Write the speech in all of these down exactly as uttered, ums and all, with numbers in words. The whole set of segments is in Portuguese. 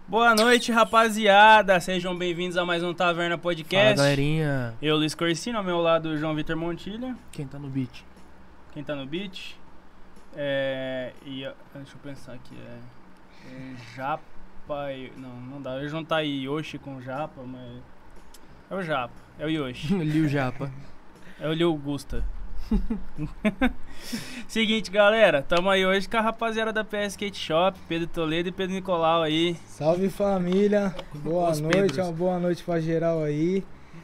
Boa noite, rapaziada. Sejam bem-vindos a mais um Taverna Podcast. Fala, galerinha. Eu, Luiz Corsino, ao meu lado, João Vitor Montilha. Quem tá no beat? Quem tá no beat? É... E, deixa eu pensar aqui. É, é Japa... e- Não, não dá. Eu ia juntar Yoshi com Japa, mas... É o Japa. É o Yoshi. Liu Japa. É o Liu Gusta. Seguinte, galera, tamo aí hoje com a rapaziada da P S Skate Shop, Pedro Toledo e Pedro Nicolau aí. Salve família, boa Os noite, Pedros. uma boa noite pra geral aí.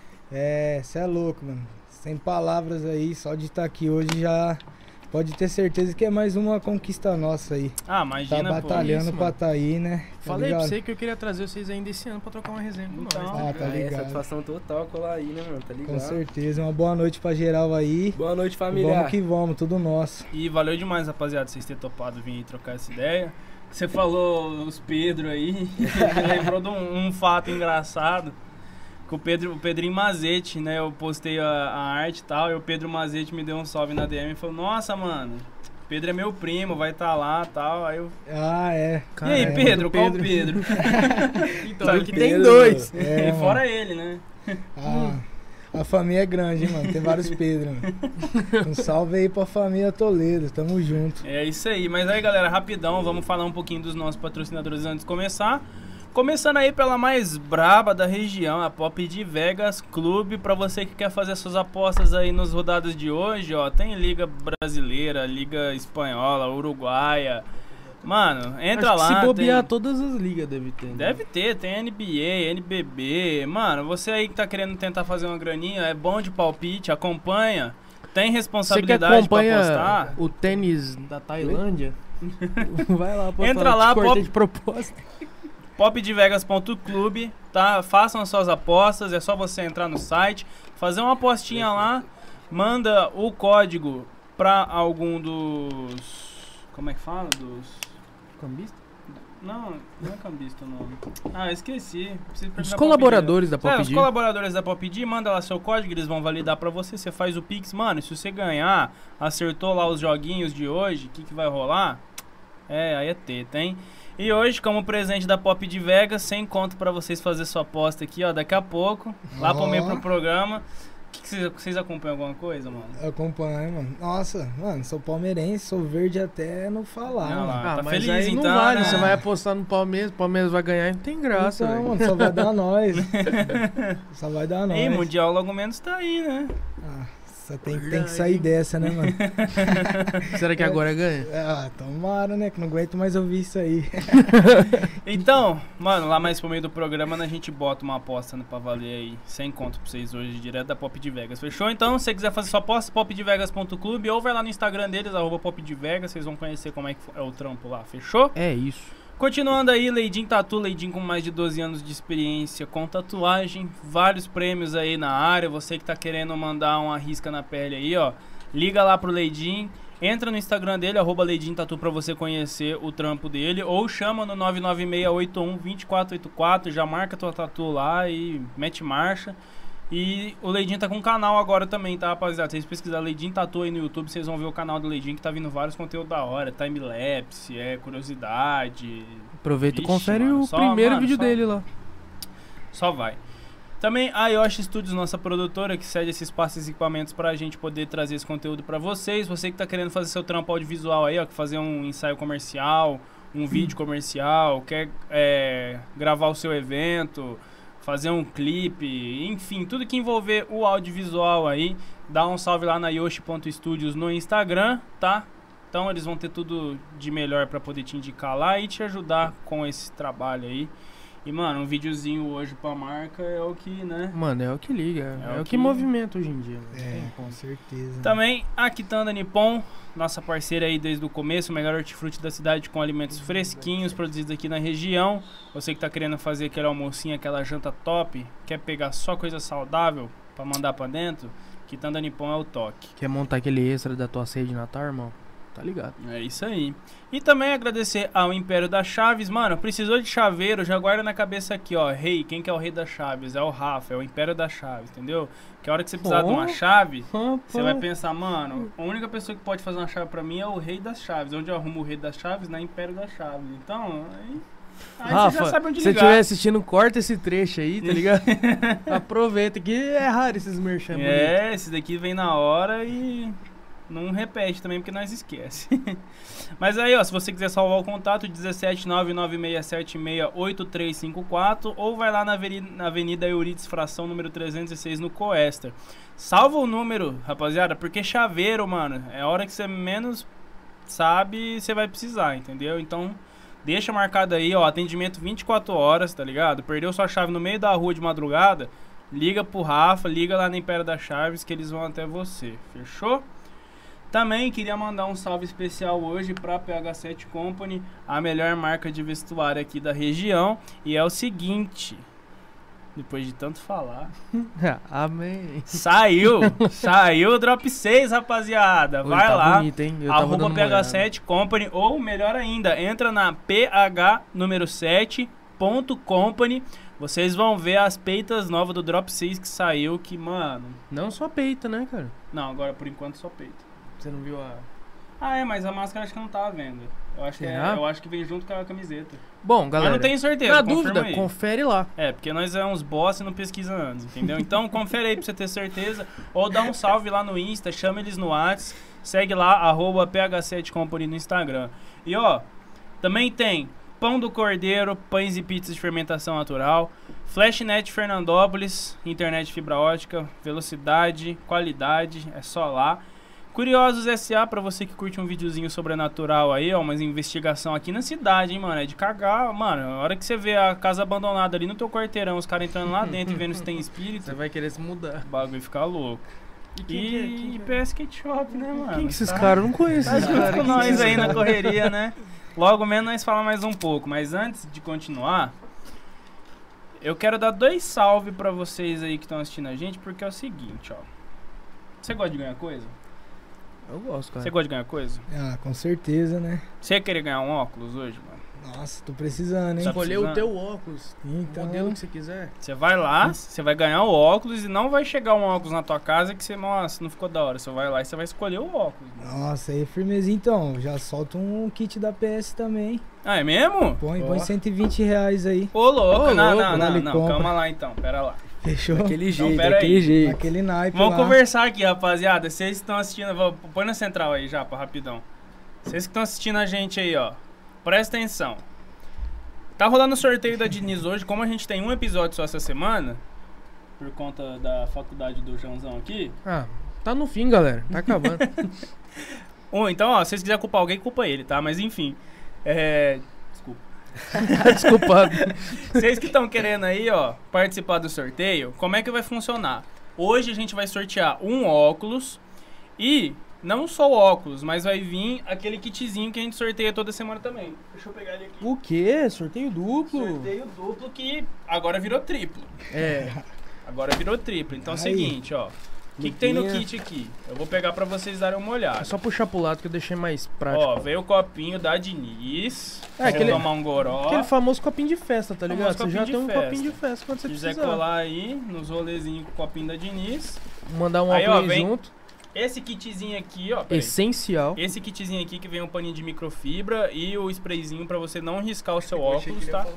É, cê é louco, mano. Sem palavras aí, só de estar aqui hoje já pode ter certeza que é mais uma conquista nossa aí. Ah, Tá imagina, pô. batalhando isso, pra mano. tá aí, né? Tá Falei pra ligado? você que eu queria trazer vocês ainda esse ano pra trocar uma resenha com Então. nós. Ah, tá Ah, é, ligado. satisfação total colar aí, né, mano? Tá ligado? Com certeza, uma boa noite pra geral aí. Boa noite, família. Vamos que vamos, tudo nosso. E valeu demais, rapaziada, vocês terem topado vir aí trocar essa ideia. Você falou os Pedro aí, me lembrou de um, um fato engraçado. Que o, Pedro, o Pedrinho Mazete, né? Eu postei a, a arte e tal, e o Pedro Mazete me deu um salve na D M e falou: Nossa, mano, Pedro é meu primo, vai estar tá lá e tal. Aí eu. Ah, é. E aí, é, Pedro, qual Pedro. Pedro? Então, Sabe aqui que tem Pedro, dois. É, e mano. fora ele, né? Ah, a família é grande, hein, mano. Tem vários Pedro, mano. Um salve aí pra família Toledo, tamo junto. É isso aí, mas aí galera, rapidão, vamos falar um pouquinho dos nossos patrocinadores antes de começar. Começando aí pela mais braba da região, a Pop de Vegas Clube. Pra você que quer fazer suas apostas aí nas rodadas de hoje, ó, tem Liga Brasileira, Liga Espanhola, Uruguaia. Mano, entra Acho que lá. se bobear, tem... todas as ligas deve ter. né? Deve ter, tem N B A, N B B. Mano, você aí que tá querendo tentar fazer uma graninha, é bom de palpite, acompanha. Tem Você que responsabilidade pra acompanha apostar. o tênis da Tailândia, vai lá apostar. Entra Eu te lá, cortei pop- de proposta. pop de vegas ponto clube, tá? Façam as suas apostas, é só você entrar no site, fazer uma apostinha lá, manda o código pra algum dos... Como é que fala? Dos... Cambista? Não, não é cambista o nome. Ah, eu esqueci. Preciso perguntar Os pra colaboradores da Pop D. É, os Pop D. colaboradores da Pop D, manda lá seu código, eles vão validar pra você, você faz o Pix. Mano, se você ganhar, acertou lá os joguinhos de hoje, o que, que vai rolar? É, aí é teta, hein? E hoje, como presente da Pop de Vegas, sem conto pra vocês fazer sua aposta aqui, ó, daqui a pouco, lá pro Ó. meio pro programa. Que que vocês, vocês acompanham alguma coisa, mano? Acompanha, mano. Nossa, mano, sou palmeirense, sou verde até não falar, Não, mano. lá. Ah, tá mas feliz, aí não então, vale, né? você vai apostar no Palmeiras, o Palmeiras vai ganhar, não tem graça, então, velho. mano, só vai dar nós. Só vai dar nós. Ei, Mundial logo menos tá aí, né? Ah, só tem, tem que sair dessa, né, mano? Será que agora ganha? Ah, tomara, né? Que não aguento mais ouvir isso aí. Então, mano, lá mais pro meio do programa a gente bota uma aposta né, pra valer aí, sem conto pra vocês hoje, direto da Pop de Vegas. Fechou? Então, se você quiser fazer sua aposta, pop de vegas ponto clube ou vai lá no Instagram deles, arroba Pop de Vegas, vocês vão conhecer como é que é o trampo lá. Fechou? É isso. Continuando aí, Leidin Tatu, Leidin com mais de doze anos de experiência com tatuagem, vários prêmios aí na área, você que tá querendo mandar uma risca na pele aí, ó, liga lá pro Leidin, entra no Instagram dele, arroba Leidin Tatu pra você conhecer o trampo dele, ou chama no nove nove seis oito um dois quatro oito quatro, já marca tua tatu lá e mete marcha. E o Leidin tá com um canal agora também, tá, rapaziada? Se vocês pesquisarem Leidin Tatu aí no YouTube, vocês vão ver o canal do Leidin que tá vindo vários conteúdos da hora. Time-lapse, é, curiosidade. Aproveita e Vixe, confere mano, o só, primeiro mano, vídeo só- dele lá. Só vai. Também a Yoshi Studios, nossa produtora, que cede esses espaços e equipamentos pra gente poder trazer esse conteúdo pra vocês. Você que tá querendo fazer seu trampo audiovisual aí, ó, que fazer um ensaio comercial, um vídeo comercial, quer é, gravar o seu evento, fazer um clipe, enfim, tudo que envolver o audiovisual aí, dá um salve lá na yoshi ponto studios no Instagram, tá? Então eles vão ter tudo de melhor pra poder te indicar lá e te ajudar com esse trabalho aí. E, mano, um videozinho hoje pra marca é o que, né? Mano, é o que liga. É É, o o que, que- movimenta hoje em dia. Não É, tem com como. certeza. Também a Quitanda Nippon, nossa parceira aí desde o começo, o melhor hortifruti da cidade com alimentos fresquinhos produzidos aqui na região. Você que tá querendo fazer aquele almocinho, aquela janta top, quer pegar só coisa saudável pra mandar pra dentro, Quitanda Nippon é o toque. Quer montar aquele extra da tua ceia de Natal, irmão? Tá ligado. É isso aí. E também agradecer ao Império das Chaves. Mano, precisou de chaveiro, já guarda na cabeça aqui, ó. Rei, quem que é o rei das chaves? É o Rafa, é o Império das Chaves, entendeu? Que a hora que você precisar de uma Oh. chave, Rapaz. você vai pensar, mano, a única pessoa que pode fazer uma chave pra mim é o rei das chaves. Onde eu arrumo o rei das chaves? Na Império das Chaves. Então, aí Aí Rafa, você já sabe onde se você ligar. estiver assistindo, corta esse trecho aí, tá ligado? Aproveita que é raro esses merchan bonitos. É, esse daqui vem na hora e não repete também, porque nós esquece. Mas aí, ó, se você quiser salvar o contato, dezessete nove nove seis sete seis oito três cinco quatro, ou vai lá na Avenida, na Avenida Euridice Fração, número trezentos e seis, no Coester. Salva o número, rapaziada, porque chaveiro, mano, é a hora que você menos sabe, você vai precisar, entendeu? Então, deixa marcado aí, ó, atendimento vinte e quatro horas, tá ligado? Perdeu sua chave no meio da rua de madrugada, liga pro Rafa, liga lá na Império das Chaves que eles vão até você, fechou? Também queria mandar um salve especial hoje para P H sete Company, a melhor marca de vestuário aqui da região. E é o seguinte, depois de tanto falar, Amém. saiu, saiu o Drop seis, rapaziada. Oi, Vai tá lá, bonito, hein? Eu tava arroba dando uma P H olhada. sete Company, ou melhor ainda, entra na P H número sete ponto company. Vocês vão ver as peitas novas do Drop seis que saiu, que, mano... Não só peita, né, cara? Não, agora por enquanto só peito. Você não viu a... Ah, é, mas a máscara acho que não tá à venda. Eu acho que, é, Será? eu acho que vem junto com a camiseta. Bom, galera, Mas não tenho certeza, na confirma dúvida, aí. confere lá. É, porque nós é uns boss e não pesquisa antes, entendeu? Então confere aí pra você ter certeza. Ou dá um salve lá no Insta, chama eles no WhatsApp, segue lá, arroba P H sete Company no Instagram. E ó, também tem Pão do Cordeiro, pães e pizzas de fermentação natural, Flashnet Fernandópolis, internet fibra ótica, velocidade, qualidade, é só lá. Curiosos S A, pra você que curte um videozinho sobrenatural aí, ó, umas investigação aqui na cidade, hein, mano, é de cagar, mano, a hora que você vê a casa abandonada ali no teu quarteirão, os caras entrando lá dentro e vendo se tem espírito, Você vai querer se mudar. o bagulho fica louco. E, e P S Skate Shop, né, mano? Quem que esses Tá- caras? Eu não conheço Tá esses junto caras. com Quem que nós esses aí na caras? correria, né? Logo menos nós falamos mais um pouco, mas antes de continuar, eu quero dar dois salve pra vocês aí que estão assistindo a gente, porque é o seguinte, ó. Você gosta de ganhar coisa? Eu gosto, cara. Você gosta de ganhar coisa? Ah, com certeza, né? Você ia querer ganhar um óculos hoje, mano? Nossa, tô precisando, hein? Tá Escolher o precisando? teu óculos. Então, O modelo que você quiser. Você vai lá, você vai ganhar o óculos e não vai chegar um óculos na tua casa que você, nossa, não ficou da hora. Você vai lá e você vai escolher o óculos. Mano. Nossa, aí firmeza então. Já solta um kit da P S também. Ah, é mesmo? Põe, Ó. põe cento e vinte reais aí. Ô, louco, Ô, não, louco, não, não, vale não, compra. calma lá então, pera lá. Fechou? Daquele jeito, pera daquele aí. jeito. Aquele naipe Vamos lá. conversar aqui, rapaziada. Vocês que estão assistindo, vou, põe na central aí já, pra rapidão. Vocês que estão assistindo a gente aí, ó, presta atenção. Tá rolando o sorteio da Diniz hoje, como a gente tem um episódio só essa semana, por conta da faculdade do Joãozão aqui. Ah, tá no fim, galera. Tá acabando. Ou então, ó, se vocês quiserem culpar alguém, culpa ele, tá? Mas enfim. É. Desculpa. Desculpado. Vocês que estão querendo aí, ó, participar do sorteio, como é que vai funcionar? Hoje a gente vai sortear um óculos e não só o óculos, mas vai vir aquele kitzinho que a gente sorteia toda semana também. Deixa eu pegar ele aqui. O quê? Sorteio duplo? Sorteio duplo que agora virou triplo. É. Agora virou triplo. Então é o Aí. seguinte, ó. O que, que tem no Lupinha. kit aqui? Eu vou pegar pra vocês darem uma olhada. É só puxar pro lado que eu deixei mais prático. Ó, veio o copinho da Diniz. É, Vou aquele- tomar um goró. Aquele famoso copinho de festa, tá ligado? Famoso Você já copinho tem de um festa. copinho de festa quando você Se quiser precisar. colar aí nos rolezinhos com o copinho da Diniz. Mandar um Aí, ó, óculos vem- junto. Esse kitzinho aqui, ó. peraí. Essencial. Esse kitzinho aqui que vem um paninho de microfibra e o sprayzinho pra você não riscar o seu óculos, tá?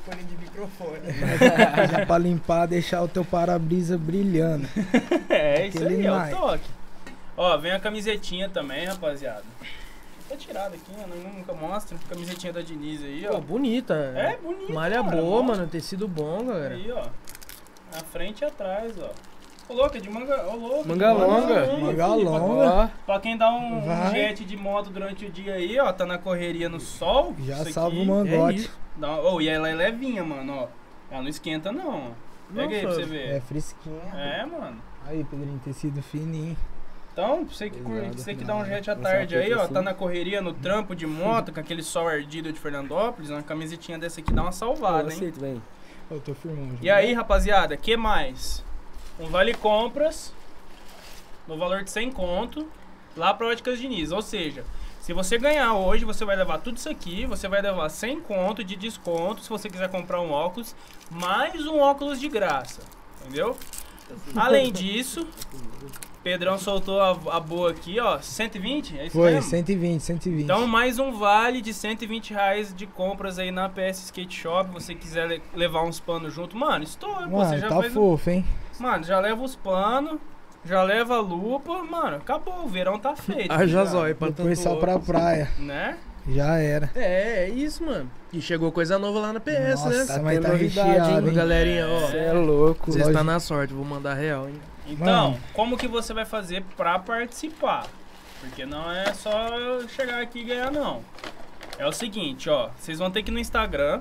Já pra limpar, deixar o teu para-brisa brilhando. É, isso Aquele aí, é o naipe. toque. Ó, vem a camisetinha também, rapaziada. Tá tirada aqui, né? Não- nunca mostra. Camisetinha da Diniz aí, ó. Pô, bonita. É bonito, Malha cara, boa, mostra. mano. Tecido bom, galera. Aí, ó. Na frente e atrás, ó. Ô, louco, é de manga... Ô, louco. Manga de longa. Manga filho, longa. Pra, pra quem dá um, um Vai. jet de moto durante o dia aí, ó. Tá na correria no sol. Já isso salva aqui o mangote. isso. dá uma- Ô, e ela é levinha, mano, ó. Ela não esquenta, não, ó. Pega aí pra Nossa, você ver. É fresquinha. É, mano. Aí, Pedrinho, tecido fininho. Então, você que, curte, Pesado. você que dá um jet à Essa tarde aí, fita ó, assim. tá na correria, no trampo de moto, com aquele sol ardido de Fernandópolis, uma camisetinha dessa aqui dá uma salvada, hein? aceito, velho. Eu tô firmão. E aí, rapaziada, que mais? Um vale compras no valor de cem conto lá pra Óticas Diniz. Ou seja, se você ganhar hoje, você vai levar tudo isso aqui, você vai levar cem conto de desconto se você quiser comprar um óculos, mais um óculos de graça, entendeu? Além disso, Pedrão soltou a, a boa aqui, ó. cento e vinte? É isso Foi, mesmo? cento e vinte, cento e vinte. Então, mais um vale de cento e vinte reais de compras aí na P S Skate Shop. Se você quiser le- levar uns panos junto, mano, estoura, pô. Você Mano, já tá faz. fofo, hein? Mano, já leva os panos, já leva a lupa, mano, acabou. O verão tá feito. Haja tá zóio pra Depois tanto só pra óculos. praia. Né? Já era. É, é isso, mano. E chegou coisa nova lá na P S, Nossa, né? mas tá novidade, recheado, Ô, hein? galerinha, ó. Você é louco. Você Lógico. está na sorte, vou mandar real, hein? Então, Mano. como que você vai fazer pra participar? Porque não é só chegar aqui e ganhar, não. É o seguinte, ó. Vocês vão ter que ir no Instagram.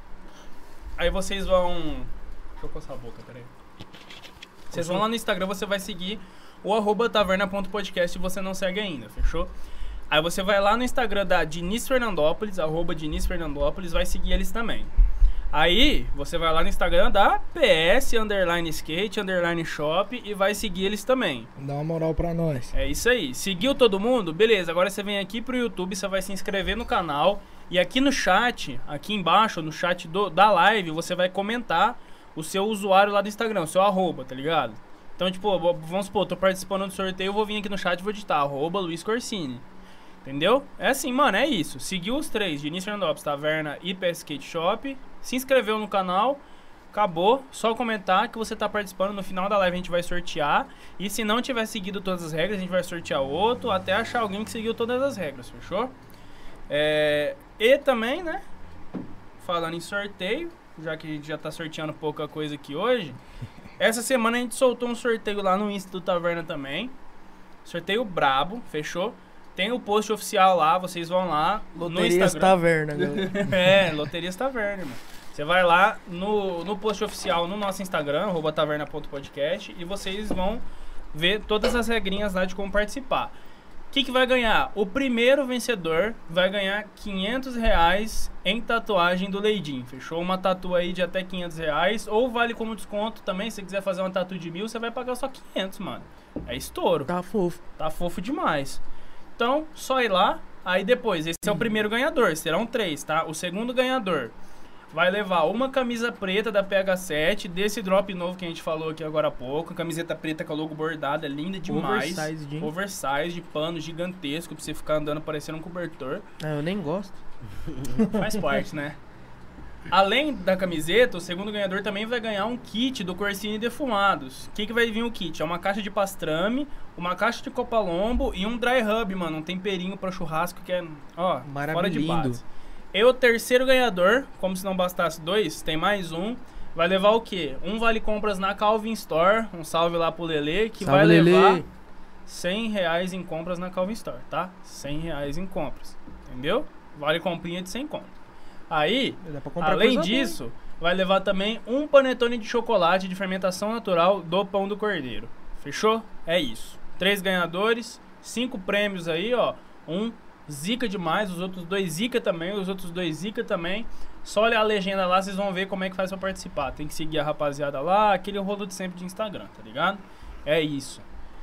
Aí vocês vão... Deixa eu coçar a boca, peraí. Vocês vão lá no Instagram, você vai seguir o arroba taverna.podcast se você não segue ainda, fechou? Aí você vai lá no Instagram da Diniz Fernandópolis, arroba Diniz Fernandópolis, vai seguir eles também. Aí, você vai lá no Instagram da P S, underline skate, underline shop e vai seguir eles também. Dá uma moral pra nós. É isso aí. Seguiu todo mundo? Beleza, agora você vem aqui pro YouTube, você vai se inscrever no canal e aqui no chat, aqui embaixo, no chat do, da live, você vai comentar o seu usuário lá do Instagram, o seu arroba, tá ligado? Então, tipo, vamos supor, tô participando do sorteio, eu vou vir aqui no chat e vou digitar arroba Luiz Corsini. Entendeu? É assim, mano, é isso. Seguiu os três, Diniz Fernandópolis, Taverna e P S Skate Shop. Se inscreveu no canal. Acabou. Só comentar que você tá participando. No final da live a gente vai sortear. E se não tiver seguido todas as regras, a gente vai sortear outro. Até achar alguém que seguiu todas as regras, fechou? É... E também, né? Falando em sorteio, já que a gente já tá sorteando pouca coisa aqui hoje. Essa semana a gente soltou um sorteio lá no Insta do Taverna também. Sorteio brabo, fechou? Tem o post oficial lá, vocês vão lá no Loterias Instagram. Taverna, galera. É, Loterias Taverna, mano. Você vai lá no, no post oficial no nosso Instagram, arroba taverna.podcast, e vocês vão ver todas as regrinhas lá de como participar. O que, que vai ganhar? O primeiro vencedor vai ganhar quinhentos reais em tatuagem do Leidin. Fechou? Uma tatu aí de até quinhentos reais. Ou vale como desconto também. Se você quiser fazer uma tatu de mil, você vai pagar só quinhentos, mano. É estouro. Tá fofo. Tá fofo demais. Então, só ir lá. Aí depois, esse é o primeiro ganhador. Serão três, tá? O segundo ganhador vai levar uma camisa preta da P H sete, desse drop novo que a gente falou aqui agora há pouco. Camiseta preta com a logo bordada, linda demais. Oversize, de... Oversize, de pano gigantesco, pra você ficar andando parecendo um cobertor. Ah, eu nem gosto. Faz parte, né? Além da camiseta, o segundo ganhador também vai ganhar um kit do Corsini Defumados. O que, que vai vir o kit? É uma caixa de pastrame, uma caixa de copalombo e um dry rub, mano. Um temperinho pra churrasco que é, ó, fora de base. E o terceiro ganhador, como se não bastasse dois, tem mais um. Vai levar o quê? Um vale compras na Calvin Store. Um salve lá pro Lelê, que Salve, vai Lelê. levar cem reais em compras na Calvin Store, tá? cem reais em compras, entendeu? Vale comprinha de cem conto. Aí, Dá pra comprar além coisa disso, vai levar também um panetone de chocolate de fermentação natural do Pão do Cordeiro. Fechou? É isso. Três ganhadores, cinco prêmios aí, ó. Um zica demais, os outros dois zica também, os outros dois zica também. Só olhar a legenda lá, vocês vão ver como é que faz pra participar. Tem que seguir a rapaziada lá, aquele rolo de sempre de Instagram, tá ligado? É isso.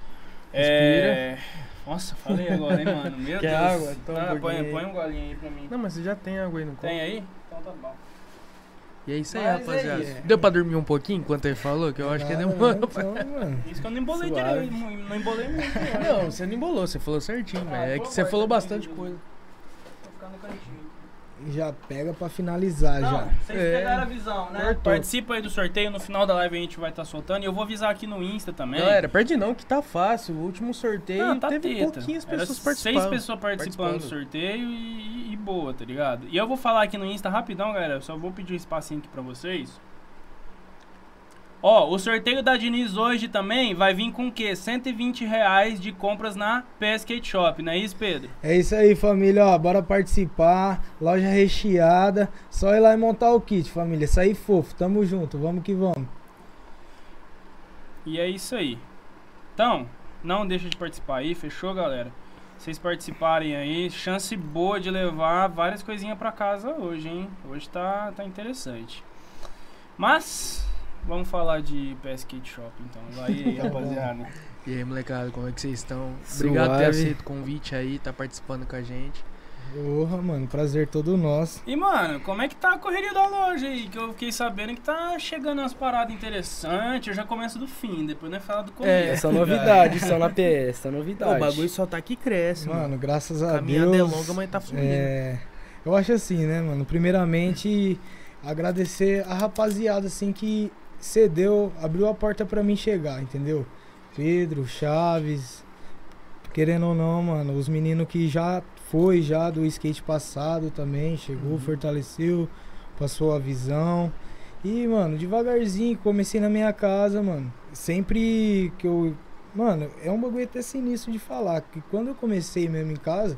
É... Nossa, falei agora, hein, mano? Meu Quer Deus. água? Toma Ah, um põe, pouquinho põe um golinho aí pra mim. Não, mas você já tem água aí no copo. Tem aí? Então tá bom. E é isso aí, Mas rapaziada. aí, é. Deu pra dormir um pouquinho enquanto ele falou? Que eu acho que Nada, demorou. não, então, mano. Isso que eu não embolei Suave. direito, não não embolei muito. né? Não, você não embolou, você falou certinho, Ah, mas é por que você favor, falou tá bastante bem, coisa. Vou ficar no cantinho. Já pega pra finalizar Não, já. vocês É. pegaram a visão, né? Cortou. Participa aí do sorteio, no final da live a gente vai estar soltando. E eu vou avisar aqui no Insta também. Galera, perde não, que tá fácil. O último sorteio Não, tá teve teta. pouquinhas Era pessoas seis participando. pessoas participando, do sorteio e, e boa, tá ligado? E eu vou falar aqui no Insta rapidão, galera. Eu só vou pedir um espacinho aqui pra vocês. Ó, o sorteio da Diniz hoje também vai vir com o quê? cento e vinte reais de compras na P S Skate Shop, não é isso, Pedro? É isso aí, família, ó, bora participar, loja recheada, só ir lá e montar o kit, família, sair fofo, tamo junto, vamos que vamos. E é isso aí. Então, não deixa de participar aí, fechou, galera? Vocês participarem aí, chance boa de levar várias coisinhas pra casa hoje, hein? Hoje tá, tá interessante. Mas, vamos falar de P S Skate Shop, então. Vai aí, rapaziada. E aí, molecada, como é que vocês estão? Suave. Obrigado por ter aceito o convite aí, tá participando com a gente. Porra, mano, prazer todo nosso. E, mano, como é que tá a correria da loja aí? Que eu fiquei sabendo que tá chegando umas paradas interessantes. Eu já começo do fim, depois nós fala do começo. É, só novidade, só na P S, só novidade. O bagulho só tá que cresce, mano. Mano, graças a Caminhada Deus. é longa, mas tá fluindo. É, eu acho assim, né, mano? Primeiramente, agradecer a rapaziada, assim, que cedeu, abriu a porta pra mim chegar, entendeu? Pedro, Chaves, querendo ou não, mano, os meninos que já foi já do skate passado também, chegou, Uhum. fortaleceu, passou a visão. E, mano, devagarzinho, comecei na minha casa, mano. Sempre que eu... Mano, é um bagulho até sinistro de falar, que quando eu comecei mesmo em casa,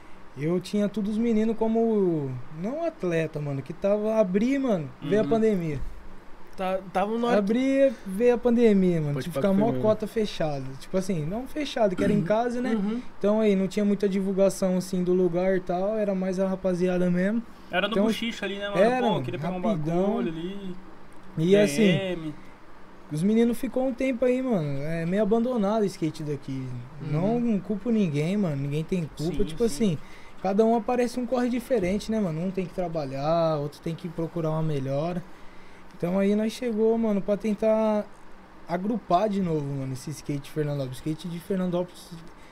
eu tinha todos os meninos como... Não atleta, mano, que tava... Abri, mano, veio a Uhum. pandemia. Tá, tava no hora... Abri, veio a pandemia, mano. Pode Tipo, pá ficar que foi mó mesmo. cota fechada. Tipo assim, não fechada, que era em casa, né? Uhum. Então aí, não tinha muita divulgação, assim, do lugar e tal. Era mais a rapaziada mesmo. Era do Então, buchicho ali, né, mano? era, Pô, mano, queria pegar um rapidão. bagulho ali. E assim, P M. os meninos ficou um tempo aí, mano, é meio abandonado o skate daqui. Uhum. Não culpo ninguém, mano. Ninguém tem culpa. Sim, tipo sim. assim, cada um aparece um corre diferente, né, mano? Um tem que trabalhar, outro tem que procurar uma melhora. Então aí nós chegou, mano, pra tentar agrupar de novo, mano, esse skate de Fernandópolis. O skate de Fernandópolis,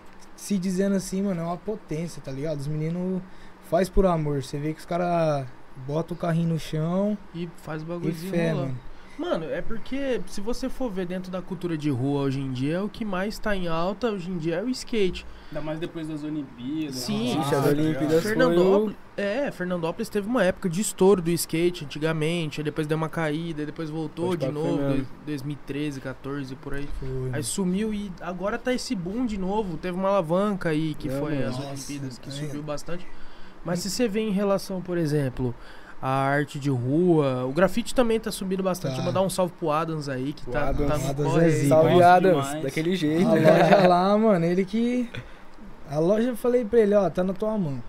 se dizendo assim, mano, é uma potência, tá ligado? Os meninos faz por amor. Você vê que os caras botam o carrinho no chão E faz o e bagulho fé, desenrolar. mano. Mano, é porque se você for ver dentro da cultura de rua hoje em dia, o que mais tá em alta hoje em dia é o skate. Ainda mais depois das Olimpíadas. Sim, ah, Ixi, as tá Olimpíadas ligado? foi Fernandópolis, é, Fernandópolis teve uma época de estouro do skate antigamente, aí depois deu uma caída, aí depois voltou Pode de pá que foi novo, mesmo. dois- dois mil e treze, quatorze, por aí. Foi, Aí mano. sumiu e agora tá esse boom de novo. Teve uma alavanca aí que É, foi mano. as Nossa, Olimpíadas que é. subiu bastante. Mas se você vê em relação, por exemplo, a arte de rua, o grafite também tá subindo bastante. Tá. Vou mandar um salve pro Adams aí, que O tá, Adams. tá no Adams corre é aí. zica. Salve, Gosto Adams, demais. daquele jeito. A loja lá, mano, ele que... A loja eu falei pra ele, ó, tá na tua mão.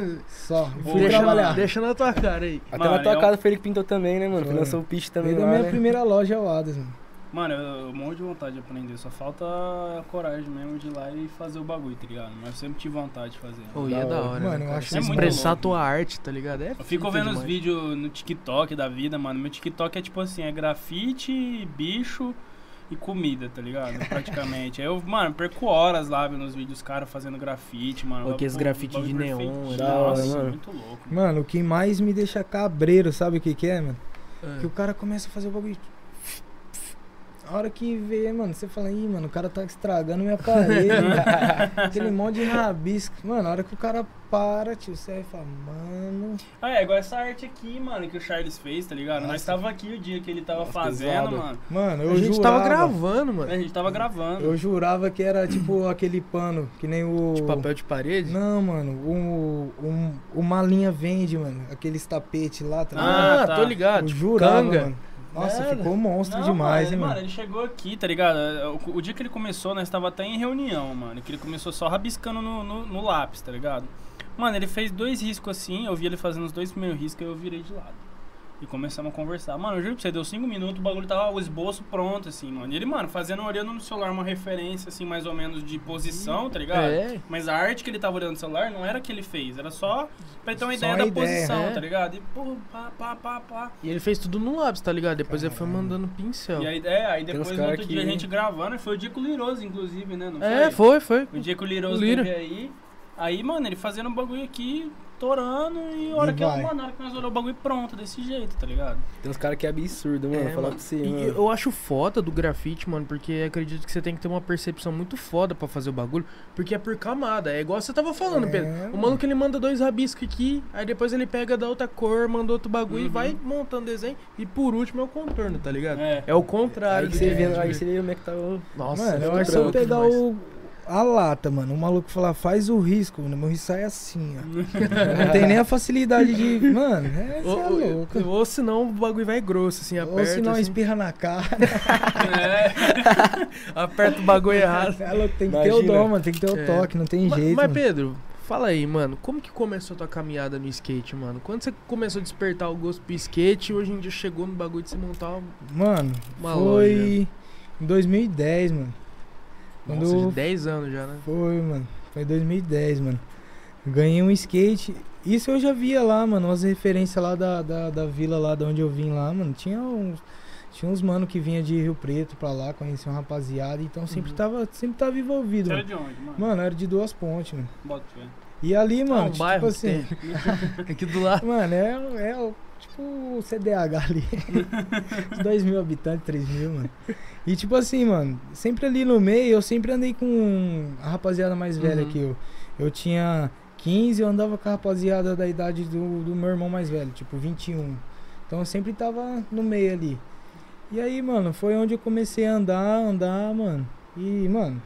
Só. Pô, Fui Deixa, trabalhar. deixa na tua cara aí. Até Mano, na tua é um- casa foi ele que pintou também, né, mano? Foi. Financiou o pitch também Veio da lá, minha né? primeira loja, o Adas, mano. Mano, eu, eu morro de vontade de aprender. Só falta a coragem mesmo de ir lá e fazer o bagulho, tá ligado? Mas eu sempre tive vontade de fazer. Pô, e é Da da hora. hora. Mano, né, eu cara? acho Você é muito expressar louco. tua arte, tá ligado? É Eu fico fita vendo os demais. vídeos no TikTok da vida, mano. Meu TikTok é tipo assim, é grafite, bicho e comida, tá ligado? Praticamente. Aí eu, mano, perco horas lá vendo os vídeos dos caras fazendo grafite, mano. Pô, aqueles Pô, grafite bagulho de neon, perfeitinho. é da hora, Nossa, mano. muito louco. Mano, o que mais me deixa cabreiro, sabe o que que é, mano? É. Que o cara começa a fazer o bagulho. A hora que vê, mano, você fala, ih, mano, o cara tá estragando minha parede. Aquele monte de rabisco. Mano, a hora que o cara para, tio, você vai falar, mano. Ah, é igual essa arte aqui, mano, que o Charles fez, tá ligado? Nós Nossa. tava aqui o dia que ele tava Nossa, fazendo, pesado. mano. Mano, eu A gente jurava. tava gravando, mano. A gente tava gravando. Eu jurava que era tipo aquele pano, que nem o. De papel de parede. Não, mano, o, um, o Malinha vende, mano. Aqueles tapetes lá, tá ligado? Ah, Ah, tá. tô ligado. Eu Tipo, jurava, canga. mano. Nossa, Nada. ficou monstro Não, demais, mano, hein, mano, mano. ele chegou aqui, tá ligado? O, o dia que ele começou, nós tava até em reunião, mano. Que ele começou só rabiscando no, no, no lápis, tá ligado? Mano, ele fez dois riscos assim, eu vi ele fazendo os dois primeiros riscos e eu virei de lado. E começamos a conversar. Mano, eu juro pra você, deu cinco minutos, o bagulho tava o esboço pronto, assim, mano. E ele, mano, fazendo, olhando no celular uma referência, assim, mais ou menos de posição, tá ligado? É. Mas a arte que ele tava olhando no celular não era a que ele fez, era só pra ele ter uma Só ideia a da ideia, posição, é. tá ligado? E, pô, pá, pá, pá, pá. E ele fez tudo no lápis, tá ligado? Depois ele foi Caralho. mandando pincel. E aí, é, aí Tem depois uns no cara outro dia a que- gente gravando, foi o dia que o Liroso, inclusive, né? Não É, foi, foi. O dia que o Liroso O Lira. teve aí. Aí, mano, ele fazendo um bagulho aqui, torando, e a hora E que eu, vai. mano, a hora que nós olhamos o bagulho pronto, desse jeito, tá ligado? Tem uns caras que é absurdo, mano. É, falar mano. pra você, E mano. eu acho foda do grafite, mano, porque acredito que você tem que ter uma percepção muito foda pra fazer o bagulho, porque é por camada. É igual você tava falando, É, Pedro. O mano. mano que ele manda dois rabiscos aqui, aí depois ele pega da outra cor, manda outro bagulho e Uhum. vai montando desenho. E por último é o contorno, tá ligado? É. É o contrário. Aí do você que- vê, aí você vê como é que tá o... Nossa, Mano, eu fica acho que se eu branco pegar demais. o, a lata, mano, o maluco falar, faz o risco, mano, meu risco sai assim, ó. Não tem nem a facilidade de. Mano, é, você é Ou, louco. ou, ou senão o bagulho vai grosso, assim, Ou aperta. se não assim, espirra na cara. É. aperta o bagulho errado. É louco, tem que ter o Imagina. dom, mano, tem que ter o É. toque, não tem Ma- jeito. Mas, mano. Pedro, fala aí, mano, como que começou a tua caminhada no skate, mano? Quando você começou a despertar o gosto pro skate e hoje em dia chegou no bagulho de você montar uma, Mano, uma foi loja? em dois mil e dez, mano. Quando Nossa, de dez anos já, né? foi, mano. Foi em dois mil e dez, mano. Ganhei um skate. Isso eu já via lá, mano. Umas referências lá da, da, da vila lá de onde eu vim lá, mano. Tinha uns, tinha uns mano que vinha de Rio Preto pra lá, conhecia uma rapaziada. Então sempre, Uhum. tava, sempre tava envolvido, Você era mano. de onde, mano? Mano, era de Duas Pontes, mano. Bota fé. E ali, Ah, mano, um tipo bairro que assim. tem. Aqui do lado. Mano, é, é o- tipo o C D H ali. Uns dois mil habitantes, três mil, mano. E tipo assim, mano, sempre ali no meio, eu sempre andei com a rapaziada mais velha Uhum. que eu. Eu tinha quinze, eu andava com a rapaziada da idade do, do meu irmão mais velho, tipo vinte e um. Então eu sempre tava no meio ali. E aí, mano, foi onde eu comecei a andar, andar, mano. E, mano,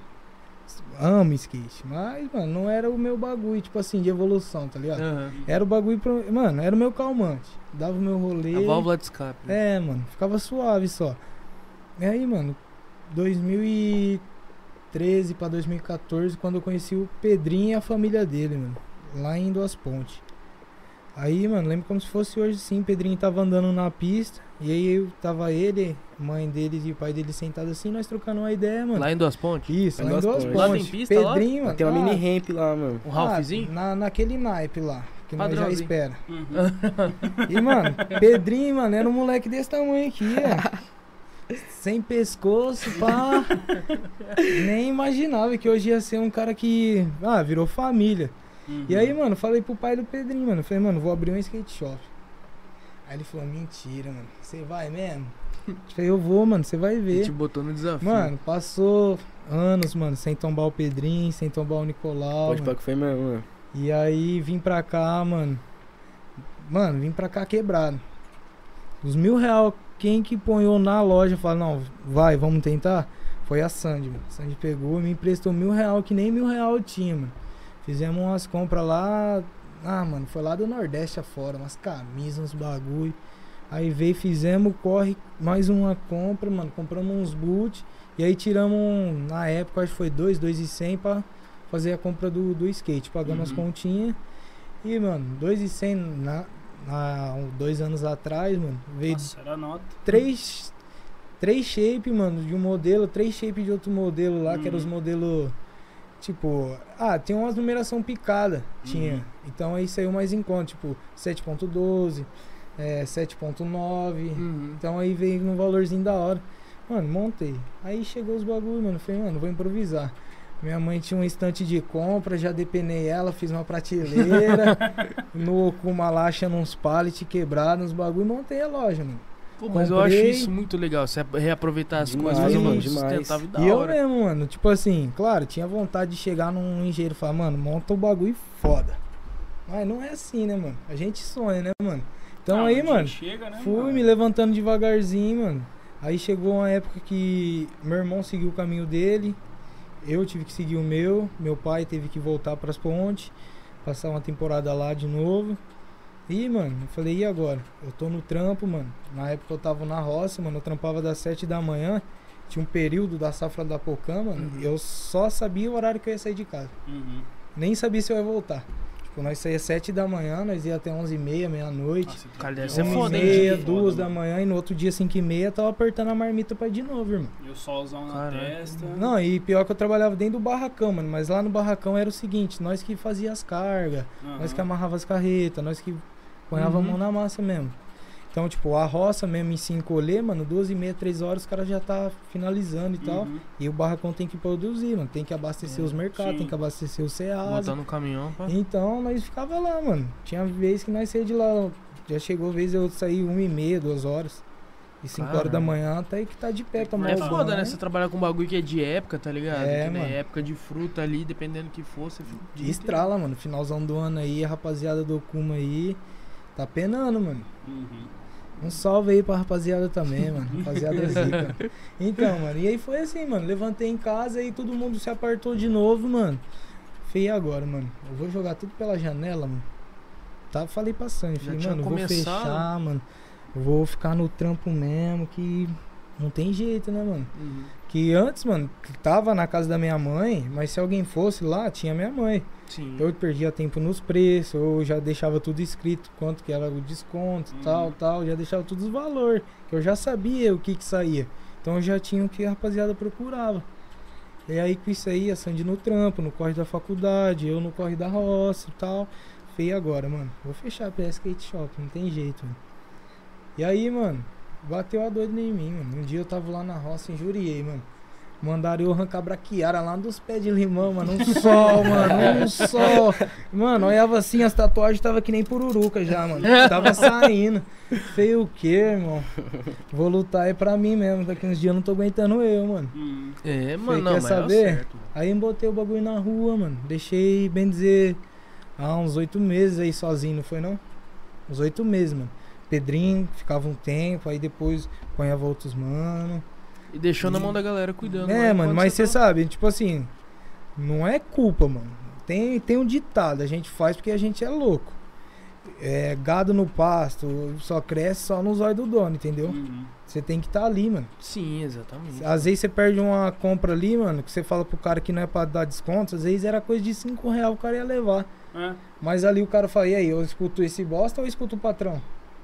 amo skate. Mas, mano, não era o meu bagulho, tipo assim, de evolução, tá ligado? Aham. Era o bagulho pro. Mano, era o meu calmante. Dava o meu rolê. A válvula de escape. né? É, mano, ficava suave só. E aí, mano, dois mil e treze pra dois mil e quatorze, quando eu conheci o Pedrinho e a família dele, mano. Lá em Duas Pontes. Aí, mano, lembro como se fosse hoje sim. O Pedrinho tava andando na pista. E aí eu tava ele, a mãe deles e o pai dele sentado assim, nós trocando uma ideia, mano. Lá em Duas Pontes? Isso, Lá lá em em Duas Duas Pontes. Pontes. Lá tem pista lá? Pedrinho, mano. Tem uma ah, mini ramp lá, mano. Um ah, Ralphzinho? na, naquele naipe lá, que nós já Padrãozinho. espera. Uhum. E, mano, Pedrinho, mano, era um moleque desse tamanho aqui, ó. Sem pescoço, pá. Nem imaginava que hoje ia ser um cara que, ah, virou família. Uhum. E aí, mano, falei pro pai do Pedrinho, mano. Falei, mano, vou abrir um skate shop. Aí ele falou, mentira, mano. Você vai mesmo? Eu falei, eu vou, mano, você vai Ele ver. te botou no desafio. Mano, passou anos, mano, sem tombar o Pedrinho, sem tombar o Nicolau. Pode mano. falar que foi mesmo, mano. E aí vim pra cá, mano. Mano, vim pra cá quebrado. Os mil real, quem que ponhou na loja, fala, não, vai, vamos tentar? Foi a Sandy, mano. A Sandy pegou e me emprestou mil real, que nem mil real eu tinha, mano. Fizemos umas compras lá. Ah, mano, foi lá do Nordeste afora, umas camisas, uns bagulho. Aí veio, fizemos, corre, mais uma compra, mano. Compramos uns boot. E aí tiramos, um, na época, acho que foi dois, dois e cem pra fazer a compra do, do skate. Pagamos as Uhum. continhas. E, mano, dois e cem na, na, um, dois anos atrás, mano. Veio Nossa, era nota. três, três shape, mano, de um modelo, três shape de outro modelo lá, que eram os Uhum. modelos. Tipo, ah, tem umas numeração picada, tinha. Uhum. Então aí saiu mais em conta, tipo, sete ponto doze, é, sete ponto nove. Uhum. Então aí veio num valorzinho da hora. Mano, montei. Aí chegou os bagulhos, mano. Falei, mano, vou improvisar. Minha mãe tinha um estante de compra, já depenei ela, fiz uma prateleira. No com uma lá achando uns pallets quebrados, uns bagulho, montei a loja, mano. Pô, mas eu acho Comprei. isso muito legal. Você reaproveitar as Demais, coisas, fazer um mano, bagulho demais. sustentável e da E eu hora. mesmo, mano, tipo assim, claro, tinha vontade de chegar num engenheiro e falar, mano, monta o bagulho foda. Mas não é assim, né, mano? A gente sonha, né, mano? Então Não, aí, a gente mano, chega, né, fui mano? me levantando devagarzinho, mano. Aí chegou uma época que meu irmão seguiu o caminho dele, eu tive que seguir o meu, meu pai teve que voltar pras pontes, passar uma temporada lá de novo. E, mano, eu falei, e agora? Eu tô no trampo, mano. Na época eu tava na roça, mano, eu trampava das sete da manhã, tinha um período da safra da Pocã, mano, Uhum. eu só sabia o horário que eu ia sair de casa. Uhum. Nem sabia se eu ia voltar. Tipo, nós saía sete da manhã, nós ia até onze e meia, meia-noite. Nossa, Cara, deve que ser Uma foda, e hein? meia, Foda, duas da mano. manhã e no outro dia cinco e meia tava apertando a marmita pra ir de novo, irmão. E o solzão na Caralho. testa. Não, e pior que eu trabalhava dentro do barracão, mano. Mas lá no barracão era o seguinte, nós que fazia as cargas, Aham. nós que amarrava as carretas, nós que ponhava Uhum. a mão na massa mesmo. Então, tipo, a roça mesmo em se encolher, mano, duas e meia, três horas os caras já tá finalizando e tal. Uhum. E o barracão tem que produzir, mano. Tem que abastecer É, os mercados, sim. tem que abastecer o Ceasa. Botar no caminhão, pá. Então, nós ficava lá, mano. Tinha vez que nós saía de lá. Já chegou vez eu sair uma e meia, duas horas. E cinco Caramba. horas da manhã até que tá de pé, tomar É o foda, banho. né? Você trabalhar com bagulho que é de época, tá ligado? É, que nem mano. época de fruta ali, dependendo do que for, você fica. o dia E estrala, mano. Finalzão do ano aí, a rapaziada do Kuma aí tá penando, mano. Uhum. Um salve aí pra rapaziada também, mano. Rapaziada zica. Então, mano, e aí foi assim, mano. Levantei em casa e todo mundo se apartou de novo, mano. Falei, e agora, mano? Eu vou jogar tudo pela janela, mano. Tá, falei pra Sandy, Já falei, tinha mano, eu vou começado. fechar, mano. Eu vou ficar no trampo mesmo, que não tem jeito, né, mano? Uhum. Que antes, mano, tava na casa da minha mãe, mas se alguém fosse lá, tinha minha mãe. Sim. Eu perdia tempo nos preços, eu já deixava tudo escrito, quanto que era o desconto, Uhum. tal, tal, já deixava tudo os valores, que eu já sabia o que que saía. Então eu já tinha o que a rapaziada procurava. E aí com isso aí, a Sandy no trampo, no corre da faculdade, eu no corre da roça e tal. Falei, e agora, mano? Vou fechar a P S Skate Shop, não tem jeito, mano. E aí, mano, bateu a doida em mim, mano. Um dia eu tava lá na roça, injuriei, mano. Mandaram eu arrancar braquiara lá dos pés de limão, mano. Um sol, mano, um sol. Mano, olhava assim, as tatuagens tava que nem pururuca já, mano. Tava saindo. Feio o quê, irmão? Vou lutar é pra mim mesmo. Daqui uns dias eu não tô aguentando eu, mano. Hum. É, mano, Falei, não, quer mas é o saber? certo, mano. Aí eu botei o bagulho na rua, mano. Deixei, bem dizer, há uns oito meses aí sozinho, não foi não? Uns oito meses, mano. Pedrinho, ficava um tempo, aí depois ponhava outros mano. E deixou na mão da galera cuidando. É, lá mano, enquanto mas você tá- sabe, tipo assim, não é culpa, mano. Tem, tem um ditado, a gente faz porque a gente é louco. É, gado no pasto, só cresce só nos olhos do dono, entendeu? Uhum. Você tem que estar ali, mano. Sim, exatamente. Às vezes você perde uma compra ali, mano, que você fala pro cara que não é pra dar desconto, às vezes era coisa de cinco reais o cara ia levar. É. Mas ali o cara fala, e aí, eu escuto esse bosta ou eu escuto o patrão?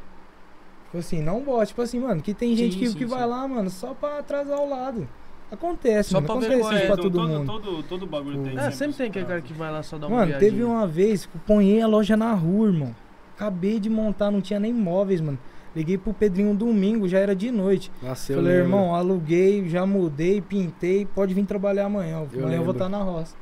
Tipo assim, não bosta. Tipo assim, mano, que tem gente Sim, que, sim, que vai sim. lá, mano, só pra atrasar o lado. Acontece, Só mano. pra ver Acontece qual isso é, pra Todo, todo todo, mundo. todo, todo bagulho tem. É, sempre tem os aquele cara casos. que vai lá só dar uma Mano, teve olhadinha. uma vez que eu ponhei a loja na rua, irmão. Acabei de montar, não tinha nem móveis, mano. Liguei pro Pedrinho um domingo, já era de noite. Nossa, eu Falei, lembro. irmão, aluguei, já mudei, pintei, pode vir trabalhar amanhã. Eu amanhã eu vou lembro. estar na roça.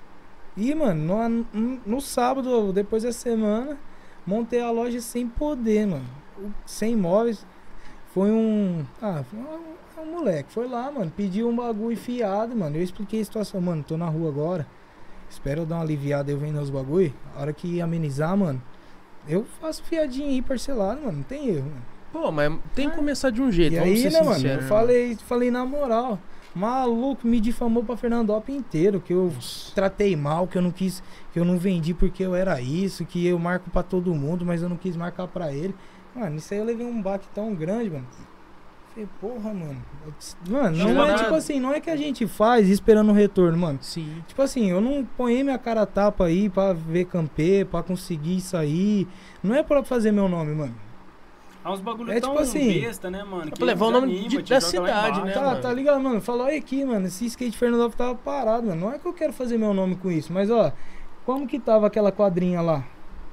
E, mano, no, no, no sábado, depois da semana, montei a loja sem poder, mano. Sem móveis. Foi um. Ah, foi um, um moleque. Foi lá, mano. Pediu um bagulho fiado, mano. Eu expliquei a situação, mano. Tô na rua agora. Espero eu dar uma aliviada, eu vendo os bagulho. A hora que amenizar, mano. Eu faço fiadinho aí, parcelado, mano. Não tem erro, mano. Pô, mas tem que começar de um jeito, E vamos aí, ser né, mano? sinceros, Eu falei, falei na moral. Maluco, me difamou pra Fernandópolis inteiro. Que eu tratei mal, que eu não quis. Que eu não vendi porque eu era isso. Que eu marco pra todo mundo, mas eu não quis marcar pra ele. Mano, isso aí eu levei um baque tão grande, mano. Falei, porra, mano. Eu- Mano, Não, não é mano. tipo assim, não é que a gente faz esperando um retorno, mano. Sim. Tipo assim, eu não ponhei minha cara a tapa aí pra ver camper, pra conseguir isso aí. Não é pra fazer meu nome, mano. Há uns bagulho É tão tipo assim, besta, né, mano? é pra levar o nome de- te da joga lá cidade, embaixo. né, Tá, mano? tá ligado, mano? Falou, olha aqui, mano, esse skate Fernandópolis tava parado, mano. Não é que eu quero fazer meu nome com isso, mas ó, como que tava aquela quadrinha lá?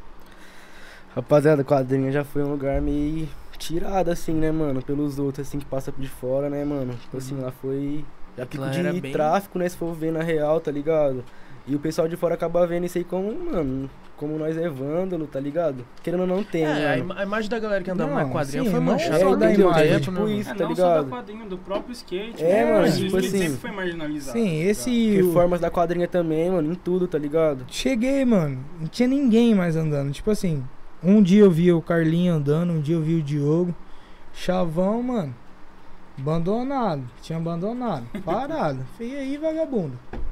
Rapaziada, quadrinha já foi um lugar meio tirado, assim, né, mano? Pelos outros, assim, que passa de fora, né, mano? Tipo assim, lá foi... Já pico Lá de era bem- tráfico, né? Se for ver na real, tá ligado? E o pessoal de fora acaba vendo isso aí como, mano... Como nós é vândalo, tá ligado? Querendo ou não tem, É, a, mano. ima- a imagem da galera que andava Não, na quadrinha sim, foi não manchada. só por da muito imagem, tempo, tipo né, mano? isso. É, tá não só ligado? do quadrinho, do próprio skate. É, né? mano, O tipo skate assim- sempre foi marginalizado. Sim, tá esse... Porque o- formas da quadrinha também, mano, em tudo, tá ligado? Cheguei, mano, não tinha ninguém mais andando. Tipo assim, um dia eu vi o Carlinho andando, um dia eu vi o Diogo. Chavão, mano, abandonado. Tinha abandonado, parado. Falei, e aí, vagabundo?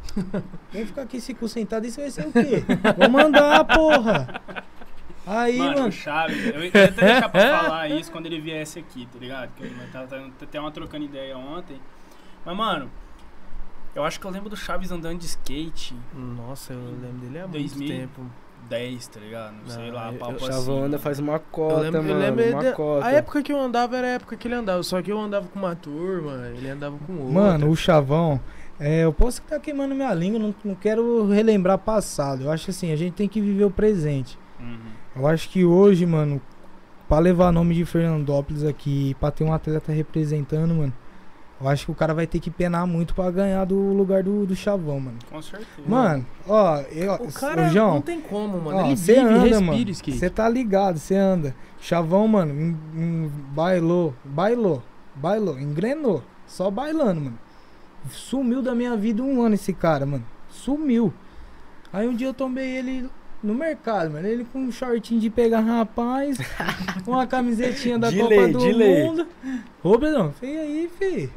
Vem ficar aqui se cu sentado, isso vai ser o quê? Vou mandar, porra! Aí, Mano, mano, o Chaves, eu ia até deixar pra falar isso quando ele viesse aqui, tá ligado? Que nós tava tava até uma trocando ideia ontem. Mas, mano, eu acho que eu lembro do Chaves andando de skate Nossa, eu lembro dele há dois muito mil. tempo. dez, tá ligado? Não sei Não, lá, eu- papo O assim. Chavão anda mano. faz uma Eu cota, lembro, mano, eu lembro uma da- cota. a época que eu andava era a época que ele andava, só que eu andava com uma turma, ele andava com outra. mano, o Chavão, é, eu posso estar queimando minha língua, não, não quero relembrar passado. Eu acho assim, a gente tem que viver o presente. Uhum. Eu acho que hoje, mano, pra levar nome de Fernandópolis aqui, pra ter um atleta representando, mano, eu acho que o cara vai ter que penar muito pra ganhar do lugar do, do Chavão, mano. Com certeza. Mano, ó, eu, O cara ô, João, não tem como, mano. ó, ele cê vive, anda, respira mano. skate. Você tá ligado, você anda. Chavão, mano, em, em, bailou, bailou, bailou, engrenou, só bailando, mano. Sumiu da minha vida um ano esse cara, mano. Sumiu. Aí um dia eu tombei ele no mercado, mano. Ele com um shortinho de pegar rapaz, uma camisetinha da De Copa lei, do de lei. Mundo. Ô, Pedrão, e aí, fi?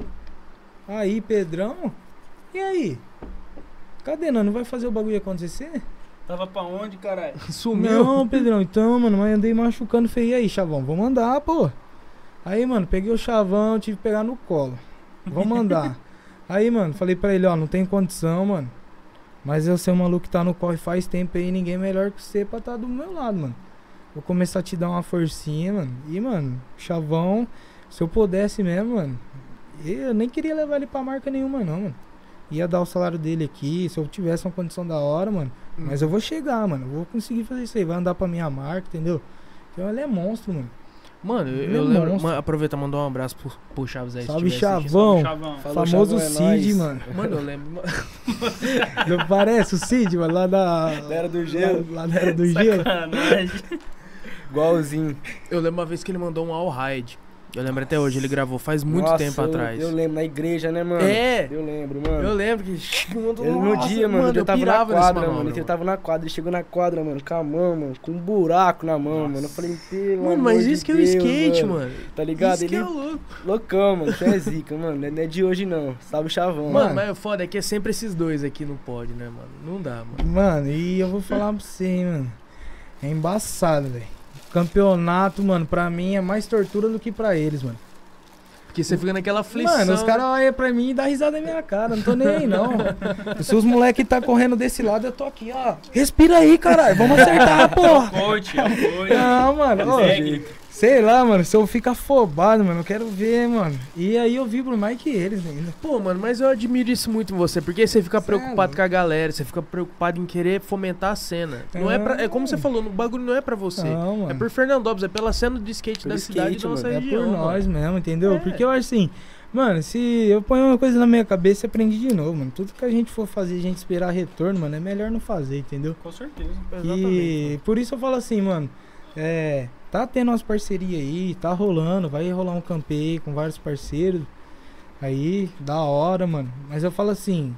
Aí, Pedrão? E aí? Cadê, não? Não vai fazer o bagulho acontecer? Tava pra onde, caralho? Sumiu. Não, Pedrão, então, mano, mas andei machucando, falei, e aí, Chavão, vamos andar, pô. Aí, mano, peguei o Chavão, tive que pegar no colo. Vamos andar. Aí, mano, falei pra ele, ó, não tem condição, mano. Mas eu sei um maluco que tá no corre faz tempo aí, ninguém melhor que você pra tá do meu lado, mano. Vou começar a te dar uma forcinha, mano. E, mano, Chavão, se eu pudesse mesmo, mano, eu nem queria levar ele pra marca nenhuma, não, mano. ia dar o salário dele aqui, se eu tivesse uma condição da hora, mano. Hum. Mas eu vou chegar, mano. Eu vou conseguir fazer isso aí. Vai andar pra minha marca, entendeu? Então ele é monstro, mano. Mano, eu, Ele é eu lembro. monstro. Mano, aproveita e mandar um abraço pro, pro Chaves aí. se Salve, tiver assistindo. Chavão. Chavão. Falou, Famoso Chavão, é Cid, nóis. mano. Mano, eu lembro. mano. Não parece o Cid, mano? Lá da... Da Era do Gelo. Lá, lá da Era do Gelo. Sacanagem. Igualzinho. Eu lembro uma vez que ele mandou um All Ride. Eu lembro até hoje, ele gravou faz muito Nossa, tempo eu, atrás. Eu lembro, na igreja, né, mano? É. Eu lembro, mano. Eu lembro que. Ele, no dia, mano, no dia eu eu tava na pirava nessa quadra, manobra, mano. Ele tava na quadra, ele chegou na quadra, mano, com a mão, mano, com um buraco na mão, Nossa. mano. Eu falei, pelo Mano, amor mas de isso que é o Deus, skate, mano. Tá ligado? Isso que Ele é louco. loucão, mano. Você é zica, mano. Não é de hoje, não. Salve o Chavão. Mano, Mano. mas o foda é que é sempre esses dois aqui no pod, né, mano? Não dá, mano. Mano, e eu vou falar pra você, hein, mano. É embaçado, velho. Campeonato, mano, pra mim é mais tortura do que pra eles, mano. Porque você fica naquela aflição. Mano, os caras olham pra mim e dão risada na minha cara. Não tô nem aí, não. Se os moleques tá correndo desse lado, eu tô aqui, ó. Respira aí, caralho. Vamos acertar, porra. Coach, apoio. Não, mano. Ô, Técnico. sei lá, mano. Se eu fico afobado, mano, eu quero ver, mano. E aí eu vibro mais que eles ainda. Pô, mano, mas eu admiro isso muito em você, porque você fica Cê é preocupado louco. com a galera, você fica preocupado em querer fomentar a cena. Não é pra, é como você falou, o bagulho não é pra você. Não, mano. É por Fernandópolis, é pela cena do skate Pelo da cidade skate, da nossa mano. É região. por mano. nós mesmo, entendeu? É. Porque eu acho assim, mano, se eu ponho uma coisa na minha cabeça, eu aprendi de novo, mano. Tudo que a gente for fazer, a gente esperar retorno, mano, é melhor não fazer, entendeu? Com certeza. Exatamente. E por isso eu falo assim, mano, é, tá tendo umas parcerias aí, tá rolando, vai rolar um campeio com vários parceiros. Aí, da hora, mano. Mas eu falo assim,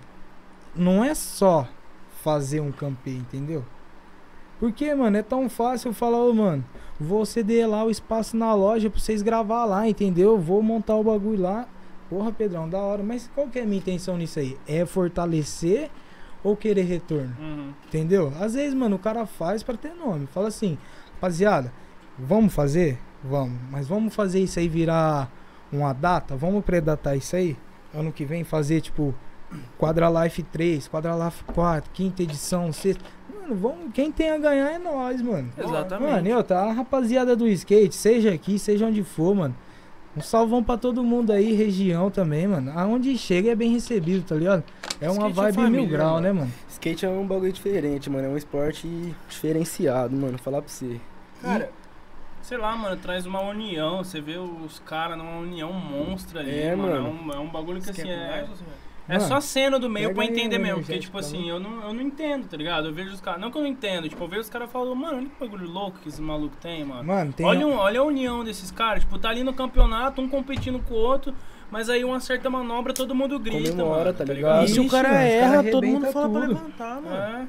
não é só fazer um campeio, entendeu? Porque, mano, é tão fácil eu falar, ô, mano, vou ceder lá o espaço na loja pra vocês gravar lá, entendeu? Vou montar o bagulho lá. Porra, Pedrão, da hora. Mas qual que é a minha intenção nisso aí? É fortalecer ou querer retorno? Uhum. Entendeu? Às vezes, mano, o cara faz pra ter nome. Fala assim, rapaziada, vamos fazer? Vamos. Mas vamos fazer isso aí virar uma data? Vamos predatar isso aí? Ano que vem fazer, tipo, Quadra Life três, Quadra Life quatro, quinta edição, sexta. Mano, vamos, quem tem a ganhar é nós, mano. Exatamente. Mano, e outra, a rapaziada do skate, seja aqui, seja onde for, mano. Um salvão pra todo mundo aí, região também, mano. Aonde chega é bem recebido, tá ligado? É uma Skate é vibe família, mil grau, mano. né, mano? Skate é um bagulho diferente, mano. É um esporte diferenciado, mano. Falar pra você. Cara, sei lá, mano, traz uma união. Você vê os caras numa união monstra ali, É, mano. mano. É um, é um bagulho que Você assim quer é. conversa, senhor? É Mano, só cena do meio pra pega aí entender um mesmo. Porque, energético tipo pra assim, mim. eu não, eu não entendo, tá ligado? Eu vejo os caras. Não que eu não entendo, tipo, eu vejo os caras falando, mano, olha que bagulho louco que esse maluco tem, mano. Mano, tem. Olha, um- olha a união desses caras, tipo, tá ali no campeonato, um competindo com o outro, mas aí uma certa manobra todo mundo grita, Comemora, mano. tá Tá ligado? E se o Ixi, cara mano, os cara erra, todo arrebenta mundo fala pra tudo. levantar, mano. É.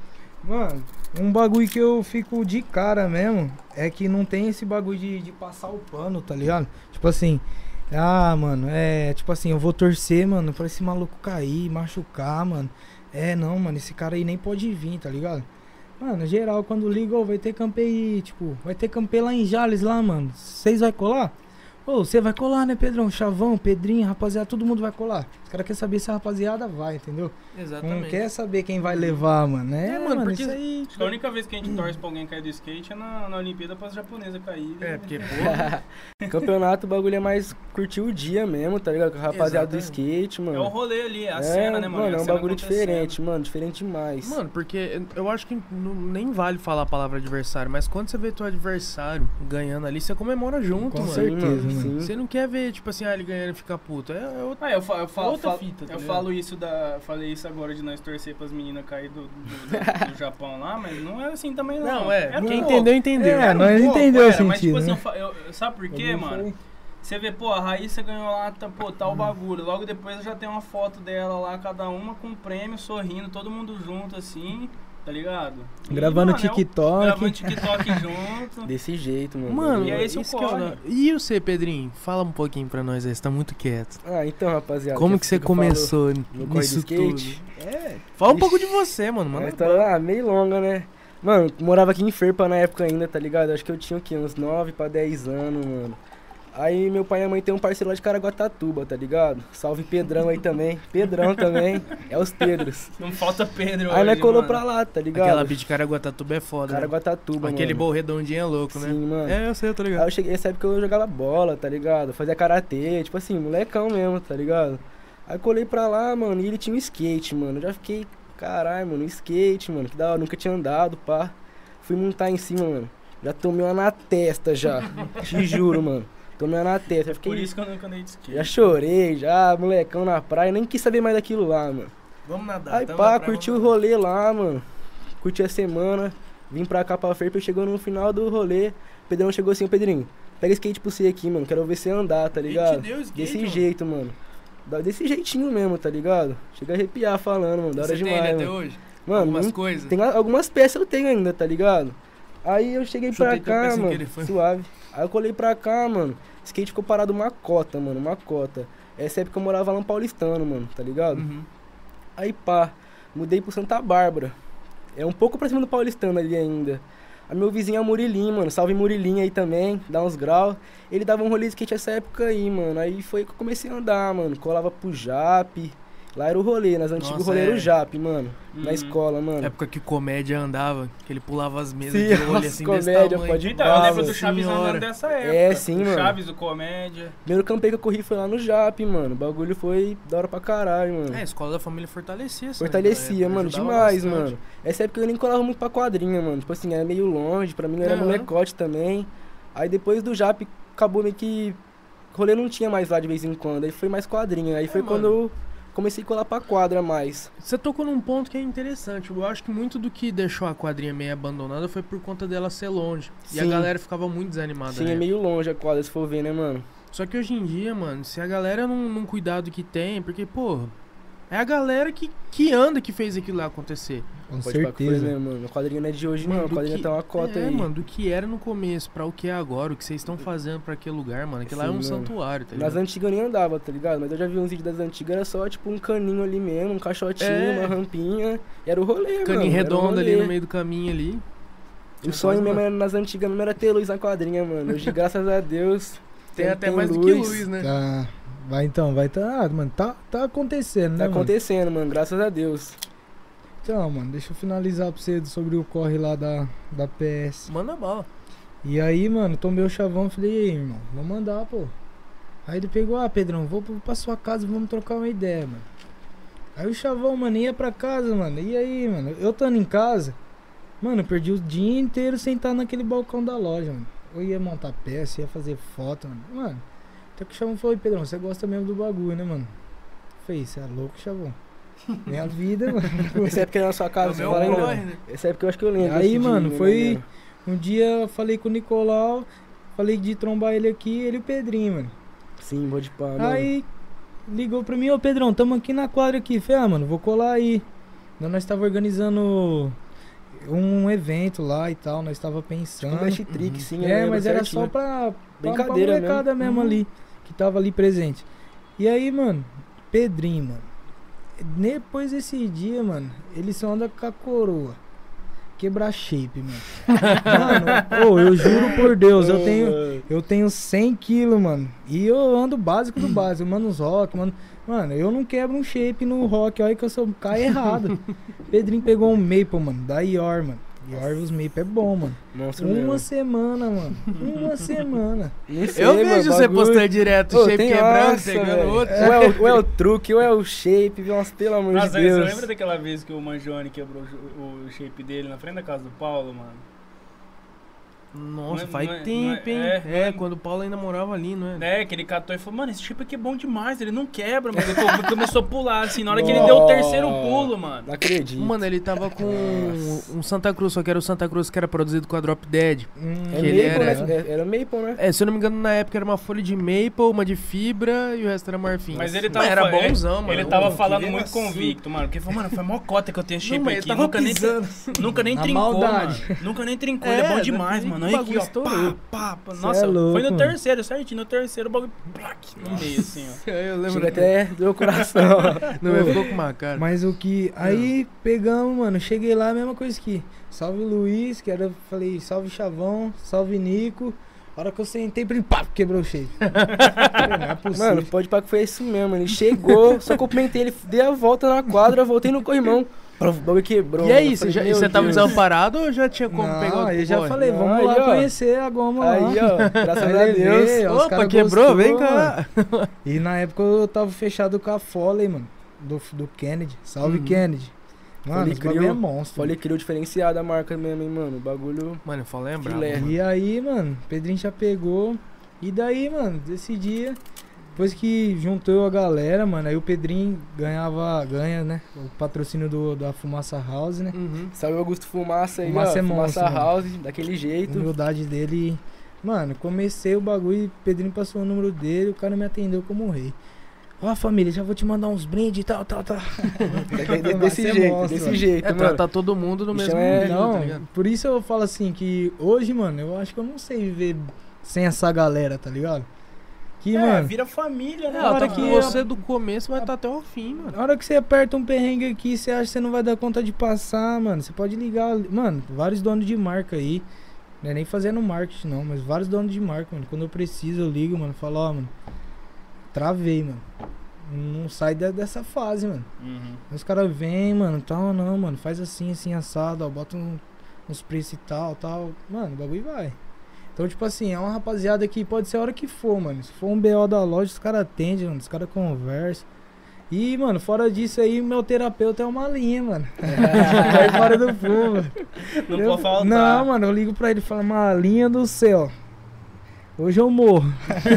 Mano, um bagulho que eu fico de cara mesmo é que não tem esse bagulho de, de passar o pano, tá ligado? Tipo assim, ah, mano, é tipo assim, eu vou torcer, mano, pra esse maluco cair, machucar, mano. É, não, mano, esse cara aí nem pode vir, tá ligado? Mano, geral, quando liga, ô, vai ter campeio, tipo, vai ter campeio lá em Jales, lá, mano. Vocês vai colar? Ô, você vai colar, né, Pedrão? Chavão, Pedrinho, rapaziada, todo mundo vai colar. Os caras querem saber se a rapaziada vai, entendeu? Exatamente. Não quer saber quem vai levar, mano. É, É, mano, mano, porque- isso aí... Acho que a única vez que a gente torce pra alguém cair do skate é na, na Olimpíada para as japonesas caírem. É, porque, porra. Campeonato, o bagulho é mais curtir o dia mesmo, tá ligado? Com a rapaziada do Exatamente. skate, mano. É o rolê ali, é a É, cena, né, mano? Mano, a é um cena bagulho acontecendo. diferente, mano. Diferente demais. Mano, porque eu acho que não- nem vale falar a palavra adversário, mas quando você vê teu adversário ganhando ali, você comemora junto, Com mano. certeza, mano, mano. sim. Você não quer ver, tipo assim, ah, ele ganhando e ficar puto. É, é outra. Ah, eu, fa eu, falo, Outra falo- fita, tá eu ligado? falo isso da. Falei isso agora de nós torcer pras meninas cair do, do, do- do Japão lá, mas não é assim também, não. Não, é. Era Quem um entendeu, pouco. entendeu. É, Era um nós pouco, entendeu o era, Mas, tipo sentido, assim, né? eu fa- eu- sabe por quê, Não mano? foi. Você vê, pô, a Raíssa ganhou lá, tá, pô, tá o bagulho. Logo depois já tem uma foto dela lá, cada uma com um prêmio, sorrindo, todo mundo junto, assim, tá ligado? E, Gravando mano, é o- TikTok. Gravando TikTok junto. Desse jeito, mano. Mano, E é esse o isso que eu- corre. E você, Pedrinho? Fala um pouquinho pra nós aí, você tá muito quieto. Ah, então, rapaziada. Como que você eu falo começou no corre do nisso skate? tudo? É. Fala um Ixi. pouco de você, mano. Uma Mano, história ah, meio longa, né? Mano, morava aqui em Ferpa na época ainda, tá ligado? Acho que eu tinha o quê? Uns nove pra dez anos, mano. Aí meu pai e a mãe tem um parceiro lá de Caraguatatuba, tá ligado? Salve Pedrão aí também. Pedrão também. É os Pedros. Não falta Pedro Aí nós hoje, colou mano. pra lá, tá ligado? aquela beat de Caraguatatuba é foda, né? Caraguatatuba, Aquele mano. bom redondinho é louco, né? Sim, mano. É, eu sei, eu tô Aí ligado. eu cheguei, nessa época eu jogava bola, tá ligado? Fazia karatê, tipo assim, molecão mesmo, tá ligado? Aí colei pra lá, mano, e ele tinha um skate, mano. Eu já fiquei, caralho, mano, um skate, mano, que da hora, nunca tinha andado, pá. Fui montar em cima, mano. Já tomei uma na testa já. Te juro, mano. Tomei uma na testa. Já fiquei, Por isso que eu nunca andei de skate. já chorei, já, molecão na praia, nem quis saber mais daquilo lá, mano. Vamos nadar. Aí tamo pá, na praia, curti o vamos nadar. rolê lá, mano. Curti a semana. Vim pra cá pra Ferpa, chegou no final do rolê. O Pedrão chegou assim, ô Pedrinho, pega skate pra você aqui, mano. Quero ver você andar, tá Ele ligado? te deu skate, Desse mano? jeito, mano. Da- Desse jeitinho mesmo, tá ligado? Chega a arrepiar falando, mano. Da hora Você tem demais, ele até mano. hoje? Mano, Algumas não- coisas? tem a- algumas peças eu tenho ainda, tá ligado? Aí eu cheguei Chutei pra teu pé cá, sem mano, querer, foi. suave. Aí eu colei pra cá, mano. Skate ficou parado uma cota, mano, uma cota. Essa época eu morava lá no Paulistano, mano, tá ligado? Uhum. Aí pá, mudei pro Santa Bárbara. É um pouco pra cima do Paulistano ali ainda. Aí meu vizinho é o Murilinho, mano. Salve Murilinho aí também, dá uns graus. Ele dava um rolê de skate essa época aí, mano. Aí foi que eu comecei a andar, mano. Colava pro Jap. Lá era o rolê, nas antigas Nossa, rolê era é. o Jap, mano. Na Uhum. escola, mano. Época que comédia andava, que ele pulava as mesas Sim, de olho nossa, assim desse comédia, tamanho. pode Então, eu Ah, lembro do nossa Chaves senhora. andando dessa época. É, sim, o mano. Chaves, o Comédia. Primeiro campeão que eu corri foi lá no Jap, mano. O bagulho foi da hora pra caralho, mano. É, a escola da família fortalecia. essa Fortalecia, época, mano, ajudava demais, bastante. mano. Essa época eu nem colava muito pra quadrinha, mano. Tipo assim, era meio longe, pra mim eu era Aham. molecote também. Aí depois do Jap, acabou meio que... Rolê não tinha mais lá de vez em quando, aí foi mais quadrinha. Aí foi mano. quando eu comecei a colar pra quadra mais. Você tocou num ponto que é interessante. Eu acho que muito do que deixou a quadrinha meio abandonada foi por conta dela ser longe. E a Sim. galera ficava muito desanimada. Sim, né? é meio longe a quadra, se for ver, né, mano? Só que hoje em dia, mano, se a galera não, não cuidar do que tem, porque, porra, é a galera que, que anda que fez aquilo lá acontecer. Com Pode falar que foi, certeza. né, mano? A quadrinha não é de hoje, Mano, não. A do quadrinha que- tem uma cota é, aí. mano, do que era no começo pra o que é agora, o que vocês estão fazendo pra aquele lugar, mano. Aquilo lá é Sim, um mano. santuário, tá Nas ligado? antigas eu nem andava, tá ligado? Mas eu já vi uns vídeos das antigas, era só tipo um caninho ali mesmo, um caixotinho, É. uma rampinha. Era o rolê, mano. Caninho era o redondo ali rolê. no meio do caminho ali. O sonho Mas, mesmo mano, era, nas antigas mesmo era ter luz na quadrinha, mano. Hoje, graças a Deus. Tem até mais do que luz, né? Tá. Vai então, vai tá. Ah, mano, tá, tá acontecendo, né, Tá mano? acontecendo, mano, graças a Deus. Então, mano, deixa eu finalizar pra você sobre o corre lá da, da P S. Manda bala. E aí, mano, tomei o chavão, falei, e aí, irmão, vamos mandar, pô. Aí ele pegou, ah, Pedrão, vou pro- pra sua casa, vamos trocar uma ideia, mano. Aí o chavão, mano, ia pra casa, mano. E aí, mano, eu estando em casa, mano, eu perdi o dia inteiro sentado naquele balcão da loja, mano. Eu ia montar peça, ia fazer foto, mano. Mano, até que o chavão falou, Pedrão, você gosta mesmo do bagulho, né, mano? Falei, você é louco, chavão. Minha vida, mano. Essa época era na sua casa, É o você meu fala ainda? corre, né? Essa época eu acho que eu lembro. Aí, desse mano, dia, foi- né, Um dia eu falei com o Nicolau, falei de trombar ele aqui, ele e o Pedrinho, mano. Sim, vou de pá, mano. Aí ligou pra mim, ô Pedrão, tamo aqui na quadra aqui. Falei, ah, mano, vou colar aí. Então, nós tava organizando um evento lá e tal, nós tava pensando. Tipo, Mesh Trick, sim, eu É, lembro mas era certinho. só pra, pra, Brincadeira pra molecada mesmo, Uhum. ali, que tava ali presente. E aí, mano, Pedrinho, mano, depois desse dia, mano, ele só anda com a coroa. Quebrar shape, mano. Mano, ô, eu juro por Deus, eu tenho, eu tenho cem quilos, mano. E eu ando básico do básico, mano, os rock, mano. Mano, eu não quebro um shape no rock, olha que eu sou cai errado. Pedrinho pegou um Maple, mano, da Ior, mano. Ior, os Maple é bom, mano. Monstro Uma mesmo. semana, mano. Uma semana. Nem sei, Eu mano, vejo você bagulho. postando direto, Ô, shape tem quebrando, nossa, pegando velho. outro. Ou é, o, ou é o truque, ou é o shape, nossa, pelo amor Nossa, de você Deus. lembra daquela vez que o Mangione quebrou o, o shape dele na frente da casa do Paulo, mano? Nossa, Não é- faz não é- tempo, não hein? é- É, é- quando o Paulo ainda morava ali, não é? É, que ele catou e falou, mano, esse shape aqui é bom demais, ele não quebra, mano. Ele co- começou a pular, assim, na hora que ele deu o terceiro pulo, mano. Não acredito. Mano, ele tava com Nossa. um Santa Cruz, só que era o Santa Cruz que era produzido com a Drop Dead. Hum, é que ele Maple, era- né? É- Era Maple, né? É, se eu não me engano, na época era uma folha de maple, uma de fibra e o resto era marfim. Mas ele Mas tava era fa- é, bonzão, mano. Ele tava Pô, falando que muito assim. convicto, mano. Porque ele falou, mano, foi mó cota que eu tenho shape Não, mas ele aqui. tava Nunca nem, pisando. nunca nem Na trincou, maldade. mano. Nunca nem trincou. ele é bom É, demais, daí mano. o Aí bagulho aqui, ó. Pá, estourou. pá, pá. Cê Nossa, é louco, foi no mano. terceiro, certinho. No terceiro, o bagulho plac, no meio, assim, ó. Eu lembro Chega até do coração. Não, ele ficou com uma cara. Mas o que. Aí pegamos, mano. Cheguei lá, a mesma coisa que. Salve Luiz, que era. Falei, salve Chavão, salve Nico. A hora que eu sentei, pra ele, pá, quebrou o shape. Falei, não é possível. Mano, pode parar que foi isso mesmo, mano. Ele chegou, só cumprimentei ele, dei a volta na quadra, voltei no corrimão. O bagulho quebrou. E aí, mano. você Eu já- falei, e você meu tava Deus. desamparado ou já tinha como Não, pegar o aí eu já corre? falei, vamos Aí, lá ó. conhecer a goma lá. Aí, ó, graças Aí a levei, Deus. ó, os Opa, cara quebrou? gostou, Vem cá. mano. E na época eu tava fechado com a Foley, mano. Do, do Kennedy. Salve, Uhum. Kennedy. Mano, Foley esse bagulho criou- é monstro. Foley criou diferenciado a marca mesmo, hein, mano. O bagulho. Mano, eu falei, é brabo, Filé. mano. E aí, mano, Pedrinho já pegou. E daí, mano, desse dia, depois que juntou a galera, mano, aí o Pedrinho ganhava, ganha, né? O patrocínio do, da Fumaça House, né? Uhum. Salve Augusto Fumaça aí, Fumaça ó. é Fumaça monstro, mano. House, daquele jeito. Humildade dele. Mano, comecei o bagulho e o Pedrinho passou o número dele, o cara me atendeu como rei. Ó, família, já vou te mandar uns brindes e tal, tal, tal. De- de- Mas desse é jeito, monstro, desse mano. jeito, É, mano. tratar todo mundo no Bichão mesmo é- nível, Não, tá ligado? por isso eu falo assim que hoje, mano, eu acho que eu não sei viver sem essa galera, tá ligado? Que, É, mano, vira família, né? É, ela tá hora com que você do começo, vai estar até o fim, mano. na hora que você aperta um perrengue aqui, você acha que você não vai dar conta de passar, mano. Você pode ligar, ali- mano, vários donos de marca aí. Não é nem fazendo marketing, não, mas vários donos de marca, mano. Quando eu preciso, eu ligo, mano, falo, ó, mano, travei, mano. Não sai de- dessa fase, mano. Uhum. Aí os caras vêm, mano, tal, não, mano, faz assim, assim, assado, ó, bota um- uns preços e tal, tal. Mano, o bagulho vai. Então, tipo assim, é uma rapaziada que pode ser a hora que for, mano. Se for um B O da loja, os caras atendem, mano, os caras conversam. E, mano, fora disso aí, meu terapeuta é uma linha, mano. Vai fora do fumo, mano. Não Eu- pode faltar. Não, mano, eu ligo pra ele e falo, Malinha do céu. Hoje eu morro.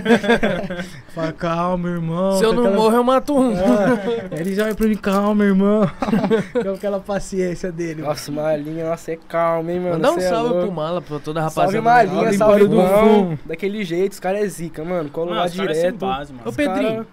Fala, calma, irmão. Se eu com não aquela- morro, eu mato um. Ah, ele já vai pra mim, calma, irmão. Com aquela paciência dele. Nossa, Malinha, nossa, é calma, hein, mano. Manda um Cê é salve louco. pro Mala, pra toda a Salve rapaziada. Malinha, Salve, salve Barulho do Bão. Fumo. Daquele jeito, os caras é zica, mano. Cola Mano, lá os caras sem direto. base, mano. Ô, Os Pedrinho, cara-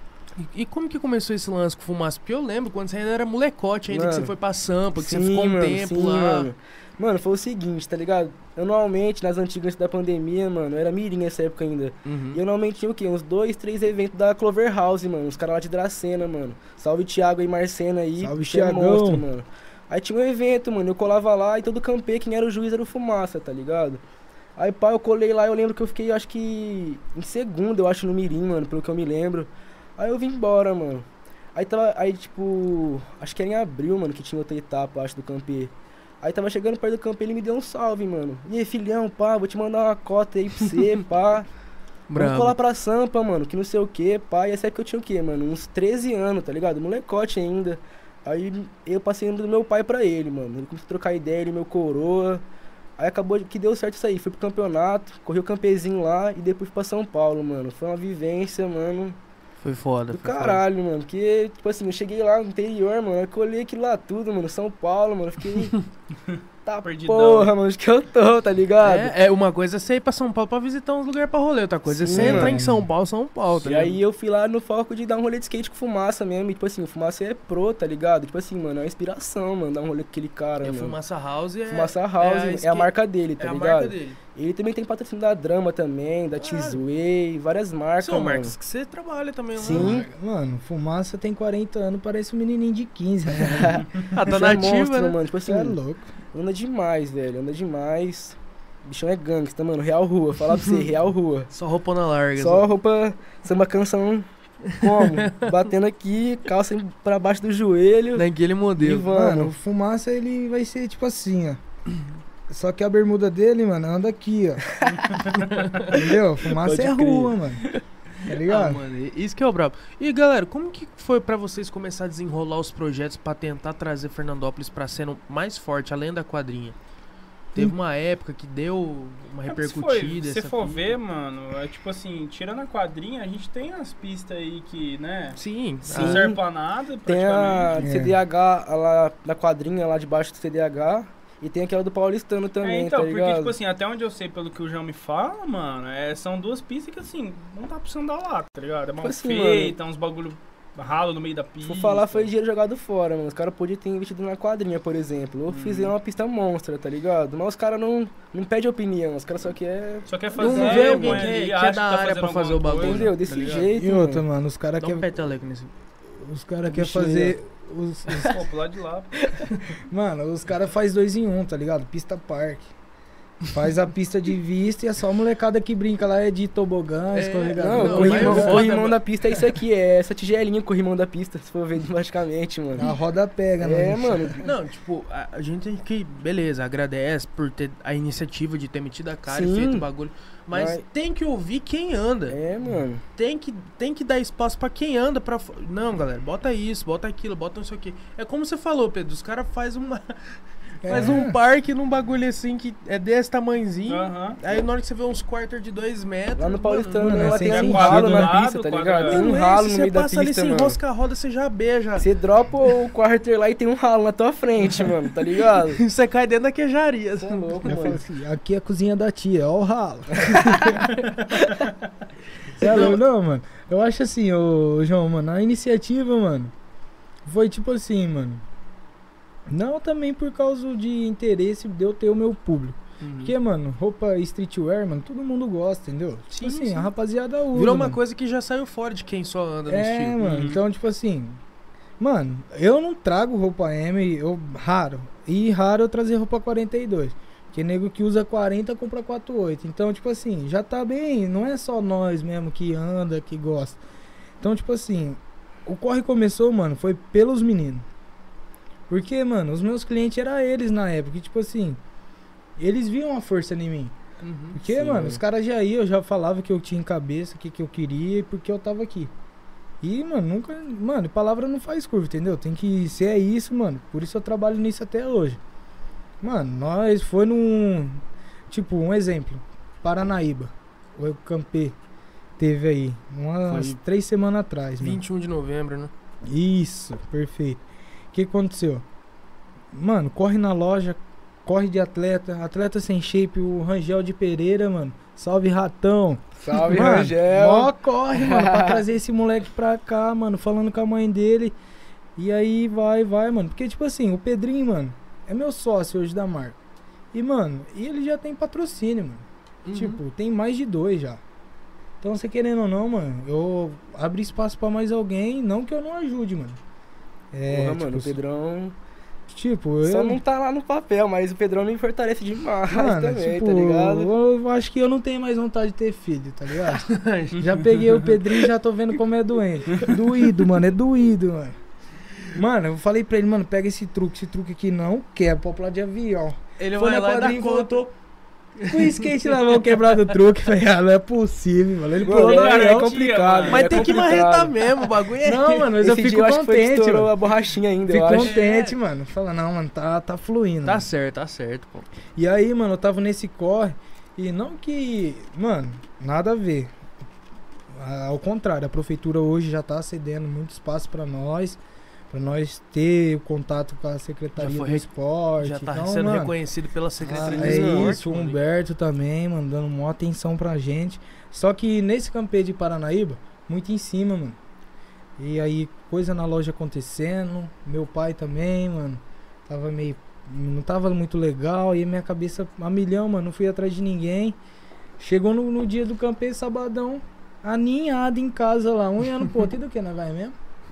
E, e como que começou esse lance com fumaça? Porque eu lembro quando você ainda era molecote, ainda que Mano, você foi pra Sampa, que você Sim, ficou um mano, tempo sim, lá. Mano. Mano, foi o seguinte, tá ligado? Anualmente, nas antigas da pandemia, mano, eu era mirim nessa época ainda. Uhum. E anualmente tinha o quê? Uns dois, três eventos da Clover House, mano. Os caras lá de Dracena, mano. Salve Thiago e Marcena aí. Salve, bicho é Thiagão. monstro, mano. Aí tinha um evento, mano. Eu colava lá e todo campê, quem era o juiz era o Fumaça, tá ligado? Aí, pá, eu colei lá, eu lembro que eu fiquei, acho que em segundo, eu acho, no mirim, mano, pelo que eu me lembro. Aí eu vim embora, mano. Aí tava, aí tipo, acho que era em abril, mano, que tinha outra etapa, acho, do campê. Aí tava chegando perto do campê, ele me deu um salve, mano. E aí, filhão, pá, vou te mandar uma cota aí pra você, pá. Vamos Bravo. colar pra Sampa, mano, que não sei o que, pá. E essa época eu tinha o quê, mano? Uns treze anos, tá ligado? Molecote ainda. Aí eu passei o número do meu pai pra ele, mano. Ele começou a trocar ideia, ele meu coroa. Aí acabou que deu certo isso aí. Fui pro campeonato, corri o campezinho lá e depois fui pra São Paulo, mano. Foi uma vivência, mano, Foi foda. do foi foda. caralho, mano. Porque, tipo assim, eu cheguei lá no interior, mano. Eu colhei aquilo lá tudo, mano. São Paulo, mano. Eu fiquei. Tá Perdidão. porra, mano. Acho que eu tô, tá ligado? É, é, uma coisa é você ir pra São Paulo pra visitar uns lugares pra rolê, outra coisa é Sim, você entrar mano. em São Paulo, São Paulo, tá E aí eu fui lá no foco de dar um rolê de skate com Fumaça mesmo. E, tipo assim, o Fumaça é pro, tá ligado? Tipo assim, mano, é uma inspiração, mano, dar um rolê com aquele cara, E a mano. Fumaça House é... Fumaça House é a, skate- marca dele, tá é a ligado? marca dele. Ele também tem patrocínio da Drama também, da T-Sway, várias marcas, São mano. marcas que você trabalha também, Sim. né? Mano, Fumaça tem quarenta anos, parece um menininho de quinze, né? Ah, tá Bicho é nativa, monstro, né? mano. Tipo assim, Você é louco. anda demais, velho, anda demais. O bichão é gangsta, mano, real rua. Falar pra você, real rua. Só roupona larga. Só roupa, samba canção como? Batendo aqui, calça pra baixo do joelho. Naquele modelo. E vamos. Mano, o Fumaça ele vai ser tipo assim, ó. Só que a bermuda dele, mano, anda aqui, ó. Entendeu? Fumaça Pode é crer. rua, mano. Tá Ah, ligado? mano, isso que é o brabo. E galera, como que foi pra vocês começar a desenrolar os projetos pra tentar trazer Fernandópolis pra cena mais forte, além da quadrinha? Teve uma época que deu uma É, se repercutida. for- Se essa for fita. ver, mano, é tipo assim, tirando a quadrinha, a gente tem as pistas aí que, né? Sim, Sim. Não serve pra nada, Tem a praticamente. É. C D H lá da quadrinha, lá debaixo do C D H. E tem aquela do Paulistano também, É, então, tá porque, ligado? tipo assim, até onde eu sei, pelo que o João me fala, mano, é, são duas pistas que, assim, não dá pra você andar lá, tá ligado? É mal assim, feita, uns bagulho ralo no meio da Se pista. for falar, foi dinheiro jogado fora, mano. Os caras podiam ter investido na quadrinha, por exemplo. Ou Uhum. fizeram uma pista monstra, tá ligado? Mas os caras não, não pedem opinião, os caras só querem. Só quer Não fazer, vê alguém põe que- ali, que é acha da tá área fazendo pra fazer alguma o bagulho. coisa, Entendeu? Desse tá ligado? jeito. E outra, mano. mano, os caras Dá um querem peteleco nesse. os cara quer Bichinho, fazer. Os, os- Pô, pro lado de lá. mano, os caras fazem dois em um, tá ligado? Pista parque. Faz a pista de vista e é só a molecada que brinca lá, é de tobogã, É, escorregador. Não, Não, o corrimão, mas o foda, corrimão mano. da pista é isso aqui, é essa tigelinha, o corrimão da pista, se for ver drasticamente, mano. A roda pega, É, né? mano. Não, tipo, a, a gente tem que, beleza, agradece por ter a iniciativa de ter metido a cara Sim. e feito o bagulho. Mas Mas- tem que ouvir quem anda. É, mano. Tem que, tem que dar espaço pra quem anda pra. fo- Não, galera, bota isso, bota aquilo, bota não sei o que. É como você falou, Pedro, os caras fazem uma. Faz É. um parque num bagulho assim que é desse tamanzinho. Aham. Aí na hora que você vê uns quarter de dois metros. Lá no Paulistano, mano, né, é lá sem tem um sentido, ralo né? na pista, Lado, tá quadra- ligado? Tem um Mano, ralo esse, no meio você da passa ali, pista, você mano. enrosca a roda, você já beija. Você dropa o quarter lá e tem um ralo na tua frente, mano, tá ligado? Você cai dentro da queijaria. Você é louco, Eu falo mano. assim, aqui é a cozinha da tia, ó o ralo. Cê é louco? Não, mano. Eu acho assim, ô João, mano, a iniciativa, mano, foi tipo assim, mano. Não também por causa de interesse de eu ter o meu público. Uhum. Porque, mano, roupa streetwear, mano, todo mundo gosta, entendeu? Sim, Tipo assim, sim. a rapaziada usa. Virou uma mano. coisa que já saiu fora de quem só anda no É, estilo. mano, Uhum. então, tipo assim. Mano, eu não trago roupa M, eu raro. E raro eu trazer roupa quarenta e dois. Porque nego que usa quarenta compra quarenta e oito. Então, tipo assim, já tá bem. Não é só nós mesmo que anda, que gosta. Então, tipo assim, o corre começou, mano, foi pelos meninos. Porque, mano, os meus clientes eram eles na época. E, tipo assim, eles viam a força em mim. Uhum. Porque, Sim, mano, né? os caras já iam, eu já falava que eu tinha em cabeça, o que, que eu queria e porque eu tava aqui. E, mano, nunca. Mano, palavra não faz curva, entendeu? Tem que ser é isso, mano. Por isso eu trabalho nisso até hoje. Mano, nós foi num. Tipo, um exemplo. Paranaíba. O Campê teve aí. Umas Foi três semanas atrás, mano. vinte e um de novembro, né? Isso, perfeito. O que aconteceu? Mano, corre na loja, corre de atleta, atleta sem shape, o Rangel de Pereira, mano. Salve Ratão. Salve, Mano, Rangel. mó corre, mano, pra trazer esse moleque pra cá, mano, falando com a mãe dele. E aí vai, vai, mano. Porque, tipo assim, o Pedrinho, mano, é meu sócio hoje da marca. E, mano, e ele já tem patrocínio, mano. Uhum. Tipo, tem mais de dois já. Então, você querendo ou não, mano, eu abro espaço pra mais alguém, não que eu não ajude, mano. É, Porra, tipo, mano, o Pedrão tipo, eu... só não tá lá no papel, mas o Pedrão me fortalece demais Mano, também, tipo, tá ligado? eu acho que eu não tenho mais vontade de ter filho, tá ligado? Já peguei o Pedrinho e já tô vendo como é doente. Doído, mano, é doído, mano. Mano, eu falei pra ele, mano, pega esse truque, esse truque aqui não quebra, pode pular de avião. Ele Foi vai na lá e dá quadrinha e conta. voltou com o skate na mão quebrado o truque. Falei, ah, não é possível, mano. Ele pulou Mano, no é, é avião. complicado. Mas é tem que complicado. marretar mesmo, o bagulho é. Não, mano, mas Esse eu fico dia eu acho que foi que contente, estourou mano. a borrachinha ainda, Fico eu acho. contente, mano. Fala, não, mano, tá, tá fluindo. Tá mano. certo, tá certo, pô. E aí, mano, eu tava nesse corre e não que, mano, nada a ver. Ah, Ao contrário, a prefeitura hoje já tá cedendo muito espaço pra nós, pra nós ter o contato com a Secretaria Já foi do re- Esporte. Já tá então, sendo mano, reconhecido pela ah, Secretaria do é Esporte, isso, o mano. Humberto também, mano, dando maior atenção pra gente. Só que nesse campeão de Paranaíba, muito em cima, mano. E aí, coisa na loja acontecendo, meu pai também, mano, tava meio... Não tava muito legal, e minha cabeça a milhão, mano, não fui atrás de ninguém. Chegou no, no dia do campeão, sabadão, aninhado em casa lá, um ano, pô, tem do que, né, vai mesmo?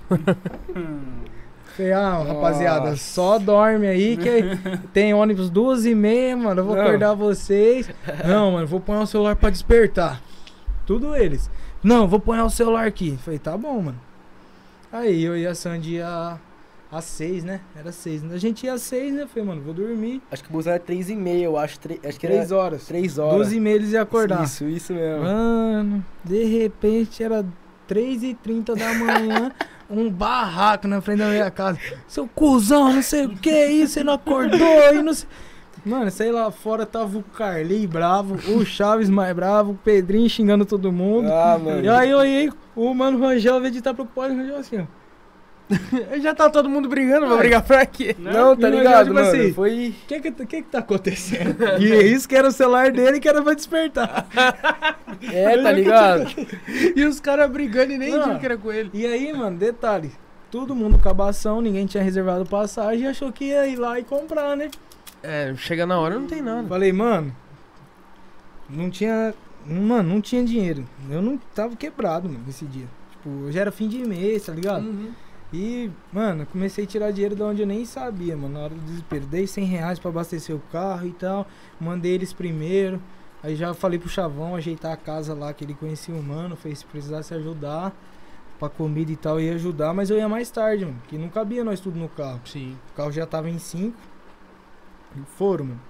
Falei, ah, rapaziada, Nossa. só dorme aí que tem ônibus duas e meia, mano, eu vou Não. acordar vocês. Não, mano, vou pôr o celular pra despertar. Tudo eles. Não, vou pôr o celular aqui. Falei, tá bom, mano. Aí eu e a Sandy ia às seis, né? Era seis. A gente ia às seis, né? Falei, mano, vou dormir. Acho que o busão era três e meia, eu acho. tre- Acho que era Três horas. três horas. Duas e meia eles iam acordar. Isso, isso mesmo. Mano, de repente era três e trinta da manhã, um barraco na frente da minha casa. Seu cuzão, não sei o que isso, você não acordou e não sei... Mano, sei lá fora tava o Carlinhos bravo, o Chaves mais bravo, o Pedrinho xingando todo mundo. Ah, mano. E aí eu olhei, o mano Rangel, ao invés de estar preocupado, o Rangel assim, ó. Já tá todo mundo brigando, vai Ué. brigar pra quê? Não, tá Não, ligado, tipo mano? assim, Foi... O que que, que que tá acontecendo? E é isso que era o celular dele que era pra despertar. É, tá ligado? E os caras brigando e nem Não. viu que era com ele. E aí, mano, detalhe. Todo mundo cabação, ninguém tinha reservado passagem e achou que ia ir lá e comprar, né? É, chega na hora não tem nada. Falei, mano, não tinha. Mano, não tinha dinheiro. Eu não tava quebrado, mano, nesse dia. Tipo, já era fim de mês, tá ligado? Uhum. E, mano, comecei a tirar dinheiro de onde eu nem sabia, mano, na hora do desespero. Dei cem reais pra abastecer o carro e tal, mandei eles primeiro. Aí já falei pro Chavão ajeitar a casa lá, que ele conhecia o mano, fez se precisasse ajudar pra comida e tal, ia ajudar, mas eu ia mais tarde, mano, que não cabia nós tudo no carro. Sim. O carro já tava em cinco. E foram, mano.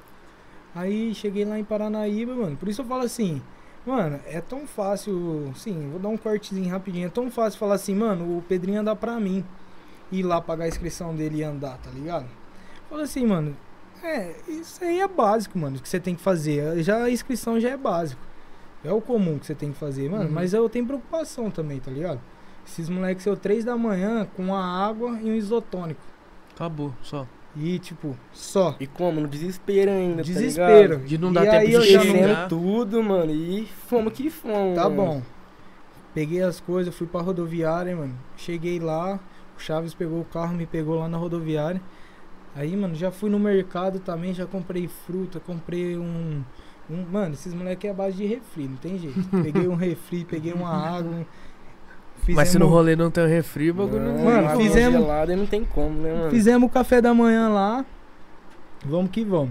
Aí cheguei lá em Paranaíba, mano, por isso eu falo assim, mano, é tão fácil, sim, vou dar um cortezinho rapidinho, é tão fácil falar assim, mano, o Pedrinho anda pra mim, ir lá pagar a inscrição dele e andar, tá ligado? Fala assim, mano, é, isso aí é básico, mano, que você tem que fazer, já a inscrição já é básico, é o comum que você tem que fazer, mano, Uhum. mas eu tenho preocupação também, tá ligado? Esses moleques são três da manhã com a água e um isotônico, Acabou, só. e tipo, só, E como? No desespero ainda, desespero, tá ligado? De não E dar aí tempo de eu já não- chegar. Descendo tudo, mano, e fomos que fomos, Tá mano. bom. Peguei as coisas, fui pra rodoviária, mano. Cheguei lá, o Chaves pegou o carro, me pegou lá na rodoviária. Aí, mano, já fui no mercado também, já comprei fruta, comprei um... um mano, esses moleques é a base de refri, não tem jeito. Peguei um refri, peguei uma água. Mas se no fizemos- rolê não tem um refri, o bagulho não, Não, Mano, água fizemos- gelada e não tem como, né, mano? Fizemos o café da manhã lá. Vamos que vamos.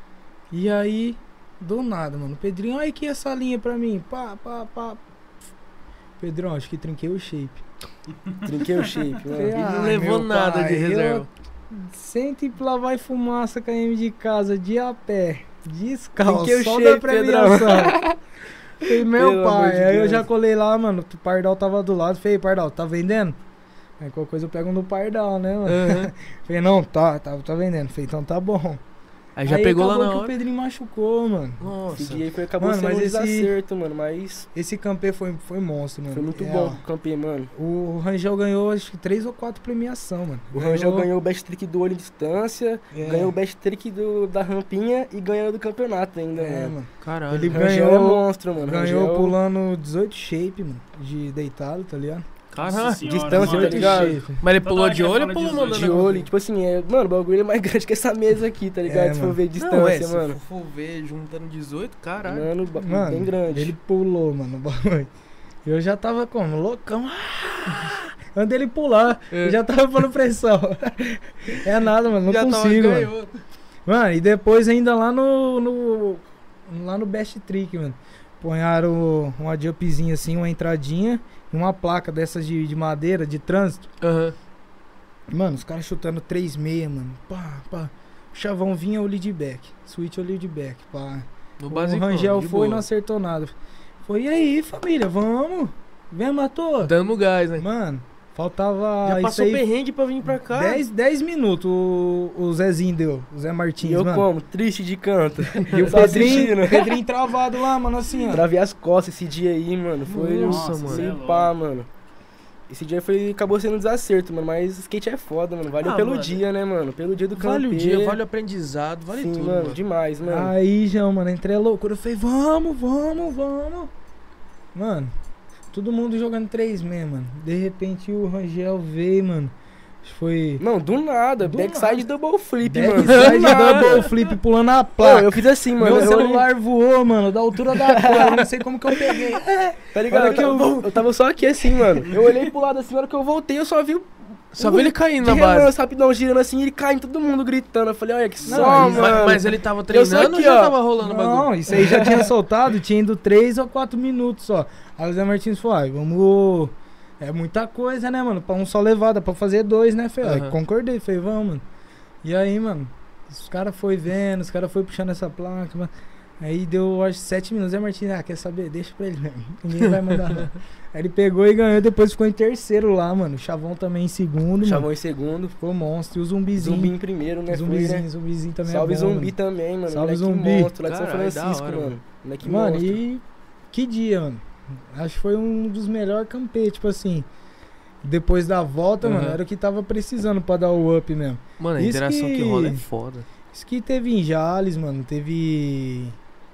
E aí, do nada, mano. Pedrinho, olha aqui essa linha pra mim. Pá, pá, pá. Pedrão, acho que trinquei o shape. Trinquei o shape, mano. Falei, E não "Ai, levou meu nada pai, de eu reserva. Senta e lá vai fumaça com a M de casa, de a pé, descalço, Trinquei o só shape, da premiação. Falei, meu Pelo amor pai, de aí eu Deus. já colei lá, mano, o Pardal tava do lado, falei, Pardal, tá vendendo? Aí qualquer coisa eu pego no Pardal, né, mano? Aham. Falei, não, tá, tá, tá vendendo. Falei, então tá bom. Aí já pegou lá acabou na que hora. o Pedrinho machucou, mano. Nossa. Esse dia aí foi, acabou Mano, sendo mas um esse- desacerto, mano, mas Esse campê foi, foi monstro, mano. foi muito É, bom ó, o campê, mano. O Rangel ganhou, acho que três ou quatro premiação, mano. O Rangel ganhou o best trick do olho em distância, É. ganhou o best trick do, da rampinha e ganhou do campeonato ainda, É, mano. mano. Caralho. Ele O Rangel ganhou- é monstro, mano. Ganhou Rangel, pulando dezoito shape, mano, de deitado, tá ligado? Caralho. Nossa senhora, distância, mano. tá ligado? shape. Mas ele Toda pulou hora de que olho fala ou pulou dezoito. mandando? de olho, tipo assim, é, mano, o bagulho é mais grande que essa mesa aqui, tá ligado? É, Se for mano. ver Não, é, distância, se mano. for ver juntando dezoito, caralho. Mano, ba- Mano, bem grande. ele pulou, mano, o bagulho. Eu já tava como? Loucão. Ah! Antes dele pular, É. eu já tava pondo pressão. É nada, mano, não Já tava consigo, mano. ganhou. Mano, e depois ainda lá no, no lá no Best Trick, mano. Ponharam uma jumpzinha assim, uma entradinha e uma placa dessas de, de madeira, de trânsito. Aham. Mano, os caras chutando três seis, mano. Pá, pá. O Chavão vinha o leadback. Switch o leadback, pá. No O basicão, Rangel de foi e boa. não acertou nada. Foi, e aí, família, vamos? Vem, matou? Dando gás, né? Mano, faltava Já isso passou aí, perrengue pra vir pra cá. dez minutos o, o Zezinho deu, o Zé Martins, E eu mano. como? Triste de canto. E o Só Pedrinho, assistindo. o Pedrinho travado lá, mano, assim, ó. Travei as costas esse dia aí, mano. Foi Nossa, Nossa, mano. cê é sem louco. pá, mano. Esse dia foi, acabou sendo um desacerto, mano. Mas skate é foda, mano. Valeu Ah, pelo mano. dia, né, mano? Pelo dia do campê. Vale o dia, vale o aprendizado, vale Sim, tudo, mano, mano. demais, mano. Aí, já, mano, entrei a loucura. Eu falei, vamos, vamos, vamos. Mano, todo mundo jogando três seis, mano. De repente o Rangel veio, mano. Acho que foi. Não, do nada. Do Backside double flip, mano. Backside Do nada. double flip pulando a Pô, placa. eu fiz assim, mano. Meu eu olhei- celular voou, mano, da altura da cara. Eu não sei como que eu peguei. É, Tá ligado? Olha Eu, que eu- tava- eu tava só aqui assim, mano. Eu olhei pro lado assim, na hora que eu voltei, eu só vi o Só viu ele caindo de na base. relance, rapidão, girando assim, e ele caindo, todo mundo gritando. Eu falei, olha que Não, só, mas- mano. Mas, mas ele tava Eu só treinando ou aqui, já ó. tava rolando o bagulho? não, isso aí já tinha soltado, tinha ido três ou quatro minutos só. Aí o Zé Martins falou, ai, vamos. É muita coisa, né, mano? Pra um só levada, pra fazer dois, né, Fê? Aí Aham. concordei, falei, vamos, mano. E aí, mano, os caras foi vendo, os caras foi puxando essa placa, mano. Aí deu, acho, sete minutos. Zé Martins, ah, quer saber? Deixa pra ele mesmo. Ninguém vai mandar, não. Aí ele pegou e ganhou, depois ficou em terceiro lá, mano. O Chavão também em segundo, Chamou mano. em segundo. Ficou monstro. E o zumbizinho. Zumbi em primeiro, né? zumbizinho, Foi, né? zumbizinho também Salve é bom, Zumbi mano. também, mano. Salve Moleque Zumbi. monstro lá de São Caralho, da Francisco, hora, mano. mano. Moleque Mano, monstro. e que dia, mano. Acho que foi um dos melhores campê, tipo assim. Depois da volta, Uhum. mano, era o que tava precisando pra dar o up mesmo. Mano, a Isso interação que... que- rola é foda. Isso que teve em Jales, mano. Teve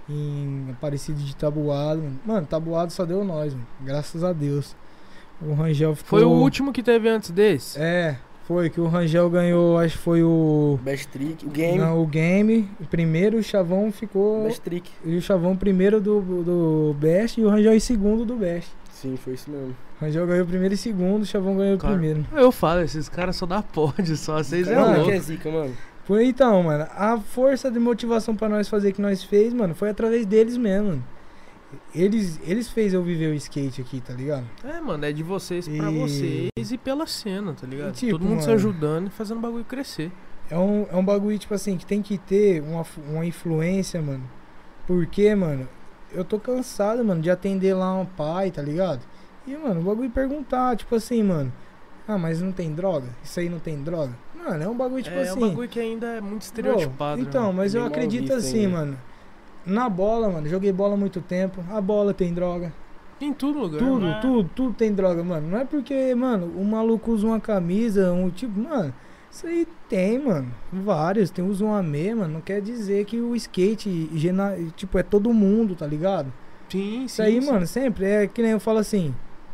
em Aparecido de Tabuado, mano. Mano, Tabuado só deu nós, mano. Graças a Deus. O Rangel ficou... Foi o último que teve antes desse? É, foi que o Rangel ganhou, acho que foi o... Best trick, o game. Não, o game. O primeiro, o Chavão ficou... Best trick. E o Chavão primeiro do, do Best e o Rangel em segundo do Best. Sim, foi isso mesmo. O Rangel ganhou o primeiro e segundo, o Chavão ganhou Claro. o primeiro. Eu falo, esses caras só dá pódio, só vocês é Cara, que louco. é zica, mano. Foi então, mano. A força de motivação pra nós fazer que nós fez, mano, foi através deles mesmo, mano. Eles, eles fez eu viver o skate aqui, tá ligado? É, mano, é de vocês pra E- vocês e pela cena, tá ligado? E tipo, Todo mundo se mano, ajudando e fazendo o bagulho crescer. É um, é um bagulho, tipo assim, que tem que ter uma, fu- uma influência, mano. Porque, mano, eu tô cansado, mano, de atender lá um pai, tá ligado? E, mano, o bagulho perguntar, tipo assim, mano. Ah, mas não tem droga? Isso aí não tem droga? Mano, é um bagulho, tipo é assim. um bagulho que ainda é muito estereotipado. Pô, então, né? mas eu Bem mal acredito visto assim, ainda. mano. Na bola, mano, joguei bola há muito tempo. A bola tem droga. Em todo lugar. Tudo, né? tudo, tudo tem droga, mano. Não é porque, mano, o maluco usa uma camisa, um tipo, mano, isso aí tem, mano. Vários, tem usa uma meia, mano. Não quer dizer que o skate, gena- tipo, é todo mundo, tá ligado? Sim, sim. Isso aí, sim. mano, sempre é que nem eu falo assim.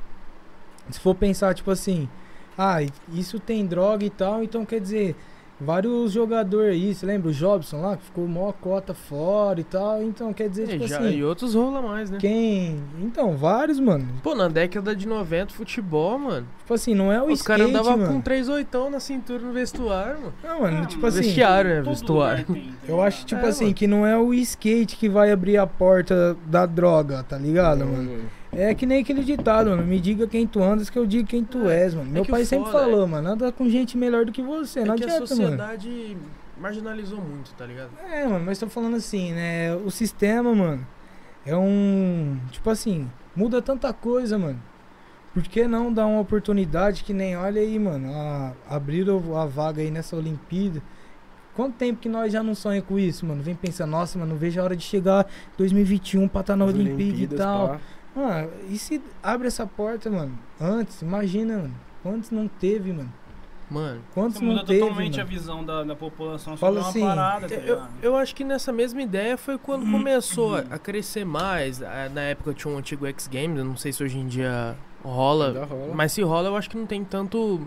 Se for pensar, tipo assim, ah, isso tem droga e tal, então quer dizer, vários jogadores aí, você lembra o Jobson lá, que ficou mó cota fora e tal, então quer dizer, É, tipo já- assim, E outros rola mais, né? quem. Então, vários, mano. Pô, na década de noventa, futebol, mano. Tipo assim, não é o Os skate, caras andavam mano. com três oitão na cintura no vestuário, mano. Não, mano, Ah, tipo mas assim, vestiário, né? todo Vestuário. lugar tem, tá eu acho, ligado? tipo É, assim, mano. que não é o skate que vai abrir a porta da droga, tá ligado, Não, mano? É que nem aquele ditado, mano. Me diga quem tu andas que eu digo quem tu és, mano. Meu que pai o sempre foda falou, mano. Anda com gente melhor do que você. Não É que a adianta, mano. sociedade marginalizou muito, tá ligado? É, mano, mas tô falando assim, né? O sistema, mano, é um. Tipo assim, muda tanta coisa, mano. Por que não dar uma oportunidade que nem, olha aí, mano, a, abriram a vaga aí nessa Olimpíada. Quanto tempo que nós já não sonha com isso, mano? Vem pensar, nossa, mano, não vejo a hora de chegar dois mil e vinte e um pra estar na As Olimpíada e Olimpíadas, tal. pá. Mano, e se abre essa porta, mano? Antes, imagina, mano. Quantos não teve, mano? Mano, Quantos Você não muda teve, totalmente a mano? visão da, da população Fala sobre uma assim, parada, tá eu, ligado? eu acho que nessa mesma ideia foi quando começou a, a crescer mais. A- Na época tinha um antigo X Games, eu não sei se hoje em dia rola. Ainda rola. Mas se rola, eu acho que não tem tanto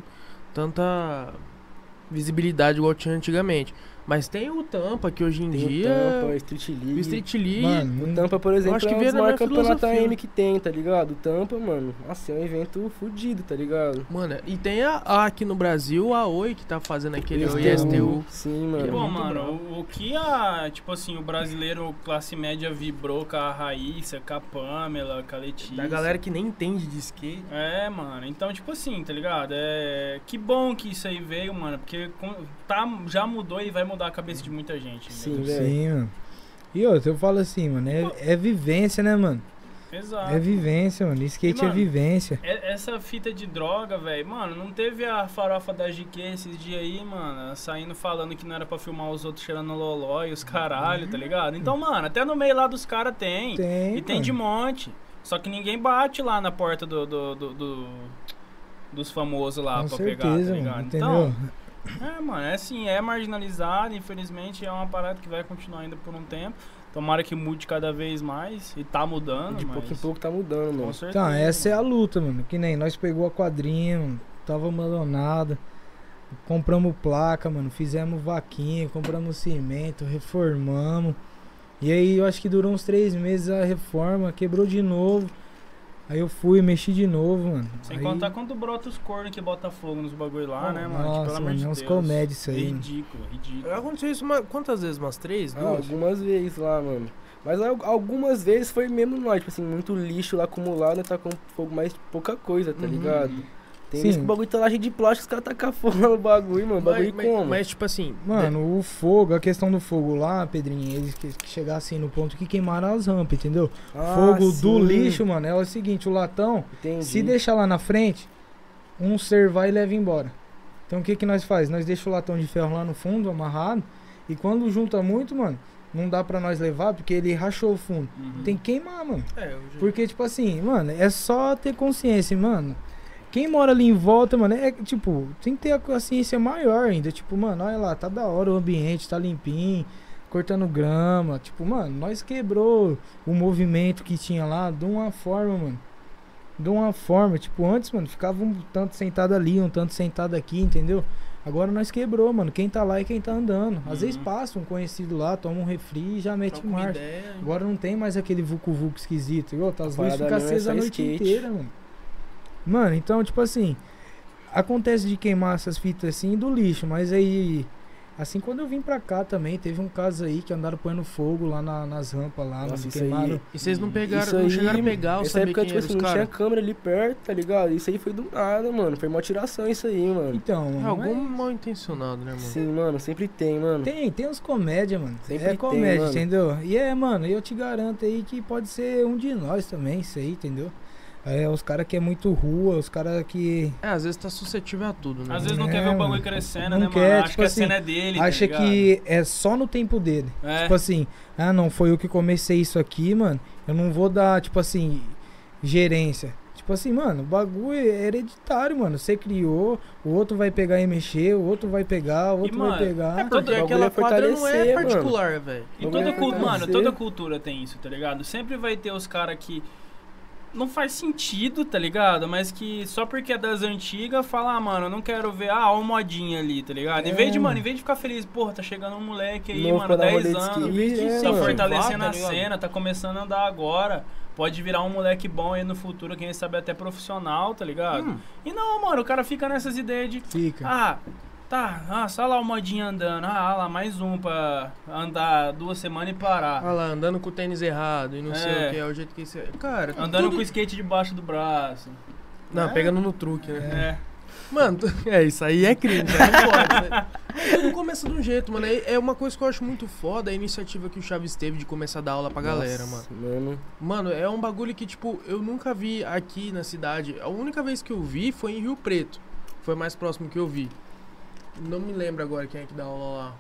tanta visibilidade igual tinha antigamente. Mas tem o Tampa, que hoje em Tem dia. o Tampa, Street League. O Street League. Mano, O Tampa, por exemplo, acho que é um veio dos na minha maiores campeonatos filosofia. A M que tem, tá ligado? O Tampa, mano, nossa, é um evento fudido, tá ligado? Mano, e tem a, a aqui no Brasil, a Oi, que tá fazendo aquele Eles I têm S T U. um- Sim, mano. é Pô, muito mano, bravo. o, o que a, tipo assim, o brasileiro classe média vibrou com a Raíssa, com a Pamela, com a Letícia. Da galera que nem entende de skate. É, mano, então, tipo assim, tá ligado? É. Que bom que isso aí veio, mano, porque com- tá, já mudou e vai mudar a cabeça de muita gente. Sim, entendeu? velho. Sim, mano. E outra, eu falo assim, mano, é, é vivência, né, mano? Exato. É vivência, mano. Skate E, mano, é vivência. É- Essa fita de droga, velho, mano, não teve a farofa da G Q esses dias aí, mano, saindo falando que não era pra filmar os outros cheirando loló e os caralho, tá ligado? Então, mano, até no meio lá dos caras tem. Tem, E tem mano. de monte. Só que ninguém bate lá na porta do, do, do- do- dos famosos lá Com pra certeza, pegar, tá mano. ligado? Entendeu? Então, é, mano, é assim, é marginalizado, infelizmente é uma parada que vai continuar ainda por um tempo. Tomara que mude cada vez mais e tá mudando, De mas pouco em pouco tá mudando, com mano. certeza. Então, essa é a mano. luta, mano. Que nem nós pegou a quadrinha, mano. Tava abandonada. Compramos placa, mano. Fizemos vaquinha, compramos cimento, reformamos. E aí eu acho que durou uns três meses a reforma, quebrou de novo. Aí eu fui, mexi de novo, mano. Sem Aí- contar quando brota os cornos que bota fogo nos bagulho lá, Oh, né, mano? Que, nossa, pelo amor mano, de é uns Deus. comédia isso É aí, mano. ridículo, ridículo. Aconteceu isso uma, quantas vezes? Umas três? Ah, Duas? algumas vezes lá, mano. Mas al- algumas vezes foi mesmo nós, tipo assim, muito lixo lá acumulado, tá com fogo, mais pouca coisa, tá Uhum. ligado? Tem Sim. vezes que o bagulho tá lá cheio de plástico, os caras tacam fogo no bagulho, mano. Bagulho mas, mas, como? mas, tipo assim, Mano, o fogo, a questão do fogo lá, Pedrinho, eles que, que chegassem no ponto que queimaram as rampas, entendeu? Ah, fogo do sim. lixo, mano, é o seguinte, o latão, Entendi. se deixar lá na frente, um ser vai e leva embora. Então o que que nós faz? Nós deixamos o latão de ferro lá no fundo, amarrado, e quando junta muito, mano, não dá pra nós levar, porque ele rachou o fundo. Uhum. Tem que queimar, mano. é, eu já- Porque, tipo assim, mano, é só ter consciência, mano. Quem mora ali em volta, mano, é tipo, tem que ter a consciência maior ainda. Tipo, mano, olha lá, tá da hora o ambiente, tá limpinho, cortando grama. Tipo, mano, nós quebrou o movimento que tinha lá de uma forma, mano. De uma forma, tipo, antes, mano, ficava um tanto sentado ali, um tanto sentado aqui, entendeu? Agora nós quebrou, mano. Quem tá lá é quem tá andando. Às Uhum. vezes passa um conhecido lá, toma um refri e já mete Troca em uma marcha. ideia. Agora não tem mais aquele vucu-vucu esquisito. Igual, tá, as A luzes parada ficam mesmo é acesas só a noite skate. inteira, mano. Mano, então, tipo assim, acontece de queimar essas fitas assim do lixo, mas aí, assim, quando eu vim pra cá também, teve um caso aí que andaram pondo fogo lá na- nas rampas lá, Nossa, mano, isso queimaram. aí- E vocês não pegaram, Isso não aí, chegaram a pegar ou Nessa saber época, quem tipo era assim, os não tinha caras? câmera ali perto, tá ligado? Isso aí foi do nada, mano. Foi uma tiração isso aí, mano. Então, mano, Algum mas mal intencionado, né, mano? Sim, mano, sempre tem, mano. tem, tem uns comédia, mano. Sempre é tem, comédia, mano. entendeu? E é, mano, eu te garanto aí que pode ser um de nós também, isso aí, entendeu? É, os caras que é muito rua, os caras que É, às vezes tá suscetível a tudo, né? Às vezes não É, quer ver o bagulho mano. crescendo, Não né, quer, mano? Acha tipo que a assim, cena é dele, tá acha ligado? que é só no tempo dele. É. Tipo assim, ah, não, foi eu que comecei isso aqui, mano. Eu não vou dar, tipo assim, gerência. Tipo assim, mano, o bagulho é hereditário, mano. Você criou, o outro vai pegar e mexer, o outro vai pegar, o outro mano, vai pegar. É porque Todo aquela bagulho é quadra não é fortalecer, mano. particular, velho. E Bagulho toda é cultura, mano, fortalecer. toda cultura tem isso, tá ligado? Sempre vai ter os caras que não faz sentido, tá ligado? Mas que só porque é das antigas, fala, ah, mano, eu não quero ver, ah, uma modinha ali, tá ligado? Em É, vez de, mano, mano. em vez de ficar feliz, porra, tá chegando um moleque aí, Novo mano, pra dar dez rolê de anos, skate, é, tá mano. fortalecendo Tá a ligado? cena, tá começando a andar agora. Pode virar um moleque bom aí no futuro, quem sabe até profissional, tá ligado? Hum. E não, mano, o cara fica nessas ideias de, Fica. ah, tá, ah, só lá o modinho andando, ah, lá mais um pra andar duas semanas e parar. Olha lá, andando com o tênis errado e não sei É. o que, é o jeito que isso é. Cara, Andando tudo... com o skate debaixo do braço. Não, É. pegando no truque, né? É. Mano, tu- é isso aí é crime, cara, não pode, né? Tudo começa de um jeito, mano. É é uma coisa que eu acho muito foda, a iniciativa que o Chaves teve de começar a dar aula pra galera, mano. Nossa, mano. Mano, é um bagulho que, tipo, eu nunca vi aqui na cidade. A única vez que eu vi foi em Rio Preto. Foi mais próximo que eu vi. Não me lembro agora quem é que dá aula lá.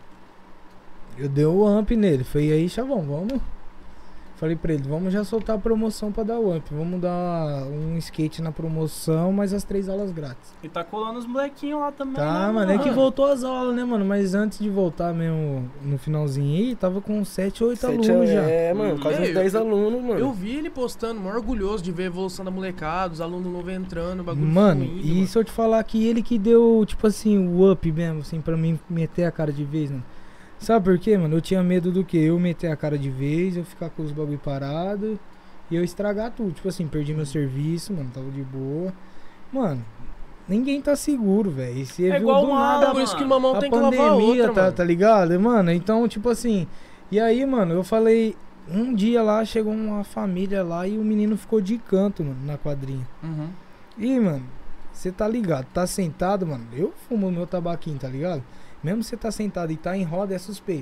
Eu dei o amp nele. Foi aí, Chavão, vamos. Falei pra ele, vamos já soltar a promoção pra dar o amp. Vamos dar um skate na promoção, mas as três aulas grátis. E tá colando os molequinhos lá também. Tá, né, mano, é que voltou as aulas, né, mano? Mas antes de voltar mesmo no finalzinho aí, tava com sete, oito Sete alunos já. É, mano, quase É, uns eu- dez alunos, mano. Eu vi ele postando, mó orgulhoso de ver a evolução da molecada, os alunos novos entrando, o bagulho Mano, fluindo, e mano. se eu te falar que ele que deu, tipo assim, o up mesmo, assim, pra mim meter a cara de vez, mano. Sabe por quê, mano? Eu tinha medo do quê? Eu meter a cara de vez, eu ficar com os bagulho parado e eu estragar tudo. Tipo assim, perdi meu serviço, mano, tava de boa. Mano, ninguém tá seguro, velho. Você É viu igual do uma nada, aula, Por isso que mano. o mamão a tem que lavar a pandemia, outra, tá, mano. tá ligado? Mano, então, tipo assim. E aí, mano, eu falei. Um dia lá chegou uma família lá e o menino ficou de canto, mano, na quadrinha. Uhum. E, mano, você tá ligado? Tá sentado, mano. Eu fumo meu tabaquinho, tá ligado? Mesmo você tá sentado e tá em roda, é suspeito.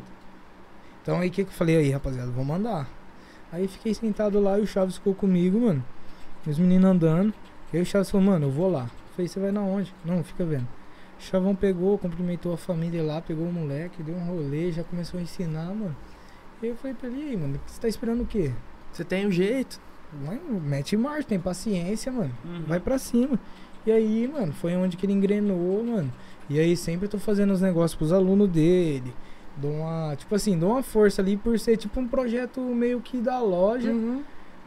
Então aí, o que que eu falei aí, rapaziada? Vou mandar. Aí fiquei sentado lá e o Chaves ficou comigo, mano. E os meninos andando. E aí o Chaves falou, mano, eu vou lá. Eu falei, você vai na onde? Não, fica vendo. O Chavão pegou, cumprimentou a família lá, pegou o moleque, deu um rolê, já começou a ensinar, mano. E eu falei pra ele, e aí, mano, você tá esperando o quê? Você tem um jeito. Vai, mete marcha, tem paciência, mano. Uhum. Vai pra cima. E aí, mano, foi onde que ele engrenou, mano. E aí sempre eu tô fazendo os negócios pros alunos dele. Dou uma, tipo assim, dou uma força ali por ser tipo um projeto meio que da loja, Uhum.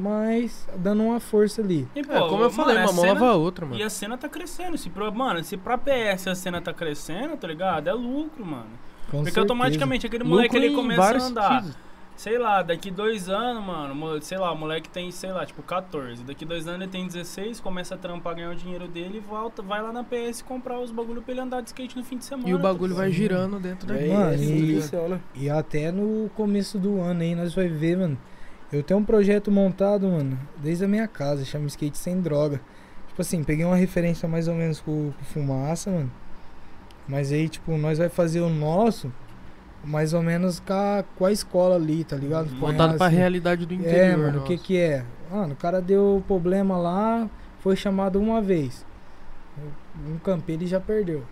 mas dando uma força ali. E, pô, É, como eu falei, mano, a mamão cena- lava a outra, mano. E a cena tá crescendo. Se pro, mano, se pra P S a cena tá crescendo, tá ligado? É lucro, mano. Com Porque certeza. automaticamente aquele moleque Lucro ele em começa a vários andar. sentidos. Sei lá, daqui dois anos, mano, mo- sei lá, o moleque tem, sei lá, tipo, catorze. Daqui dois anos ele tem dezesseis, começa a trampar, ganhar o dinheiro dele e volta, vai lá na P S comprar os bagulho pra ele andar de skate no fim de semana. E o bagulho tá vai ligado? girando dentro da É, Mano, assim e- que funciona. E até no começo do ano aí nós vai ver, mano. Eu tenho um projeto montado, mano, desde a minha casa, chama Skate Sem Droga. Tipo assim, peguei uma referência mais ou menos com, com Fumaça, mano. Mas aí, tipo, nós vai fazer o nosso mais ou menos com a, com a escola ali, tá ligado? Põe Voltado pra assim. realidade do interior. É, mano, o nossa. que que é? Mano, o cara deu problema lá, foi chamado uma vez. Um campeiro ele já perdeu.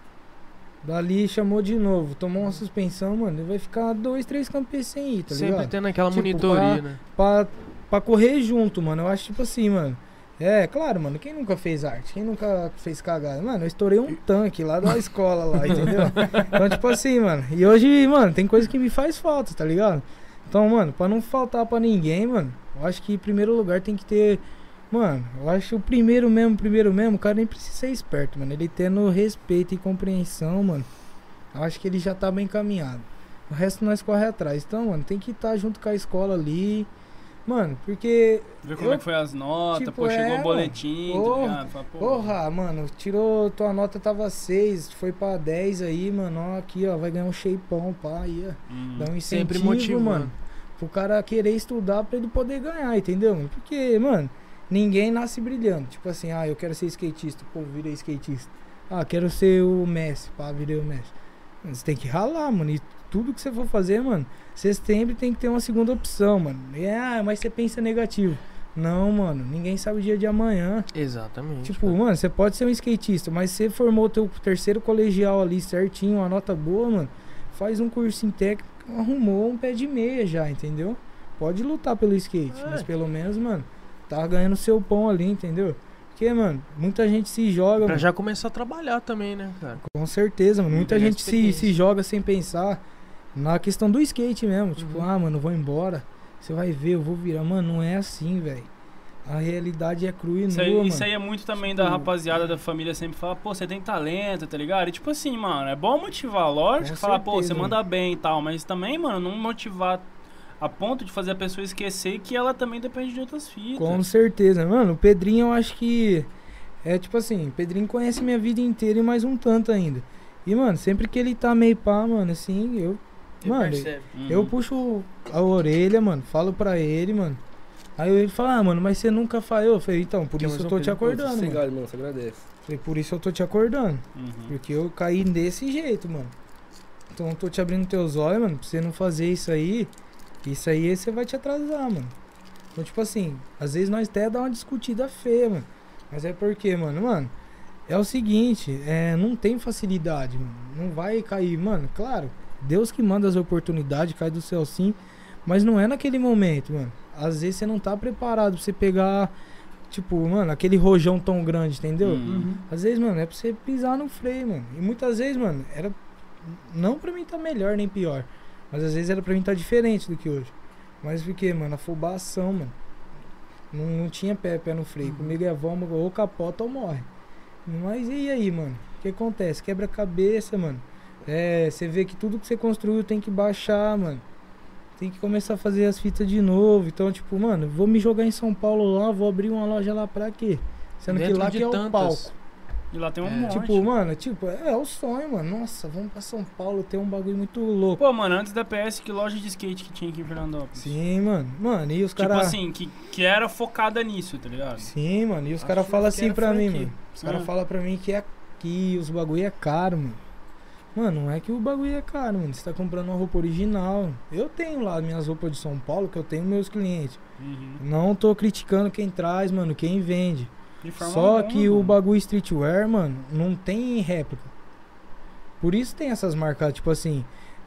Dali chamou de novo, tomou uma suspensão, mano, ele vai ficar dois, três campeões sem ir, tá Sempre ligado? tendo aquela Tipo, monitoria, pra- né? Pra, pra correr junto, mano, eu acho tipo assim, mano. É, claro, mano, quem nunca fez arte? Quem nunca fez cagada? Mano, eu estourei um tanque lá da escola lá, entendeu? Então, tipo assim, mano, e hoje, mano, tem coisa que me faz falta, tá ligado? Então, mano, pra não faltar pra ninguém, mano, eu acho que em primeiro lugar tem que ter Mano, eu acho o primeiro mesmo, primeiro mesmo, o cara nem precisa ser esperto, mano. Ele tendo respeito e compreensão, mano, eu acho que ele já tá bem encaminhado. O resto nós corre atrás. Então, mano, tem que estar junto com a escola ali. Mano, porque... Ver como eu, é que foi as notas, tipo, pô, chegou é, o boletim, mano. tá Porra, ligado? Fala, pô, Porra, mano, tirou, tua nota tava seis, foi pra dez aí, mano, ó, aqui, ó, vai ganhar um shapeão, pá, aí, ó. Hum. Dá um Sempre incentivo, motivando. mano, pro cara querer estudar pra ele poder ganhar, entendeu, mano? Porque, mano, ninguém nasce brilhando. Tipo assim, ah, eu quero ser skatista, pô, virei skatista. Ah, quero ser o Messi, pá, virei o Messi. Você tem que ralar, mano, e tudo que você for fazer, mano, você sempre tem que ter uma segunda opção, mano. E, ah, mas você pensa negativo. Não, mano, ninguém sabe o dia de amanhã. Exatamente. Tipo, cara. mano, você pode ser um skatista, mas você formou teu terceiro colegial ali certinho, uma nota boa, mano, faz um cursinho técnico, arrumou um pé de meia já, entendeu? Pode lutar pelo skate, É. mas pelo menos, mano, tá ganhando seu pão ali, entendeu? Porque, mano, muita gente se joga, Pra mano, já começar a trabalhar também, né, cara? com certeza, mano, muita Pegar gente se, experiência. se joga sem pensar na questão do skate mesmo, tipo, Uhum. ah, mano, vou embora, você vai ver, eu vou virar, mano, não é assim, velho. A realidade é crua e Isso nua, aí, mano. isso aí é muito também da Tipo- rapaziada da família sempre falar, pô, você tem talento, tá ligado? E tipo assim, mano, é bom motivar, lógico, Com falar, pô, certeza, você mano. manda bem e tal, mas também, mano, não motivar a ponto de fazer a pessoa esquecer que ela também depende de outras fitas. Com certeza, mano. O Pedrinho, eu acho que é tipo assim, o Pedrinho conhece minha vida inteira e mais um tanto ainda. E, mano, sempre que ele tá meio pá, mano, assim, eu. Mano, Uhum. eu puxo a orelha, mano, falo pra ele, mano. Aí ele fala, ah, mano, mas você nunca falhou. Eu falei, então, por Quer isso mais eu um, tô te Pedro? acordando, mano. Sossegado, mano, você agradece. Falei, por isso eu tô te acordando. Uhum. Porque eu caí desse jeito, mano. Então eu tô te abrindo teus olhos, mano, pra você não fazer isso aí. Isso aí você vai te atrasar, mano. Então, tipo assim, às vezes nós até dá uma discutida feia, mano. Mas é porque, mano, mano, é o seguinte, é, não tem facilidade, mano. Não vai cair, mano, claro, Deus que manda as oportunidades, cai do céu sim. Mas não é naquele momento, mano. Às vezes você não tá preparado pra você pegar, tipo, mano, aquele rojão tão grande, entendeu? Uhum. Às vezes, mano, é pra você pisar no freio, mano. E muitas vezes, mano, era. Não pra mim tá melhor nem pior. Mas às vezes era pra mim tá diferente do que hoje. Mas porque, mano, afobação, mano. Não, não tinha pé, pé no freio. Comigo é vamos, ou capota ou morre. Mas e aí, mano? O que acontece? Quebra a cabeça, mano. É, você vê que tudo que você construiu tem que baixar, mano. Tem que começar a fazer as fitas de novo. Então, tipo, mano, vou me jogar em São Paulo lá, vou abrir uma loja lá pra quê? Sendo que Dentro lá de que é o tantas. palco. E lá tem um É, monte. Tipo, mano, tipo, é, é o sonho, mano. Nossa, vamos pra São Paulo, ter um bagulho muito louco. Pô, mano, antes da P S, que loja de skate que tinha aqui em Fernandópolis? Sim, mano. Mano, e os Tipo caras. assim, que, que era focada nisso, tá ligado? Sim, mano. E os Acho caras que falam assim era pra mim, franquia. mano. Os caras Ah. falam pra mim que é que os bagulho é caro, mano. Mano, não é que o bagulho é caro, mano. Você tá comprando uma roupa original. Eu tenho lá minhas roupas de São Paulo, que eu tenho meus clientes. Uhum. Não tô criticando quem traz, mano, quem vende. De forma Só alguma, que o mano. bagulho streetwear, mano, não tem réplica. Por isso tem essas marcas, tipo assim,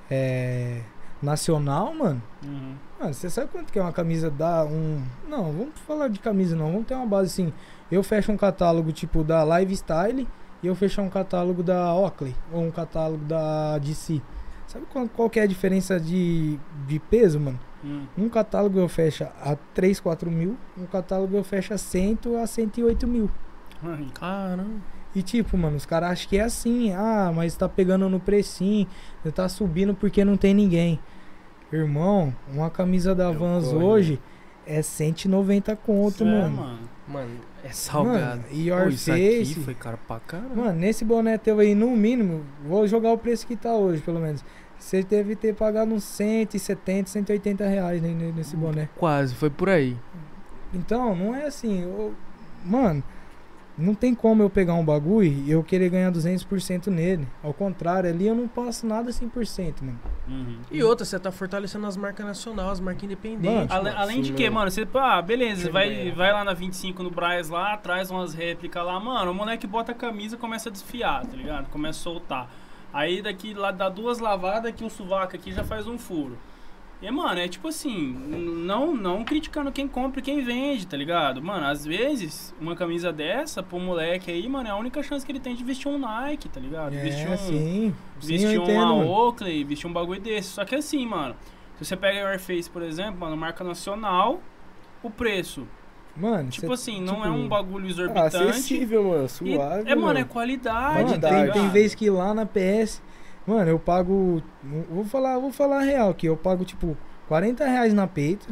é. Nacional, mano. Uhum. Mano, você sabe quanto que é uma camisa da um. Não, vamos falar de camisa não. Vamos ter uma base assim. Eu fecho um catálogo tipo da Lifestyle e eu fechar um catálogo da Oakley ou um catálogo da D C. Sabe qual, qual que é a diferença de, de peso, mano? Hum. Um catálogo eu fecho a três, quatro mil, um catálogo eu fecho a cem a cento e oito mil. Ai, Caramba. E tipo, mano, os caras acham que é assim, ah, mas tá pegando no precinho, tá subindo porque não tem ninguém. Irmão, uma camisa da Eu Vans corro, hoje é cento e noventa conto, isso é, mano. mano. Mano, é salgado. Mano, e Your Pô, isso aqui Face. foi caro pra caramba. Mano, nesse boné teu aí, no mínimo, vou jogar o preço que tá hoje, pelo menos. Você deve ter pagado uns cento e setenta, cento e oitenta reais né, nesse boné. Quase, foi por aí. Então, não é assim, eu- mano, não tem como eu pegar um bagulho e eu querer ganhar duzentos por cento nele. Ao contrário, ali eu não passo nada cem por cento, mano. Uhum. E outra, você tá fortalecendo as marcas nacionais, as marcas independentes. Ale- mano. além de sim, que, mano. mano, você, ah, beleza, Sem vai, banheiro. vai lá na vinte e cinco no Braz lá, traz umas réplicas lá, mano, o moleque bota a camisa e começa a desfiar, tá ligado? Começa a soltar. Aí daqui lá dá duas lavadas que o sovaco aqui já faz um furo. E, mano, é tipo assim, n- não, não criticando quem compra e quem vende, tá ligado? Mano, às vezes, uma camisa dessa, pro moleque aí, mano, é a única chance que ele tem de vestir um Nike, tá ligado? vestir É, um, sim. Sim, vestir eu entendo, uma mano. Oakley, vestir um bagulho desse. Só que assim, mano, se você pega a Your Face, por exemplo, mano, marca nacional, o preço Mano, Tipo cê- assim, não tipo, é um bagulho Ah, exorbitante. acessível, mano. E- Suave. é, mano, é mano. qualidade, Mano, tá tem, ligado? tem vez que lá na P S, mano, eu pago. Vou falar, vou falar a real aqui, eu pago tipo quarenta reais na peita.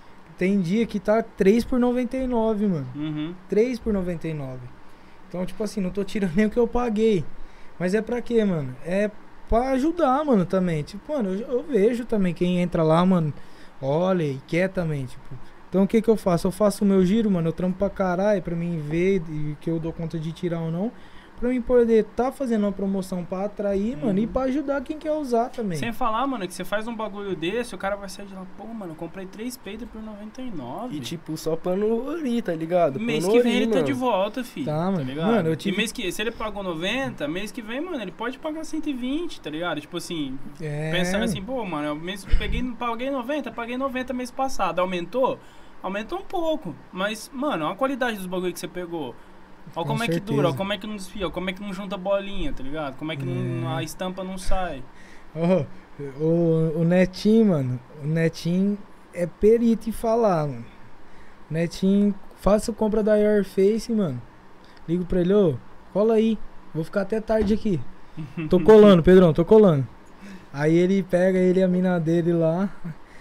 Tem dia que tá três por noventa e nove, mano. Uhum. três por noventa e nove. Então, tipo assim, não tô tirando nem o que eu paguei. Mas é pra quê, mano? É pra ajudar, mano, também. Tipo, mano, eu, eu vejo também quem entra lá, mano, olha e quer também, tipo. Então, o que que eu faço? Eu faço o meu giro, mano, eu trampo pra caralho, pra mim ver e que eu dou conta de tirar ou não. Pra mim poder tá fazendo uma promoção pra atrair, Uhum. mano, e pra ajudar quem quer usar também. Sem falar, mano, que você faz um bagulho desse, o cara vai sair de lá, pô, mano, eu comprei três peitos por noventa e nove. E tipo, só pano ori, tá ligado? Mês Pano que ori, vem ele tá mano. de volta, filho. Tá, Tá, mano. ligado? Mano, eu tive- E mês que, se ele pagou noventa, mês que vem, mano, ele pode pagar cento e vinte, tá ligado? Tipo assim, É. pensando assim, pô, mano, eu mês, peguei, paguei noventa, paguei noventa mês passado. Aumentou? Aumentou um pouco. Mas, mano, olha a qualidade dos bagulho que você pegou. Olha Com como é que certeza. dura, olha como é que não desfia, olha como é que não junta bolinha, tá ligado? Como é que não- É. a estampa não sai. Ó, o, o Netinho, mano, o Netinho é perito em falar, mano. O Netinho, faça compra da Airface, mano. Ligo pra ele, ô, cola aí, vou ficar até tarde aqui. Tô colando, Pedrão, tô colando. Aí ele pega ele e a mina dele lá,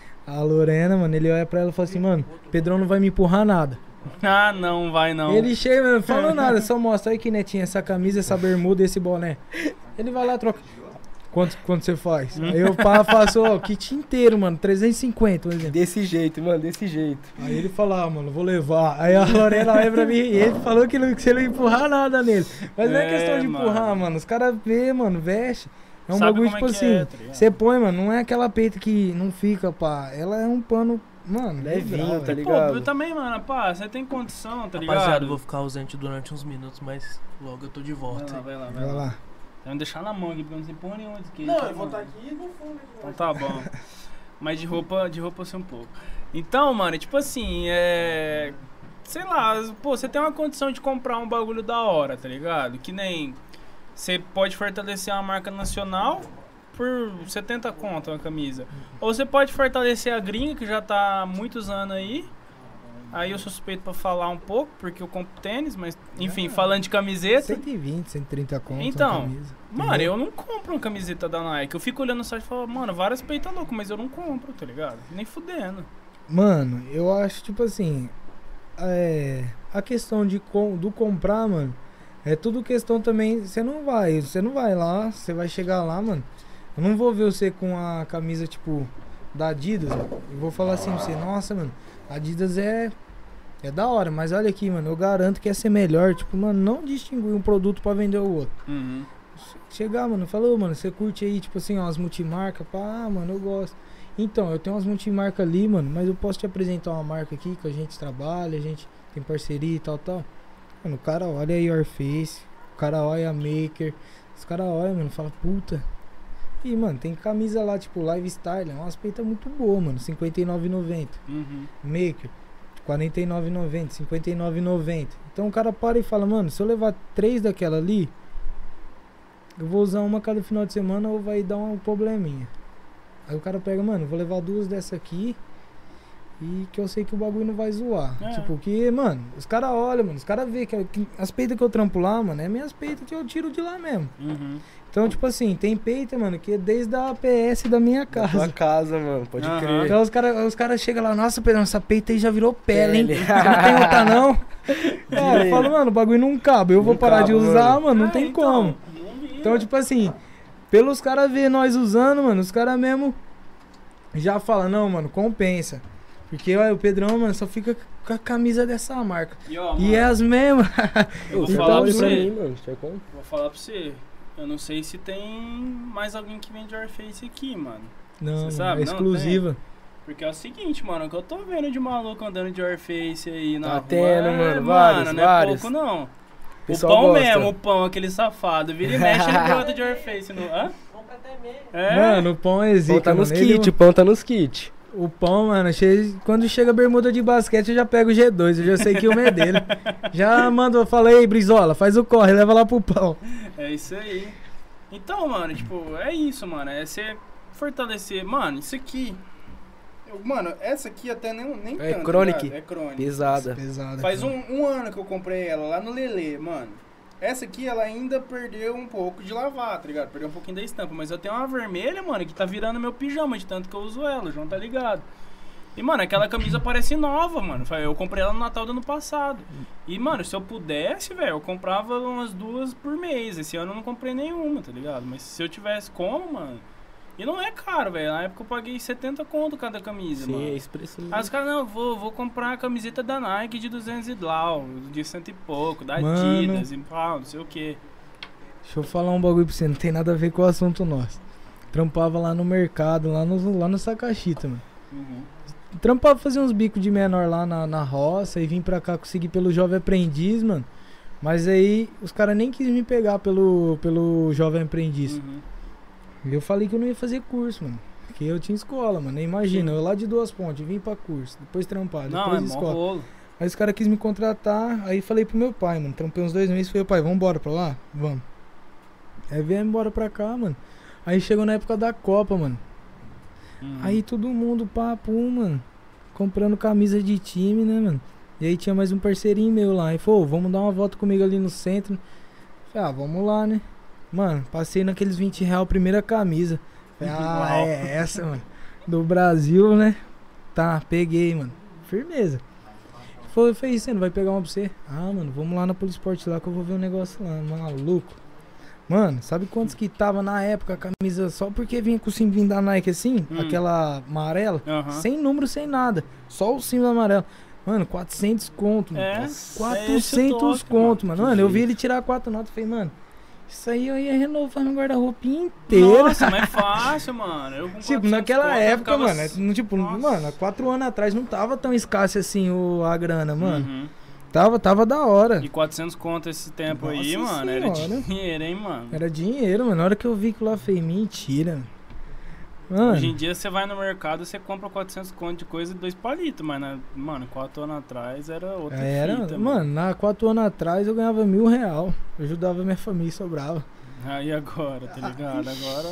a Lorena, mano, ele olha pra ela e fala assim, mano, Pedrão não vai me empurrar nada. Ah, não, vai não. Ele chega, não falou nada, só mostra aí que Netinho, essa camisa, essa bermuda, esse boné. Ele vai lá e troca. Quanto, quanto você faz? Aí eu pá, faço, ó, kit inteiro, mano, trezentos e cinquenta, por exemplo. Desse jeito, mano, desse jeito. Aí ele fala, ah, mano, vou levar. Aí a Lorena olha pra mim e ele falou que, não, que você não ia empurrar nada nele. Mas não é É, questão de empurrar, mano. mano. Os caras vê, mano, veste. É um Sabe bagulho, como tipo é que assim, é, tá ligado? você põe, mano, não é aquela peita que não fica, pá. Ela é um pano, mano, Levinho, legal, tá velho. ligado? Pô, eu também, mano, pá, você tem condição, tá ligado? Rapaziada, eu vou ficar ausente durante uns minutos, mas logo eu tô de Vai volta. lá, vai lá, vai, Vai lá. lá. Vai me deixar na mão aqui, porque eu não sei porra nenhuma de skate. Não, tá, eu vou mano? estar aqui no fundo. Então tá bom. Mas de roupa, de roupa eu sei um pouco. Então, mano, tipo assim, é... Sei lá, pô, você tem uma condição de comprar um bagulho da hora, tá ligado? Que nem... Você pode fortalecer uma marca nacional por setenta conto uma camisa. Ou você pode fortalecer a gringa, que já tá há muitos anos aí. Aí eu sou suspeito pra falar um pouco, porque eu compro tênis, mas, enfim, Ah, falando de camiseta... cento e vinte, cento e trinta conto. Então, uma camisa. Mano, Entendeu? eu não compro uma camiseta da Nike. Eu fico olhando no site e falo, mano, várias peitas loucas, mas eu não compro, tá ligado? Nem fudendo. Mano, eu acho, tipo assim, é, a questão de com, do comprar, mano, é tudo questão também, você não vai, você não vai lá, você vai chegar lá, mano, eu não vou ver você com a camisa, tipo, da Adidas, eu vou falar assim pra você, nossa, mano, Adidas é, é da hora, mas olha aqui, mano, eu garanto que ia ser melhor, tipo, mano, não distinguir um produto pra vender o outro. Uhum. Chegar, mano, falou, mano, você curte aí, tipo assim, ó, as multimarcas, pá, ah, mano, eu gosto. Então, eu tenho umas multimarcas ali, mano, mas eu posso te apresentar uma marca aqui que a gente trabalha, a gente tem parceria e tal, tal. Mano, o cara olha a Your Face, o cara olha a Maker, os caras olham, mano, fala, puta. E, mano, tem camisa lá, tipo, Lifestyle, é umas peitas muito boas, mano, cinquenta e nove reais e noventa centavos. Uhum. Maker, quarenta e nove reais e noventa centavos, cinquenta e nove reais e noventa centavos. Então o cara para e fala, mano, se eu levar três daquela ali, eu vou usar uma cada final de semana ou vai dar um probleminha. Aí o cara pega, mano, vou levar duas dessa aqui e que eu sei que o bagulho não vai zoar. É. Tipo, que, mano, os caras olham, mano, os caras veem que, que as peitas que eu trampo lá, mano, é minhas peitas que eu tiro de lá mesmo. Uhum. Então, tipo assim, tem peita, mano, que é desde a P S da minha Da tua casa. casa, mano, pode Aham. crer. Então os caras os cara chegam lá, nossa, Pedrão, essa peita aí já virou pele, hein? Pele. Não tem outra não. É, eu falo, mano, o bagulho não cabe. Eu vou Não parar cabe, de usar, mano. mano, não Ah, tem então, como. não vira. Então, tipo assim, pelos caras ver nós usando, mano, os caras mesmo já falam, não, mano, compensa. Porque, olha, o Pedrão, mano, só fica com a camisa dessa marca. E, ó, E mano, é as mesmas. eu vou Então, falar pra olha pra você. mim, mano, você como? Vou falar pra você. Eu não sei se tem mais alguém que vende Warface aqui, mano. Não, Você mano, sabe? é Não, exclusiva. Porque é o seguinte, mano, o que eu tô vendo de maluco andando de Warface aí na Tá rua, tendo, é, mano, vários, não vários. é pouco, não. O Pessoal pão gosta. mesmo, o pão, aquele safado. Vira e mexe, ele brota de Warface. No... Hã? É? Mano, o pão é O zica, pão tá nos mano. Ele- kits, o pão tá nos kits. O pão, mano, che- quando chega a bermuda de basquete, eu já pego o G dois, eu já sei que o é dele. Já mando, fala aí, Brizola, faz o corre, leva lá pro pão. É isso aí. Então, mano, tipo, é isso, mano. É você fortalecer. Mano, isso aqui. Eu, mano, essa aqui até nem, nem É tanto, Chronic? ligado? É Chronic. Pesada. Pesada. Faz cara. um, um ano que eu comprei ela lá no Lelê, mano. Essa aqui, ela ainda perdeu um pouco de lavar, tá ligado? Perdeu um pouquinho da estampa. Mas eu tenho uma vermelha, mano, que tá virando meu pijama de tanto que eu uso ela. O João tá ligado. E, mano, aquela camisa parece nova, mano. Eu comprei ela no Natal do ano passado. E, mano, se eu pudesse, velho, eu comprava umas duas por mês. Esse ano eu não comprei nenhuma, tá ligado? Mas se eu tivesse como, mano... E não é caro, velho. Na época eu paguei setenta conto cada camisa, Sim, mano. é esse preço mesmo. Aí os caras, não, vou, vou comprar a camiseta da Nike de duzentos e dlau, de cento e pouco, da Mano. Adidas, e pau, não sei o que. Deixa eu falar um bagulho pra você, não tem nada a ver com o assunto nosso. Trampava lá no mercado, lá no, lá no Sacachita, mano. Uhum. Trampava, fazia uns bicos de menor lá na, na roça e vim pra cá conseguir pelo Jovem Aprendiz, mano. Mas aí os caras nem quis me pegar pelo, pelo Jovem Aprendiz. Uhum. E eu falei que eu não ia fazer curso, mano. Porque eu tinha escola, mano. Imagina, eu lá de Duas Pontes, vim pra curso, depois trampar, Não, depois é mó escola. rolo. Aí os caras quis me contratar, aí falei pro meu pai, mano. Trampei uns dois meses, falei, pai, vamos embora pra lá? Vamos. Aí veio embora pra cá, mano. Aí chegou na época da Copa, mano. Uhum. Aí todo mundo, papo, mano, comprando camisa de time, né, mano? E aí tinha mais um parceirinho meu lá. E falou, vamos dar uma volta comigo ali no centro. Falei, ah, vamos lá, né? Mano, passei naqueles vinte real primeira camisa. Falei, ah, Uau. é essa, mano. Do Brasil, né? Tá, peguei, mano. Firmeza. Falei, falei, você não vai pegar uma pra você? Ah, mano, vamos lá na Polisport lá que eu vou ver um negócio lá, maluco. Mano, sabe quantos que tava na época a camisa só porque vinha com o símbolo da Nike assim? Hum. Aquela amarela? Aham. Sem número, sem nada. Só o símbolo amarelo. Mano, quatrocentos conto, mano. É, quatrocentos é esse o toque, conto, mano. Que Mano, eu vi jeito. ele tirar quatro notas. Falei, mano, isso aí eu ia renovar no guarda-roupa inteiro. Nossa, mas é fácil, mano. Eu com Tipo, quatrocentos naquela conto, eu época, ficava mano, é, no, tipo, Nossa. mano, há quatro anos atrás não tava tão escasso assim o, a grana, mano. Uhum. Tava, tava da hora. E quatrocentos conto esse tempo aí, Nossa mano, era Senhora. dinheiro, hein, mano. Era dinheiro, mano. Na hora que eu vi que lá, eu falei, mentira. Mano, Hoje em dia você vai no mercado, você compra quatrocentos conto de coisa e dois palitos, mas, na, mano, quatro anos atrás era outra era, fita, mano, na quatro anos atrás eu ganhava mil real. Eu ajudava minha família e sobrava. Aí agora, tá ligado? Agora...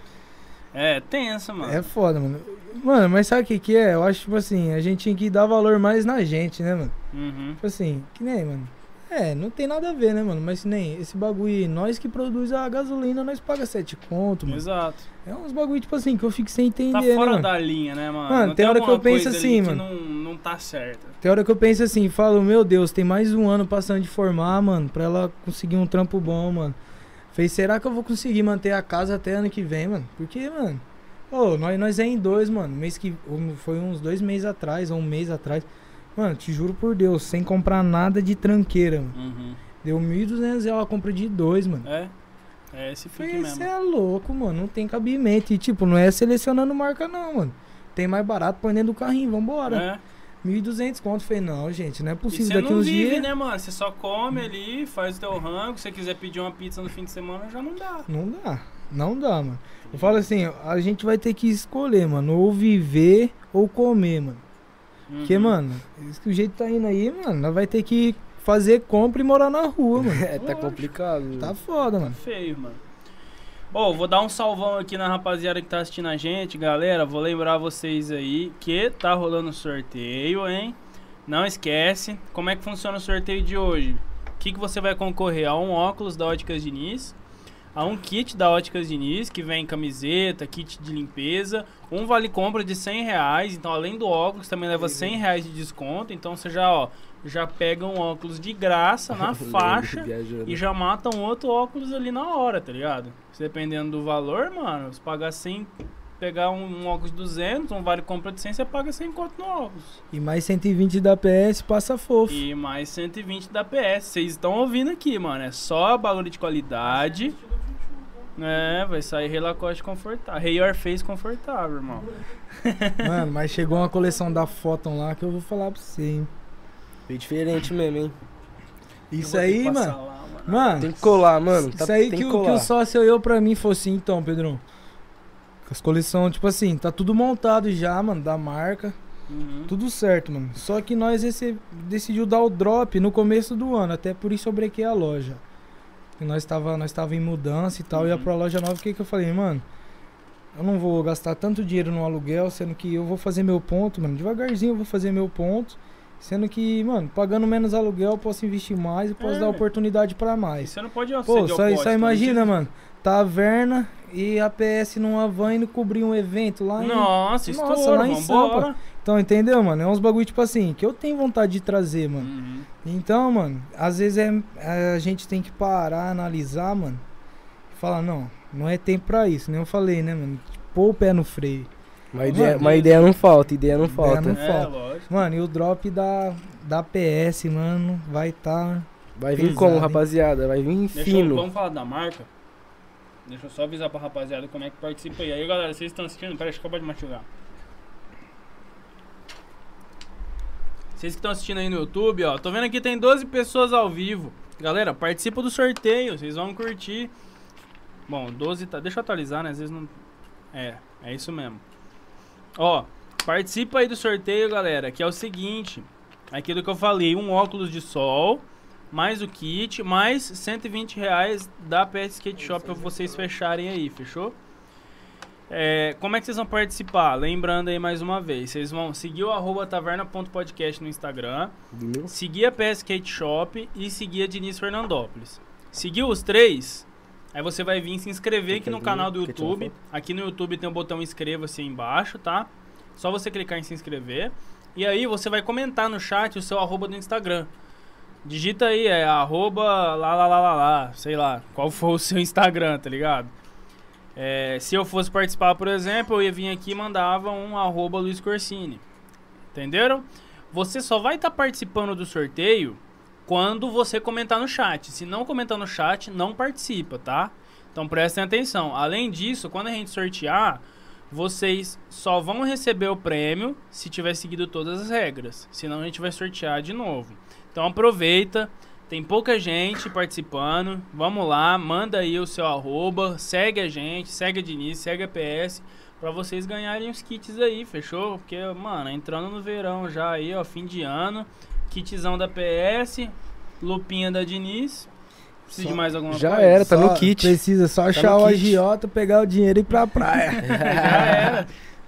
É, tenso, mano. É foda, mano. Mano, mas sabe o que que é? Eu acho, tipo assim, a gente tinha que dar valor mais na gente, né, mano? Uhum. Tipo assim, que nem, mano. É, não tem nada a ver, né, mano? Mas que nem esse bagulho aí, nós que produz a gasolina, nós paga sete conto, mano. Exato. É uns bagulho, tipo assim, que eu fico sem entender, Tá né, fora mano? da linha, né, mano? Mano, Não tem hora que eu alguma penso coisa assim, ali mano. que não, não tá certa. Tem hora que eu penso assim, falo, meu Deus, tem mais um ano passando de formar, mano, pra ela conseguir um trampo bom, mano. Falei, será que eu vou conseguir manter a casa até ano que vem, mano? Porque, mano, ô, nós, nós é em dois, mano. Mês que foi uns dois meses atrás, ou um mês atrás. Mano, te juro por Deus, sem comprar nada de tranqueira, mano. Uhum. Deu mil e duzentos reais a compra de dois, mano. É? É esse fique Falei, mesmo. você é louco, mano. Não tem cabimento. E, tipo, não é selecionando marca, não, mano. Tem mais barato, põe dentro do carrinho, vambora. É. mil e duzentos conto. Falei, não, gente, não é E possível você daqui não uns vive, dias. né, mano? Você só come ali, faz o teu rango. Se você quiser pedir uma pizza no fim de semana, já não dá. Não dá, não dá, mano. Eu falo assim, a gente vai ter que escolher, mano, ou viver ou comer, mano. Porque, Uhum. mano, esse- o jeito tá indo aí, mano, nós vai ter que fazer compra e morar na rua, mano. É, tá complicado. Tá foda, mano. Feio, mano. Ô, vou dar um salvão aqui na rapaziada que tá assistindo a gente, galera. Vou lembrar vocês aí que tá rolando sorteio, hein? Não esquece. Como é que funciona o sorteio de hoje? O que, que você vai concorrer? A um óculos da Óticas Diniz, a um kit da Óticas Diniz, que vem camiseta, kit de limpeza, um vale compra de cem reais. Então, além do óculos, também leva cem reais de desconto. Então, você já, ó, já pega um óculos de graça na faixa e já mata um outro óculos ali na hora, tá ligado? Se dependendo do valor, mano, se pagar cem, pegar um, um óculos de duzentos, um vale compra de cem, você paga cem conto no óculos. E mais cento e vinte da P S, passa fofo. E mais cento e vinte da P S. Vocês estão ouvindo aqui, mano. É só bagulho de qualidade. É, vai sair Rei Lacoste confortável. Rei Your Face confortável, irmão. Mano, mas chegou uma coleção da Photon lá que eu vou falar pra você, hein. Foi diferente mesmo, hein? Isso Eu vou ter aí, que passar mano. lá, mano. Mano, Tem que colar, mano. Tá, isso aí tem que, que o, que colar. o sócio eu pra mim fosse então, Pedrão. As coleções, tipo assim, tá tudo montado já, mano, da marca. Uhum. Tudo certo, mano. Só que nós esse, decidiu dar o drop no começo do ano. Até por isso eu brequei a loja. E nós tava, nós tava em mudança e tal. Uhum. Ia pra loja nova. O que que eu falei, mano? eu não vou gastar tanto dinheiro no aluguel, sendo que eu vou fazer meu ponto, mano. Devagarzinho eu vou fazer meu ponto. Sendo que, mano, pagando menos aluguel, eu posso investir mais e posso É. dar oportunidade pra mais. Você não pode Pô, acender só, o só poste, imagina, todo dia. mano. Taverna e a P S numa van indo cobrir um evento lá em... Nossa, Nossa, estouro, lá em vambora. Sampa. Então, entendeu, mano? É uns bagulho, tipo assim, que eu tenho vontade de trazer, mano. Uhum. Então, mano, às vezes é, é, a gente tem que parar, analisar, mano. E falar, não, não é tempo pra isso, nem eu falei, né, mano? Pôr o pé no freio. Uma ideia, Deus. uma ideia não falta, ideia não Ideia falta. não- É, Foda. lógico. Mano, e o drop da, da P S, mano, vai tá... Vai vir Pesado, como, hein? rapaziada? Vai vir Deixa eu, fino. vamos falar da marca. Deixa eu só avisar pra rapaziada como é que participa aí. Aí, galera, vocês estão assistindo? Pera aí, deixa eu acabar de mastigar. Vocês que estão assistindo aí no YouTube, ó. Tô vendo aqui tem doze pessoas ao vivo. Galera, participa do sorteio. Vocês vão curtir. Bom, doze tá... Deixa eu atualizar, né? Às vezes não... É, é isso mesmo. Ó, participa aí do sorteio, galera. Que é o seguinte. Aquilo que eu falei. Um óculos de sol... Mais o kit, mais cento e vinte reais da P S Skate Shop pra vocês fecharem aí, fechou? É, como é que vocês vão participar? Lembrando aí mais uma vez, vocês vão seguir o arroba taverna ponto podcast no Instagram, Viu? seguir a P S Skate Shop e seguir a Diniz Fernandópolis. Seguiu os três, aí você vai vir se inscrever aqui no canal do Quer tirar uma YouTube. Aqui no YouTube tem o botão inscreva-se aí embaixo, tá? Só você clicar em se inscrever. E aí você vai comentar no chat o seu arroba do Instagram. Digita aí, é arroba lá, lá, lá, lá, lá, sei lá, qual for o seu Instagram, tá ligado? É, se eu fosse participar, por exemplo, eu ia vir aqui e mandava um arroba Luiz Corsini. Entenderam? Você só vai estar participando do sorteio quando você comentar no chat. Se não comentar no chat, não participa, tá? Então prestem atenção. Além disso, quando a gente sortear, vocês só vão receber o prêmio se tiver seguido todas as regras. Senão a gente vai sortear de novo. Então aproveita, tem pouca gente participando, vamos lá, manda aí o seu arroba, segue a gente, segue a Diniz, segue a P S, pra vocês ganharem os kits aí, fechou? Porque, mano, entrando no verão já aí, ó, fim de ano, kitzão da P S, lupinha da Diniz, precisa de mais alguma Já coisa? era, tá Só- no kit. Precisa só achar no o kit. agiota, pegar o dinheiro e ir pra praia. Já era.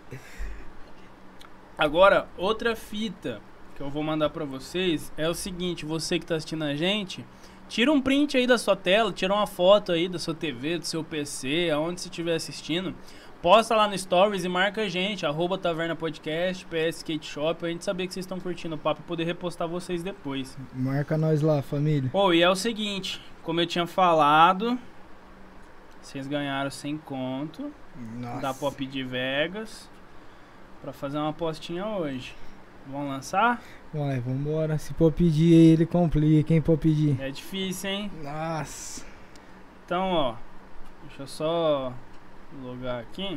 Agora, outra fita que eu vou mandar pra vocês é o seguinte, você que tá assistindo a gente, tira um print aí da sua tela, tira uma foto aí da sua T V, do seu P C, aonde você estiver assistindo, posta lá no Stories e marca a gente, arroba Taverna Podcast, P S Skate Shop, pra gente saber que vocês estão curtindo o papo e poder repostar vocês depois. Marca nós lá, família. Bom, e é o seguinte, como eu tinha falado, vocês ganharam cem conto da Pop de Vegas pra fazer uma apostinha hoje. Vamos lançar? Vai, vambora. Se for pedir aí, ele complica, hein, for pedir. É difícil, hein? Nossa. Então, ó, deixa eu só logar aqui.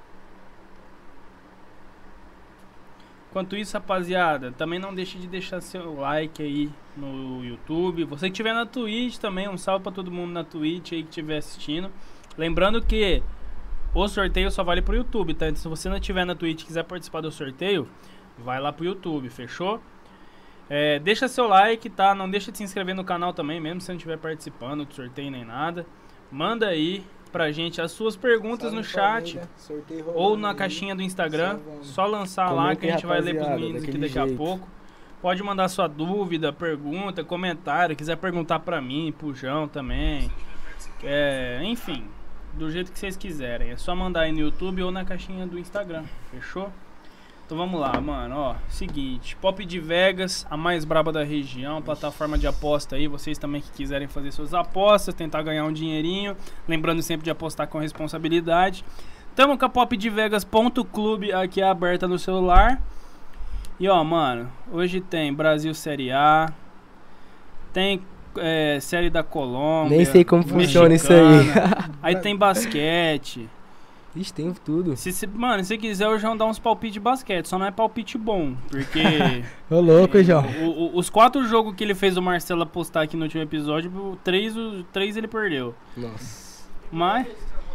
Enquanto isso, rapaziada, também não deixe de deixar seu like aí no YouTube. Você que estiver na Twitch também, um salve pra todo mundo na Twitch aí que estiver assistindo. Lembrando que o sorteio só vale pro YouTube, tá? Então, se você não estiver na Twitch e quiser participar do sorteio, vai lá pro YouTube, fechou? É, deixa seu like, tá? Não deixa de se inscrever no canal também, mesmo se não estiver participando do sorteio nem nada. Manda aí pra gente as suas perguntas no chat ou na caixinha do Instagram. Só lançar lá Comentem, que a gente vai ler pros rapaziada, meninos aqui daquele daqui a jeito. pouco. Pode mandar sua dúvida, pergunta, comentário. Quiser perguntar pra mim, pro João também. É, enfim, do jeito que vocês quiserem. É só mandar aí no YouTube ou na caixinha do Instagram, fechou? Então vamos lá, mano, ó, seguinte, Pop de Vegas, a mais braba da região, plataforma de aposta aí, vocês também que quiserem fazer suas apostas, tentar ganhar um dinheirinho, lembrando sempre de apostar com responsabilidade. Tamo com a Pop de Vegas ponto clube aqui aberta no celular. E ó, mano, hoje tem Brasil Série A, tem é, Série da Colômbia. Nem sei como funciona isso aí. mexicana, Aí tem basquete. Ixi, tem tudo. Se, se, mano, se quiser, o João dá uns palpites de basquete. Só não é palpite bom. Porque. Ô, louco, João. o- o- os quatro jogos que ele fez o Marcelo apostar aqui no último episódio, o três, o três ele perdeu. Nossa. Mas.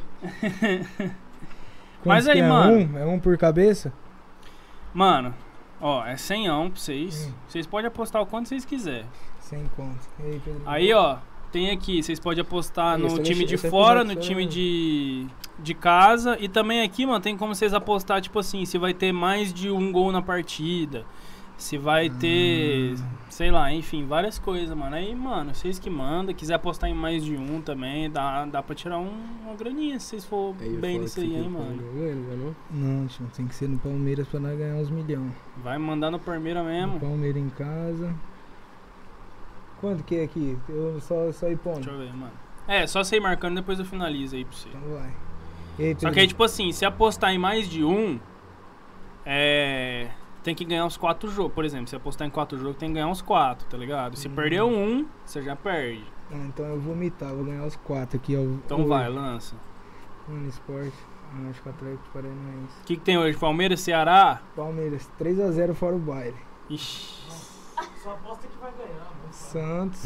Quantos Mas aí, que é? mano. Um? É um por cabeça? Mano, ó, é cenhão pra vocês. Hum. Vocês podem apostar o quanto vocês quiserem. Sem conta. E aí, Pedro? Aí, ó, tem aqui. Vocês podem apostar Esse no eu time não- de esse é fora, com no Jackson, time né? de. de casa. E também aqui, mano, tem como vocês apostar, tipo assim, se vai ter mais de um gol na partida. Se vai ter, Hum. sei lá, enfim, várias coisas, mano. Aí, mano, vocês que mandam. Quiser apostar em mais de um também, dá, dá pra tirar um, uma graninha se vocês for Aí eu bem falo nisso que aí, você hein, quer mano. falar, não, não, Não, tio, tem que ser no Palmeiras pra nós ganhar uns milhões. Vai mandar no Palmeiras mesmo. No Palmeiras em casa. Quanto que é aqui? Eu só, só ir pondo. Deixa eu ver, mano. É, só você ir marcando, depois eu finalizo aí pra você. Então vai. E aí, Só que Pedro? aí, tipo assim, se apostar em mais de um, é... tem que ganhar uns quatro jogos. Por exemplo, se apostar em quatro jogos, tem que ganhar uns quatro, tá ligado? Se Hum. perder um, você já perde. Ah, então eu vou vomitar, vou ganhar os quatro aqui, ó. Então Oi. vai, lança. Mano, esporte. Ah, acho que o Atlético Paranaense. O que, que tem hoje? Palmeiras, Ceará? Palmeiras, três a zero fora o baile. Ixi. Só aposta que vai ganhar, mano. Santos.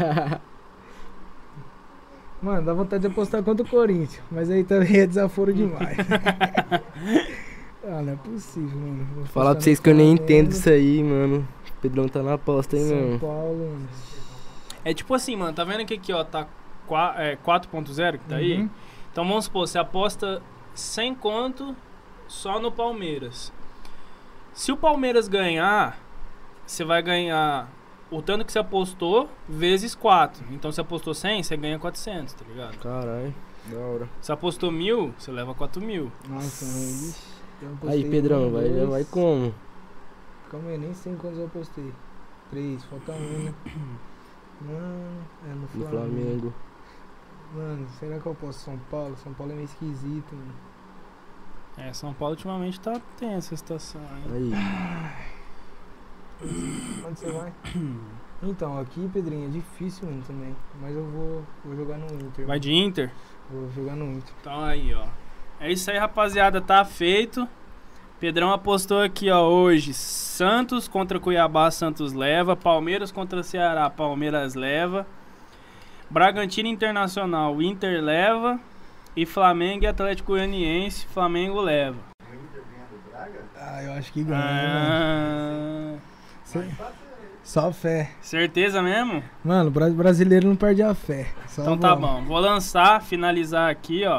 Mano, dá vontade de apostar contra o Corinthians, mas aí também é desaforo demais. Ah, não é possível, mano. Vou Falar pra apostar vocês no que eu nem Flamengo, entendo isso aí, mano. O Pedrão tá na aposta, hein, São mano. Paulo, mano. É tipo assim, mano, tá vendo que aqui, ó, tá qua- é, quatro ponto zero que tá aí? Uhum. Então vamos supor, você aposta cem conto só no Palmeiras. Se o Palmeiras ganhar, você vai ganhar o tanto que você apostou vezes quatro. Então se apostou cem, você ganha quatrocentos, tá ligado? Caralho, da hora. Se apostou mil, você leva quatro mil. Nossa, mano, ixi, eu Aí, apostei Pedrão, um, vai, dois. vai como? Calma aí, nem sei quantos eu apostei. Três, falta um, né? Mano, é no No Flamengo. Flamengo. Mano, será que eu aposto São Paulo? São Paulo é meio esquisito, mano. É, São Paulo ultimamente tá tensa a situação, hein? Aí. Onde você vai? Então, aqui, Pedrinho, é difícil, mano, também. Mas eu vou, vou jogar no Inter. Vai de Inter? Vou jogar no Inter. Então aí, ó. É isso aí, rapaziada. Tá feito. Pedrão apostou aqui, ó, hoje. Santos contra Cuiabá, Santos leva. Palmeiras contra Ceará, Palmeiras leva. Bragantino Internacional, Inter leva. E Flamengo e Atlético Goianiense, Flamengo leva. Ah, eu acho que ganha, mano. Ah, Cê- Só fé. certeza mesmo? Mano, o bra- brasileiro não perde a fé. Só Então tá vamos. bom. Vou lançar, finalizar aqui, ó.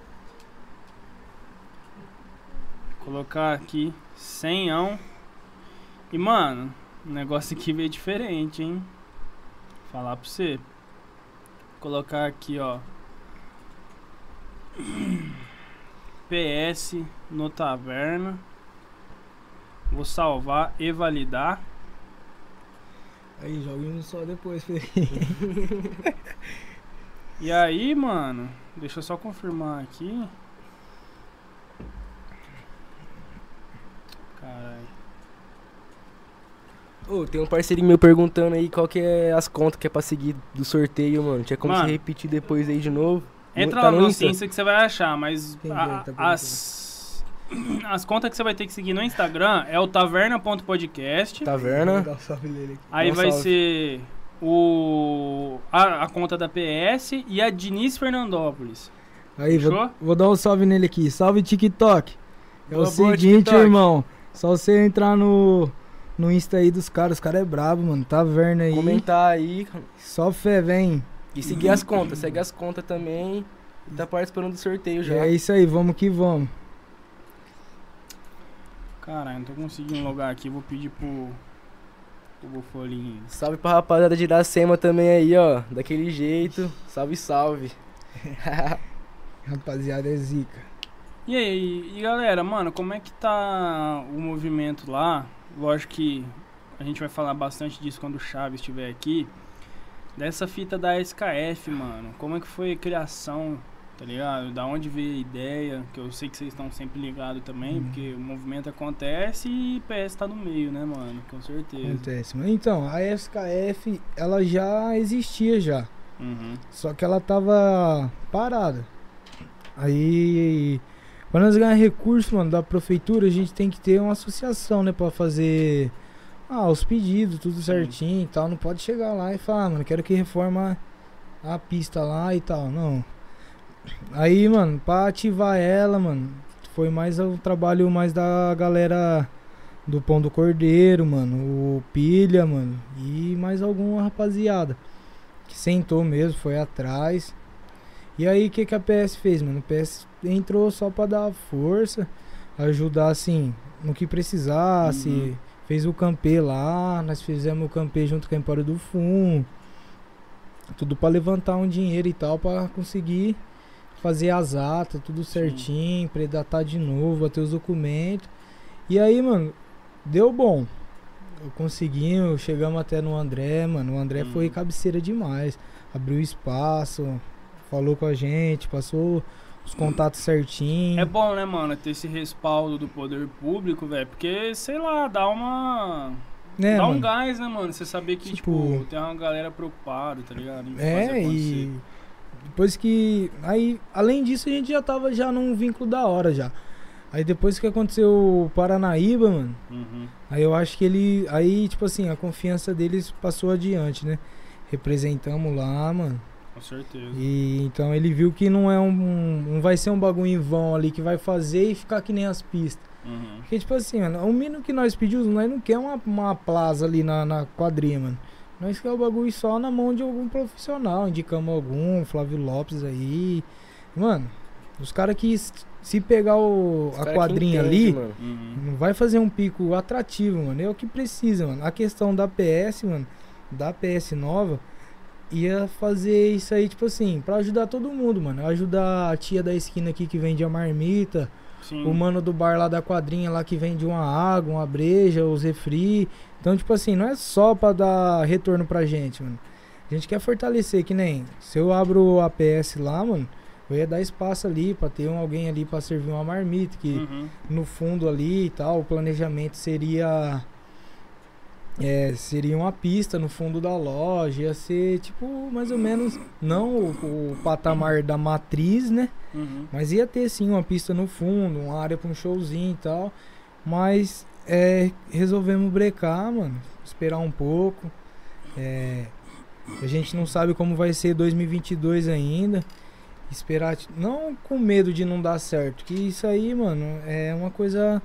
Colocar aqui cem. E, mano, o negócio aqui veio diferente, hein? Falar pra você. Colocar aqui, ó. P S no Taverna. Vou salvar e validar. Aí, joga um só depois, Pedrinho. E aí, mano, deixa eu só confirmar aqui. Caralho. Ô, tem um parceirinho meu perguntando aí qual que é as contas que é pra seguir do sorteio, mano. Tinha como Mano. você repetir depois aí de novo? Entra Tá lá no Insta? Insta que você vai achar, mas Entendi, a- tá perguntando. as, as contas que você vai ter que seguir no Instagram é o taverna.podcast. Taverna. Vou dar um salve nele aqui. Aí Dá um vai salve. ser o a, a conta da P S e a Diniz Fernandópolis. Aí, vou, Fechou? vou dar um salve nele aqui. Salve, TikTok. É Boa, o boa, seguinte, TikTok. irmão. Só você entrar no, no Insta aí dos caras. Os caras é brabo, mano. Taverna aí. Comentar aí. Só fé, vem. E seguir as contas. Segue as contas também. E tá participando do sorteio já. É isso aí, vamos que vamos. Caralho, não tô conseguindo logar aqui, vou pedir pro, pro Bufolinho. Salve pra rapaziada de Iracema também aí, ó. Daquele jeito. Salve, salve. Rapaziada, é zica. E aí, e galera, mano, como é que tá o movimento lá? Lógico que a gente vai falar bastante disso quando o Chaves estiver aqui. Dessa fita da S K F, mano. Como é que foi a criação, tá ligado? Da onde veio a ideia? Que eu sei que vocês estão sempre ligados também, Uhum. porque o movimento acontece e P S tá no meio, né, mano? Com certeza. Acontece, mano. Então, a S K F, ela já existia já. Uhum. Só que ela tava parada. Aí, quando nós ganhar recurso, mano, da prefeitura, a gente tem que ter uma associação, né, pra fazer ah, os pedidos, tudo certinho e tal. Não pode chegar lá e falar, ah, mano, quero que reforma a pista lá e tal. Não. Aí, mano, pra ativar ela, mano, foi mais o trabalho mais da galera do Pão do Cordeiro, mano, o Pilha, mano, e mais alguma rapaziada que sentou mesmo, foi atrás. E aí, o que, que a P S fez, mano? A P S entrou só pra dar força, ajudar, assim, no que precisasse. Uhum. Fez o campê lá, nós fizemos o campê junto com a Empório do Fumo. Tudo pra levantar um dinheiro e tal, pra conseguir fazer as atas, tudo certinho, predatar de novo, bater os documentos. E aí, mano, deu bom. Conseguimos, chegamos até no André, mano. O André Hum. foi cabeceira demais. Abriu espaço, falou com a gente, passou os contatos certinho. É bom, né, mano, ter esse respaldo do poder público, velho, porque, sei lá, dá uma... né, dá um mano? gás, né, mano? Você saber que, tipo, Tipo, tem uma galera preocupada, tá ligado? Em fazer É, acontecer. e depois que... Aí, além disso, a gente já tava já num vínculo da hora já. Aí depois que aconteceu o Paranaíba, mano, Uhum. aí eu acho que ele... Aí, tipo assim, a confiança deles passou adiante, né? Representamos lá, mano. Com certeza. E então ele viu que não é um... Não vai ser um bagulho em vão ali que vai fazer e ficar que nem as pistas. Uhum. Porque, tipo assim, mano, o mínimo que nós pedimos, nós não quer uma, uma plaza ali na, na quadrinha, mano. Nós quer o bagulho só na mão de algum profissional. Indicamos algum, Flávio Lopes aí. Mano, os caras que s- se pegar o, Os a cara que quadrinha entende, ali, mano. Uhum. não vai fazer um pico atrativo, mano. É o que precisa, mano. A questão da P S, mano, da P S nova, ia fazer isso aí, tipo assim, pra ajudar todo mundo, mano. Ajudar a tia da esquina aqui que vende a marmita. Sim. O mano do bar lá da quadrinha lá que vende uma água, uma breja, os refri. Então, tipo assim, não é só pra dar retorno pra gente, mano. A gente quer fortalecer, que nem se eu abro a P S lá, mano, eu ia dar espaço ali pra ter um, alguém ali pra servir uma marmita, que Uhum. no fundo ali e tal, o planejamento seria é, seria uma pista no fundo da loja, ia ser tipo mais ou menos não o, o patamar da matriz, né? Uhum. Mas ia ter sim uma pista no fundo, uma área pra um showzinho e tal. Mas é, resolvemos brecar, mano. Esperar um pouco. É, a gente não sabe como vai ser dois mil e vinte e dois ainda. Esperar, t- não com medo de não dar certo. Que isso aí, mano, é uma coisa.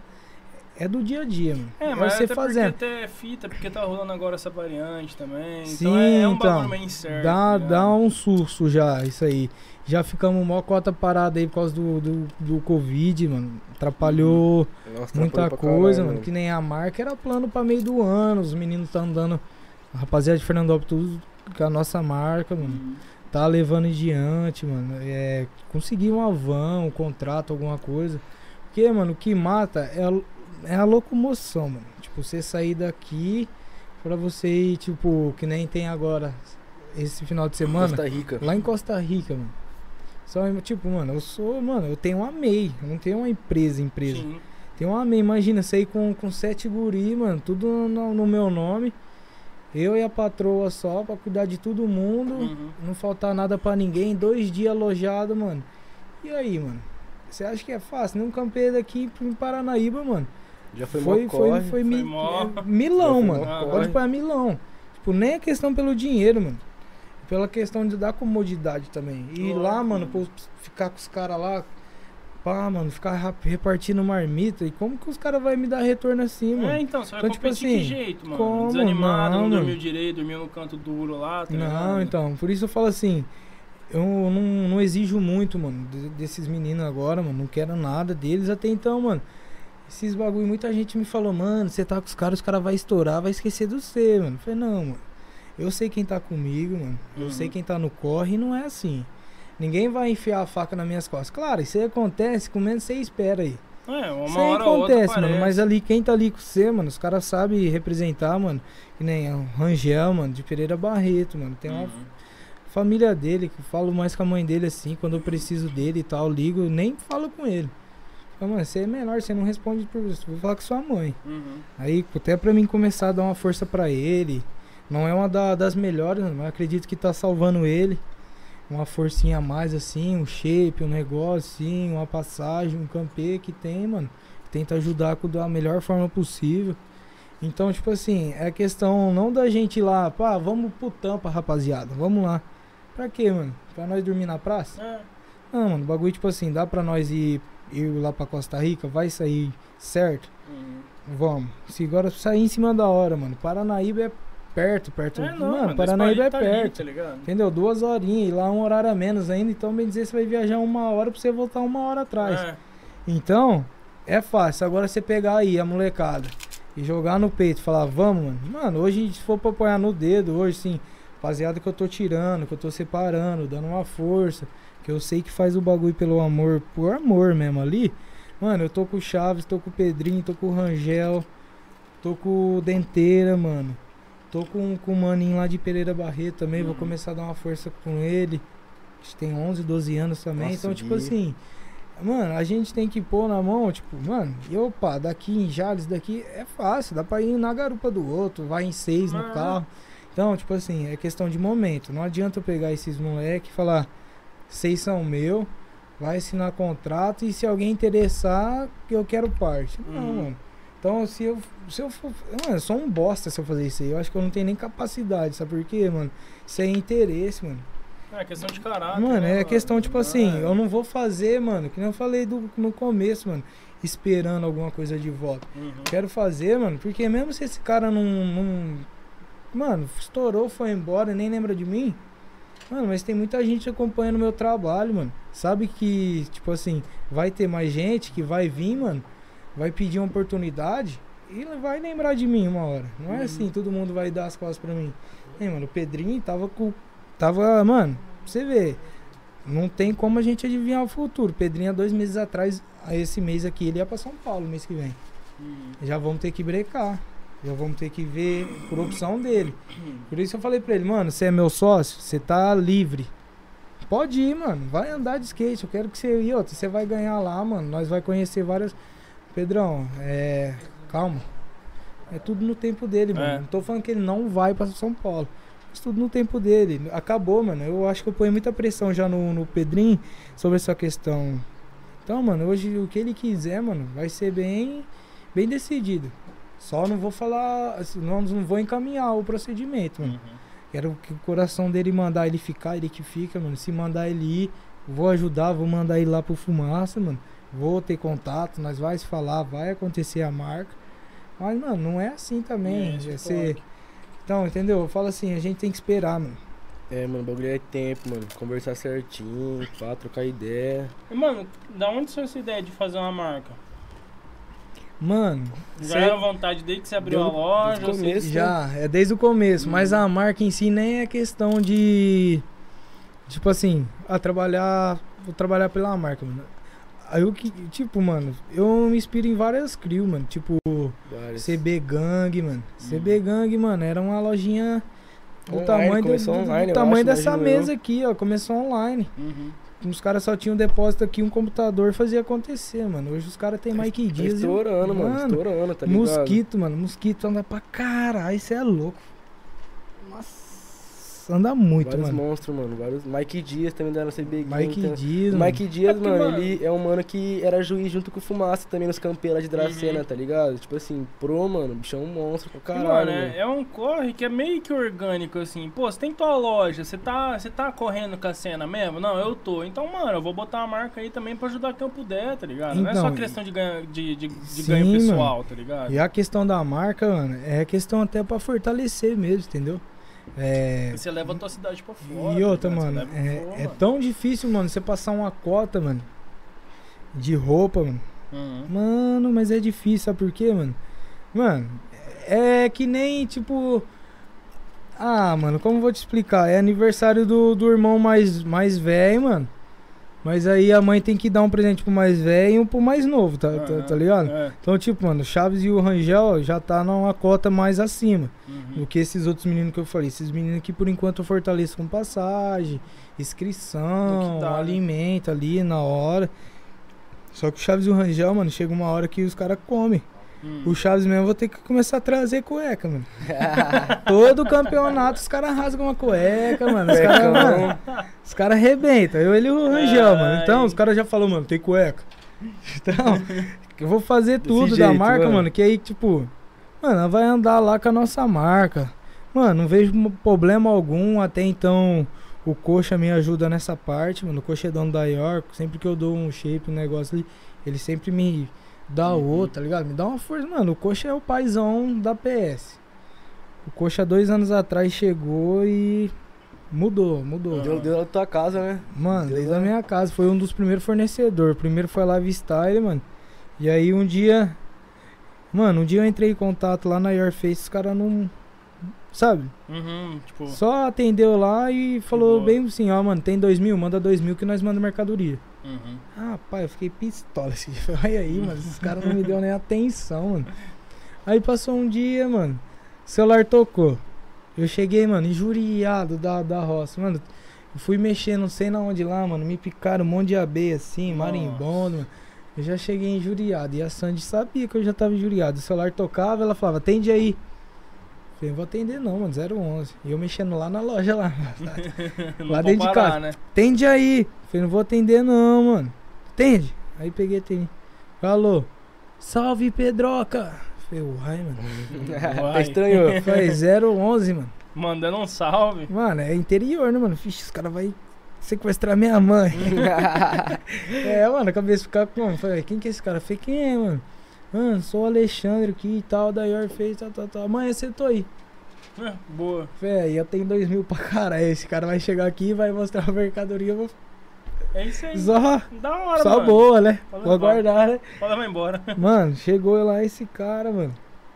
É do dia a dia, mano. É, mas você até fazendo. porque até é fita, porque tá rolando agora essa variante também. Sim, então é, é um então, bagulho meio incerto. Dá, tá ligado? dá um susto já, isso aí. Já ficamos mó cota parada aí por causa do, do, do Covid, mano. Atrapalhou Nossa, muita atrapalhou pra coisa, caralho, mano. Que nem a marca era plano pra meio do ano. Os meninos tá andando. A rapaziada de Fernandópolis, tudo com a nossa marca, mano. Uhum. Tá levando em diante, mano. É, conseguir uma van, um contrato, alguma coisa. Porque, mano, o que mata é a, é a locomoção, mano. Tipo, você sair daqui pra você ir, tipo, que nem tem agora, esse final de semana, Costa Rica. lá em Costa Rica, mano. Só, tipo, mano, eu sou, mano, eu tenho uma M E I, eu não tenho uma empresa, empresa. Sim. Tem uma M E I, imagina, sair com, com sete guri, mano, tudo no, no meu nome. Eu e a patroa só, pra cuidar de todo mundo. Uhum. Não faltar nada pra ninguém, dois dias alojado, mano. E aí, mano? Você acha que é fácil? Nem um campeiro daqui em Paranaíba, mano. Já foi, Foi, mó foi, corre. foi, mi- mó- é, milão, Já foi mano. mó Pode corre. pôr Milão. Tipo, nem é questão pelo dinheiro, mano. Pela questão de dar comodidade também. E Lógico, lá, mano, mano. pô, ficar com os caras lá, pá, mano, ficar rap- repartindo marmita. E como que os caras vão me dar retorno assim, mano? É, então, você vai Então, tipo competir de que assim, jeito, mano? como? Desanimado, não, Não, dormiu mano. direito, dormiu no canto duro lá, tá Não, ligado? então, por isso eu falo assim, eu não, não exijo muito, mano, de- desses meninos agora, mano, não quero nada deles até então, mano. Esses bagulho, muita gente me falou, mano, você tá com os caras, os caras vai estourar, vai esquecer do você, mano. Eu falei, não, mano, eu sei quem tá comigo, mano, eu Uhum. sei quem tá no corre e não é assim. Ninguém vai enfiar a faca nas minhas costas. Claro, isso aí acontece, com menos você espera aí. É, uma Isso aí hora ou outra acontece, mano, aparece. mas ali, quem tá ali com você, mano, os caras sabem representar, mano, que nem o Rangel, mano, de Pereira Barreto, mano, tem uma Uhum. família dele, que eu falo mais com a mãe dele assim, quando eu preciso dele e tal, eu ligo, eu nem falo com ele. Falo, mano, você é menor, você não responde por isso, vou falar com sua mãe. Uhum. Aí, até pra mim começar a dar uma força pra ele, não é uma da- das melhores, mas acredito que tá salvando ele. Uma forcinha a mais assim, um shape, um negócio assim, uma passagem, um campê que tem, mano. Que tenta ajudar com da melhor forma possível. Então, tipo assim, é questão não da gente ir lá, pá, vamos pro Tampa, rapaziada, vamos lá. Pra quê, mano? Pra nós dormir na praça? É. Não, mano, o bagulho, tipo assim, dá pra nós ir, ir lá pra Costa Rica, vai sair certo? Uhum. Vamos. Se agora sair em cima da hora, mano. Paranaíba é perto, perto. É, não, mano, mano, Paranaíba é tá ali, perto. tá ligado? Entendeu? Duas horinhas, e lá um horário a menos ainda, então bem dizer, você vai viajar uma hora pra você voltar uma hora atrás. É. Então, é fácil. Agora você pegar aí a molecada e jogar no peito e falar, vamos, mano. Mano, hoje se for pra apoiar no dedo, hoje sim, rapaziada que eu tô tirando, que eu tô separando, dando uma força, que eu sei que faz o bagulho pelo amor, por amor mesmo ali. Mano, eu tô com o Chaves, tô com o Pedrinho, tô com o Rangel, tô com o Denteira, mano. Tô com, com o maninho lá de Pereira Barreto também, Uhum. vou começar a dar uma força com ele. Acho que tem onze, doze anos também, Nossa, então tipo Gui. assim... Mano, a gente tem que pôr na mão, tipo, mano, e opa, daqui em Jales, daqui é fácil, dá pra ir na garupa do outro, vai em seis no Ah. carro. Então, tipo assim, é questão de momento. Não adianta eu pegar esses moleque e falar, seis são meu, vai assinar contrato e se alguém interessar, eu quero parte. Não, Uhum. mano. Então, se eu, se eu for. Mano, eu sou um bosta se eu fazer isso aí. Eu acho que eu não tenho nem capacidade, sabe por quê, mano? Isso é interesse, mano. É questão de caráter. Mano, né, é questão, tipo Não assim, é- eu não vou fazer, mano, que nem eu falei do, no começo, mano, esperando alguma coisa de volta. Uhum. Quero fazer, mano, porque mesmo se esse cara não, não. Mano, estourou, foi embora, nem lembra de mim. Mano, mas tem muita gente acompanhando o meu trabalho, mano. Sabe que, tipo assim, vai ter mais gente que vai vir, mano, vai pedir uma oportunidade e vai lembrar de mim uma hora. Não é Uhum. assim, todo mundo vai dar as costas pra mim. Ei, mano, o Pedrinho tava com. Tava, mano, pra você ver. Não tem como a gente adivinhar o futuro. Pedrinho, há dois meses atrás, a esse mês aqui, ele ia pra São Paulo mês que vem. Uhum. Já vamos ter que brecar. Já vamos ter que ver por opção dele. Por isso eu falei pra ele, mano, você é meu sócio, você tá livre. Pode ir, mano. Vai andar de skate. Eu quero que você ir, outra. Você vai ganhar lá, mano. Nós vai conhecer várias. Pedrão, é. Calma. É tudo no tempo dele, mano. É. Não tô falando que ele não vai pra São Paulo. Mas tudo no tempo dele. Acabou, mano. Eu acho que eu ponho muita pressão já no, no Pedrinho sobre essa questão. Então, mano, hoje o que ele quiser, mano, vai ser bem, bem decidido. Só não vou falar, assim, não, não vou encaminhar o procedimento, mano. Uhum. Quero que o coração dele mandar ele ficar, ele que fica, mano. Se mandar ele ir, vou ajudar, vou mandar ele lá pro Fumaça, mano. Vou ter contato, nós vai se falar, vai acontecer a marca. Mas, mano, não é assim também. É, isso vai é ser... foda. Então, entendeu? Eu falo assim, a gente tem que esperar, mano. É, mano, o bagulho é tempo, mano. Conversar certinho, pá, trocar ideia. E, mano, da onde surgiu essa ideia de fazer uma marca? Mano, Já cê- era vontade desde que você abriu Deu- a loja? desde o ou você- começo. já, é desde o começo, mas Uhum. a marca em si nem é questão de. Tipo assim, a trabalhar. Vou trabalhar pela marca, mano. Aí eu que. Tipo, mano, eu me inspiro em várias crios, mano. Tipo, Vários. C B Gang, mano. C B Gang, mano, era uma lojinha do Online, tamanho, do, começou do- do online, eu tamanho acho, dessa imagino eu. mesa aqui, ó. Começou online. Uhum. Os caras só tinham um depósito aqui, um computador, fazia acontecer, mano. Hoje os caras têm Mike Tá Dias. e- estourando, mano, estourando, tá ligado? Mosquito, mano. Mosquito anda pra caralho. Isso é louco. Nossa, anda muito, Vários mano. monstros, mano. Vários... Mike Dias também da C B Game. Mike então- Dias, O mano. Mike Dias, É porque, mano, mano- ele é um mano que era juiz junto com o Fumaça também nos campeiros lá de Dracena, Uhum. tá ligado? Tipo assim, pro, mano, o bichão é um monstro pra E, caralho, mano, mano. é, é um corre que é meio que orgânico, assim. Pô, você tem tua loja, você tá, você tá correndo com a cena mesmo? Não, eu tô. Então, mano, eu vou botar uma marca aí também pra ajudar quem eu puder, tá ligado? não é só Então, questão de, ganho, de, de, de sim, ganho mano. pessoal, tá ligado? E a questão da marca, mano, é questão até pra fortalecer mesmo, entendeu? É. E você leva a tua cidade pra fora. E tá outra, ligado? mano, Você leva é, pra fora, é mano. tão difícil, mano, você passar uma cota, mano, de roupa, mano. Uhum. Mano, mas é difícil, sabe por quê, mano? Mano, é que nem, tipo... Ah, mano, como eu vou te explicar? É aniversário do, do irmão mais, mais velho, mano. Mas aí a mãe tem que dar um presente pro mais velho e um pro mais novo, tá, tá, tá ligado? É. Então, tipo, mano, o Chaves e o Rangel já tá numa cota mais acima Uhum. do que esses outros meninos que eu falei. Esses meninos que por enquanto eu fortaleço com passagem, No inscrição, que dá, né? alimento ali na hora. Só que o Chaves e o Rangel, mano, chega uma hora que os caras comem. Hum. O Chaves mesmo eu vou ter que começar a trazer cueca, mano. Todo campeonato os caras rasgam uma cueca, mano. Os caras, mano, os caras arrebentam. Eu, ele e o Rangel, Ai. mano. Então os caras já falaram, mano, tem cueca. Então, eu vou fazer Desse tudo da jeito, marca, mano. mano. Que aí, tipo, mano, ela vai andar lá com a nossa marca. Mano, não vejo mo- problema algum. Até então, o Coxa me ajuda nessa parte, mano. O Coxa é dono da York. Sempre que eu dou um shape, um negócio ali, ele sempre me dá Uhum. outro, tá ligado? Me dá uma força. Mano, o Coxa é o paizão da P S. O Coxa dois anos atrás chegou e mudou, mudou. Deu, deu na tua casa, né? Mano, Deu desde na- a minha casa. Foi um dos primeiros fornecedores. O primeiro foi Live Style, mano. E aí um dia... Mano, um dia eu entrei em contato lá na Your Face, os caras não... Sabe? Uhum, tipo, Só atendeu lá e falou boa. bem assim, ó, mano, tem dois mil, manda dois mil que nós mandamos mercadoria. uhum. Ah, pai, eu fiquei pistola. Assim. Olha aí, mano, esses caras não me deu nem atenção, mano. Aí passou um dia, mano, o celular tocou. Eu cheguei, mano, injuriado da, da roça. Mano, eu fui mexer, não sei na onde lá, mano, me picaram um monte de abelha assim, Nossa. marimbondo, mano. Eu já cheguei injuriado. E a Sandy sabia que eu já tava injuriado. O celular tocava, ela falava, atende aí. Eu falei, não vou atender não, mano, zero onze. E eu mexendo lá na loja lá. Não Lá pode dentro de parar, casa. né? Atende aí. Eu falei, não vou atender não, mano. Atende. Aí peguei, atendi. Falou. Salve, Pedroca. Eu falei, uai, mano. Uai. Até estranhou. Eu falei, zero onze, mano. Mandando um salve. Mano, é interior, né, mano? Vixe, os caras vão sequestrar minha mãe. É, mano, a cabeça ficar como? Eu falei, quem que é esse cara? Eu falei, quem é, mano? Mano, sou o Alexandre aqui e tal, da Your Face, tal, tal, tal. Amanhã você tô aí. É, boa. Falei, aí eu tenho dois mil pra caralho. Esse cara vai chegar aqui, vai mostrar a mercadoria, eu vou É isso aí. só, Da hora, só mano. boa, né? Pode Vou levar. aguardar, né? Pode levar embora. Mano, chegou lá esse cara, mano.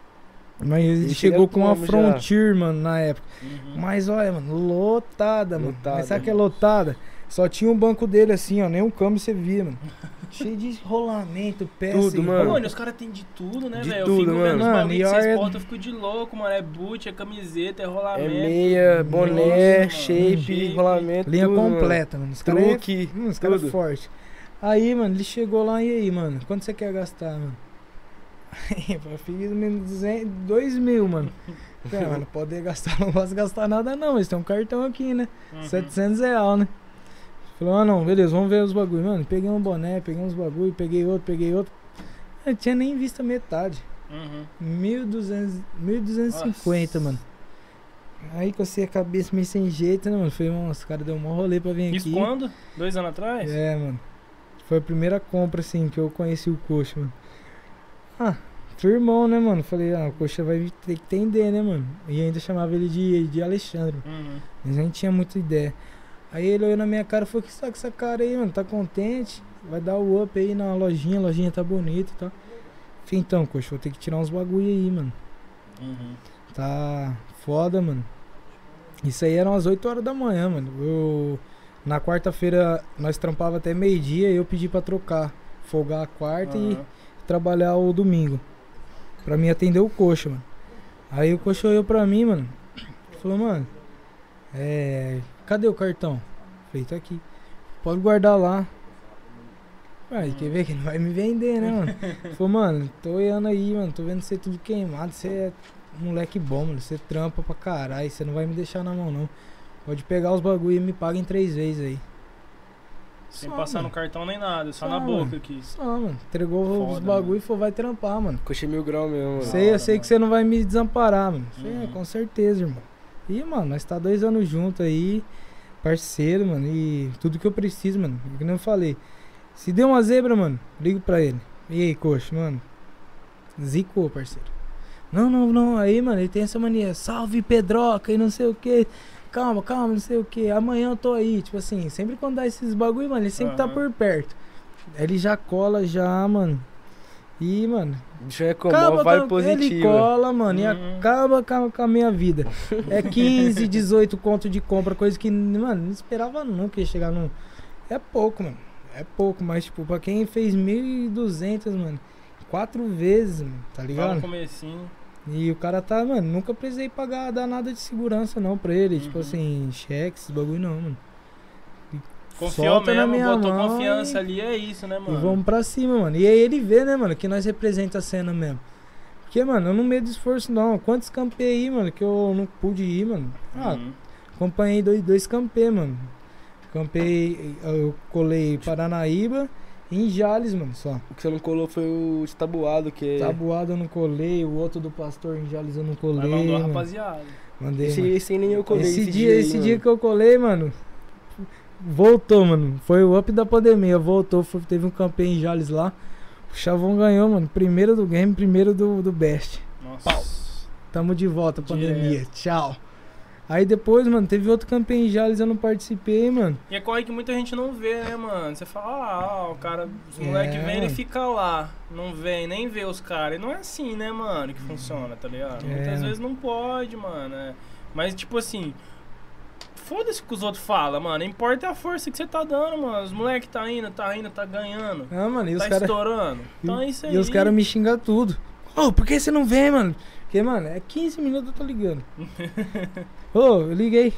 Mas ele Ele chegou chega com uma como já? Frontier, mano, na época. Uhum. Mas olha, mano, lotada, mano. Lotada. Mas sabe que é lotada? Só tinha um banco dele assim, ó, nem um câmbio você via, mano. Cheio de rolamento, peça Tudo, e mano. Mano, os caras têm de tudo, né, De velho? Eu tudo, fico mano. vendo os Mano, bagulho e que vocês olha- botam, eu fico de louco, mano. É boot, é camiseta, é É rolamento. meia, boné, Nossa, shape, shape, rolamento, linha tudo, mano. completa, mano. Os caras é, Truque, hum, os cara é tudo. forte. Aí, mano, ele chegou lá e aí, mano, quanto você quer gastar, mano? Aí, eu fiz menos duzentos, dois mil, mano. É, mano, poder gastar, não posso gastar nada não, mas tem um cartão aqui, né? Uhum. setecentos reais, né? Falou, ah não, beleza, vamos ver os bagulho. Mano, peguei um boné, peguei uns bagulho, peguei outro, peguei outro. Eu tinha nem visto a metade. Uhum. mil e duzentos, mil duzentos e cinquenta, Nossa. mano. Aí cocei a cabeça meio sem jeito, né, mano? Falei, mano, os caras deu um maior rolê pra vir Isso aqui. quando? Dois anos atrás? É, mano. Foi a primeira compra, assim, que eu conheci o Coxa, mano. Ah, firmão, né, mano? Falei, ah, o Coxa vai ter que entender, né, mano? E ainda chamava ele de, de Alexandre. Uhum. Mas a gente tinha muita ideia. Aí ele olhou na minha cara e falou, que sabe com essa cara aí, mano? Tá contente? Vai dar o up aí na lojinha, a lojinha tá bonita e tal. Falei, então, Coxa, vou ter que tirar uns bagulho aí, mano. Uhum. Tá foda, mano. Isso aí eram as oito horas da manhã, mano. Eu... Na quarta-feira nós trampava até meio-dia e eu pedi pra trocar. Folgar a quarta e Aham. trabalhar o domingo. Pra mim atender o Coxa, mano. Aí o Coxa olhou pra mim, mano. Falou, mano, é... cadê o cartão? Falei, tá aqui. Pode guardar lá. Aí, quer ver que ele vai me vender, né, mano? Falou, mano, tô olhando aí, mano. Tô vendo você tudo queimado. Você é moleque bom, mano. Você trampa pra caralho. Você não vai me deixar na mão, não. Pode pegar os bagulho e me paga em três vezes aí. Sem Só, passar mano. no cartão nem nada, só, Só, na boca mano. aqui. Só, mano. Entregou Foda, os bagulho mano. e falou, vai trampar, mano. Coxa mil grau mesmo, mano. Sei, eu hora, sei mano. que você não vai me desamparar, mano. Falei, Uhum. é, com certeza, irmão. E, mano, nós tá dois anos juntos aí, parceiro, mano. E tudo que eu preciso, mano. Que nem eu falei. Se deu uma zebra, mano, ligo pra ele. E aí, Coxa, mano. Zicou, parceiro. Não, não, não. Aí, mano, ele tem essa mania. Salve, Pedroca e não sei o que. Calma, calma, não sei o que. Amanhã eu tô aí. Tipo assim, sempre quando dá esses bagulho, mano, ele sempre tá Aham. por perto. Aí ele já cola, já, mano. E, mano, Deixa eu como, acaba vai com- positivo. Ele cola, mano, e Uhum. acaba com, com a minha vida. É quinze, dezoito conto de compra, coisa que, mano, não esperava nunca ia chegar no... É pouco, mano. É pouco, mas, tipo, pra quem fez mil e duzentos, mano, quatro vezes, mano, tá Lá no ligado? comecinho. E o cara tá, mano, nunca precisei pagar, dar nada de segurança, não, pra ele. Tipo Uhum. assim, cheque, esses bagulho não, mano. Confiou Solta na mesmo, minha botou mão confiança e- ali, é isso, né, E mano? vamos pra cima, mano. E aí ele vê, né, mano, que nós representa a cena mesmo. Porque, mano, eu não medo esforço, não. Quantos campei aí, mano, que eu não pude ir, mano? Ah, Uhum. acompanhei dois, dois campei, mano. Campei, eu colei Paranaíba e em Jales, mano, só. O que você não colou foi o de tabuado, que é... Tabuado eu não colei, o outro do Pastor em Jales eu não Mas colei, mandou a mano. rapaziada. Mandei, Esse, mano. esse nem eu colei Esse, esse, dia, aí, esse mano. dia que eu colei, mano, voltou, mano. Foi o up da pandemia, voltou. Foi, teve um campeão em Jales lá. O Chavão ganhou, mano. Primeiro do game, primeiro do, do best. Nossa. tamo de volta, pandemia, Direto. tchau. Aí depois, mano, teve outro campeão em Jales, eu não participei, mano. E é corre que muita gente não vê, né, mano? Você fala, ah, o cara, os moleque É, vem e mano. fica lá. Não vem, nem vê os caras. E não é assim, né, mano, que funciona, tá ligado? É. Muitas vezes não pode, mano. é. Mas, tipo assim, foda-se o que os outros falam, mano. Importa é a força que você tá dando, mano. Os moleque tá indo, tá indo, tá ganhando. Ah, mano, e os Tá caras. estourando. Então é isso aí. E os caras me xingam tudo. Ô, por que você não vem, mano? Porque, mano, é quinze minutos eu tô ligando. Ô, eu liguei.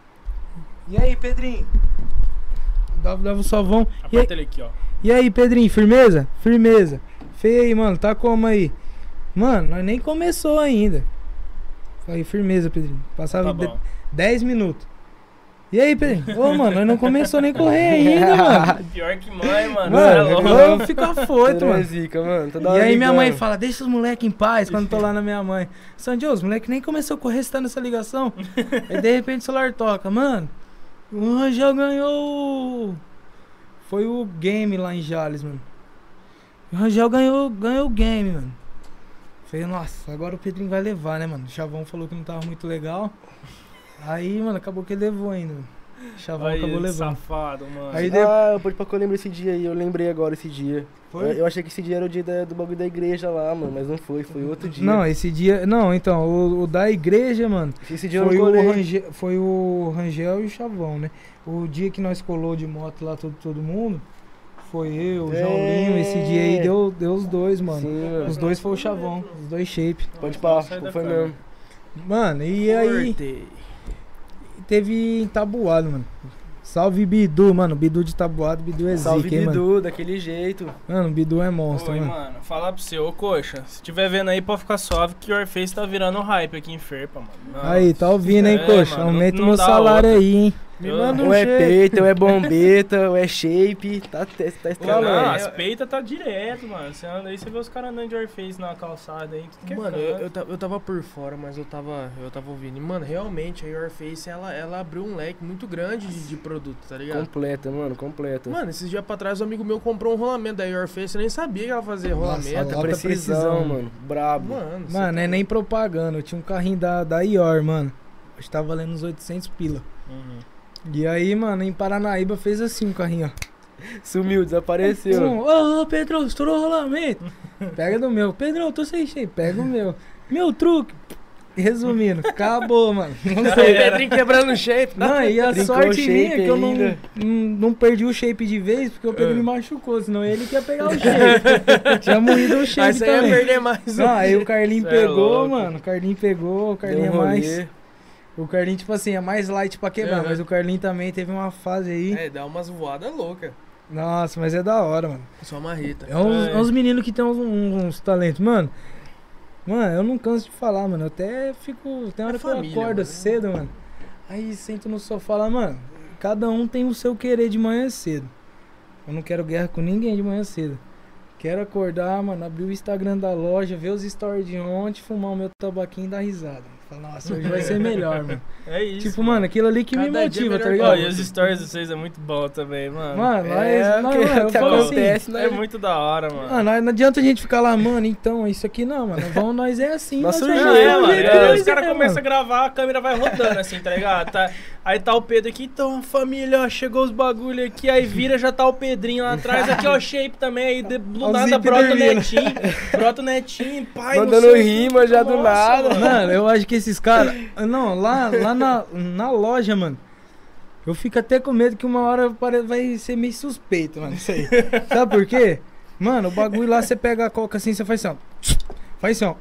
E aí, Pedrinho? Dava, dava o sovão. E aí, Aperta ele aqui, ó. e aí, Pedrinho, firmeza? Firmeza. Feio aí, mano, tá como aí? Mano, nós nem começou ainda. Falei, firmeza, Pedrinho. Passava Tá de- bom. dez minutos. E aí, Pedrinho? Ô, mano, nós não começou nem a correr ainda, mano. Pior que mãe, mano. Mano, Cê é louco. eu fico afoito, Pedrão é mano. zica, mano. Toda E hora aí minha mãe ligando. fala, deixa os moleques em paz quando eu tô lá na minha mãe. Sandy, os moleques nem começou a correr, você tá nessa ligação. Aí de repente o celular toca, mano, o Rangel ganhou. o- Foi o game lá em Jales, mano. O Rangel ganhou, ganhou o game, mano. Falei, nossa, agora o Pedrinho vai levar, né, mano? O Chavão falou que não tava muito legal. Aí, mano, acabou que ele levou ainda, mano. O Chavão Aí, acabou levando. safado, mano. Aí de- Ah, pode pra que eu lembro esse dia aí, eu lembrei agora esse dia. Foi? Eu, eu achei que esse dia era o dia da- do bagulho da igreja lá, mano, mas não foi, foi outro dia. Não, esse dia. Não, então, o, o da igreja, mano. esse dia eu Foi não o, colei. Rangel, foi o Rangel e o Chavão, né? O dia que nós colou de moto lá todo, todo mundo, foi eu, o É. Jaulinho, esse dia aí deu, deu os dois, mano. Sim, mano. Os dois foi o Chavão, os dois shape. Pode pá, Sai da foi câmera. mesmo. Mano, e aí Cortei. teve entabuado, mano. Salve Bidu, mano. Bidu de tabuado, Bidu é Salve zica, hein, mano. Bidu, daquele jeito. Mano, Bidu é monstro, Oi, mano. mano, falar pra você, ô coxa, se tiver vendo aí, pode ficar suave que o Warface tá virando hype aqui em Ferpa, mano. Não, Aí, tá ouvindo, hein, É, coxa? mano, Aumenta não o meu dá salário outra. aí, hein. Me Eu- manda um Ou é shape. peito, ou é bombeta, ou é shape, tá, tá Não, estralando. não, é- as peitas tá direto, mano. Você anda aí, você vê os caras andando de Warface na calçada aí, tudo que é Mano, canto. eu, eu, ta- eu tava por fora, mas eu tava, eu tava ouvindo. E, mano, realmente a Your Face, ela, ela abriu um leque muito grande de, de produto, tá ligado? Completa, mano, completa. Mano, esses dias pra trás, um amigo meu comprou um rolamento da Your Face, eu nem sabia que ela fazia Nossa, rolamento. alta Alta precisão, precisão. mano, brabo. Mano, cê Mano, tá é nem propaganda. Eu tinha um carrinho da, da Ior, mano. Hoje tá valendo uns oitocentos pila. Uhum. E aí, mano, em Paranaíba fez assim um carrinho, ó. Sumiu, desapareceu. Um, Ô, ô, Pedrão, estourou o rolamento. Pega do meu. Pedrão, tô sem shape. Pega o meu. Meu truque. Resumindo, acabou, mano. Não O sei. Pedrinho quebrando o shape. Não, e a Trincou sorte o minha é shape que eu não, ainda. não, não perdi o shape de vez, porque o Pedro É. me machucou, senão ele que ia pegar o shape. Tinha morrido o Aí shape você ia também. perder mais um. Não, aí o Carlinho Cê é pegou, louco. mano. O Carlinho pegou, o Deu Carlinho um é mais. rolê. O Carlinho, tipo assim, é mais light pra quebrar, Uhum. mas o Carlinho também teve uma fase aí. É, dá umas voadas loucas. Nossa, mas é da hora, mano. Só uma rita. É uns, É. é uns meninos que tem uns, uns, uns talentos. Mano, mano, eu não canso de falar, mano. Eu até fico. Tem hora É que eu família, acordo mano. cedo, mano. Aí sento no sofá lá, mano. Cada um tem o seu querer de manhã cedo. Eu não quero guerra com ninguém de manhã cedo. Quero acordar, mano, abrir o Instagram da loja, ver os stories de ontem, fumar o meu tabaquinho e dar risada. Falar, nossa, hoje vai ser melhor, mano. É isso. Tipo, mano, aquilo ali que me Cada dia motiva, tá melhor Ó, ligado? e os stories de vocês é muito bom também, mano. Mano, É, nós, o que- não, eu que falo assim, acontece, né? É muito da hora, mano. mano, não adianta a gente ficar lá, mano, então, isso aqui não, mano. Vamos, nós é assim, Nosso nós jeito, é, É, do mano, jeito é, que os nós caras é, começam a mano. gravar, a câmera vai rodando assim, tá ligado? Tá, aí tá o Pedro aqui, então família, ó, chegou os bagulho aqui, aí vira, já tá o Pedrinho lá atrás, aqui ó, o shape também, aí de, do Ó o nada Zip brota o dormindo. netinho, brota o netinho, pai, não Mandando sei o quê. rima já do Nossa, nada. mano. Mano, eu acho que esses caras. Não, lá, lá na, na loja, mano. Eu fico até com medo que uma hora pare- vai ser meio suspeito, mano. Isso aí. Sabe por quê? Mano, o bagulho lá, você pega a coca assim, você faz assim, ó. Faz assim, ó.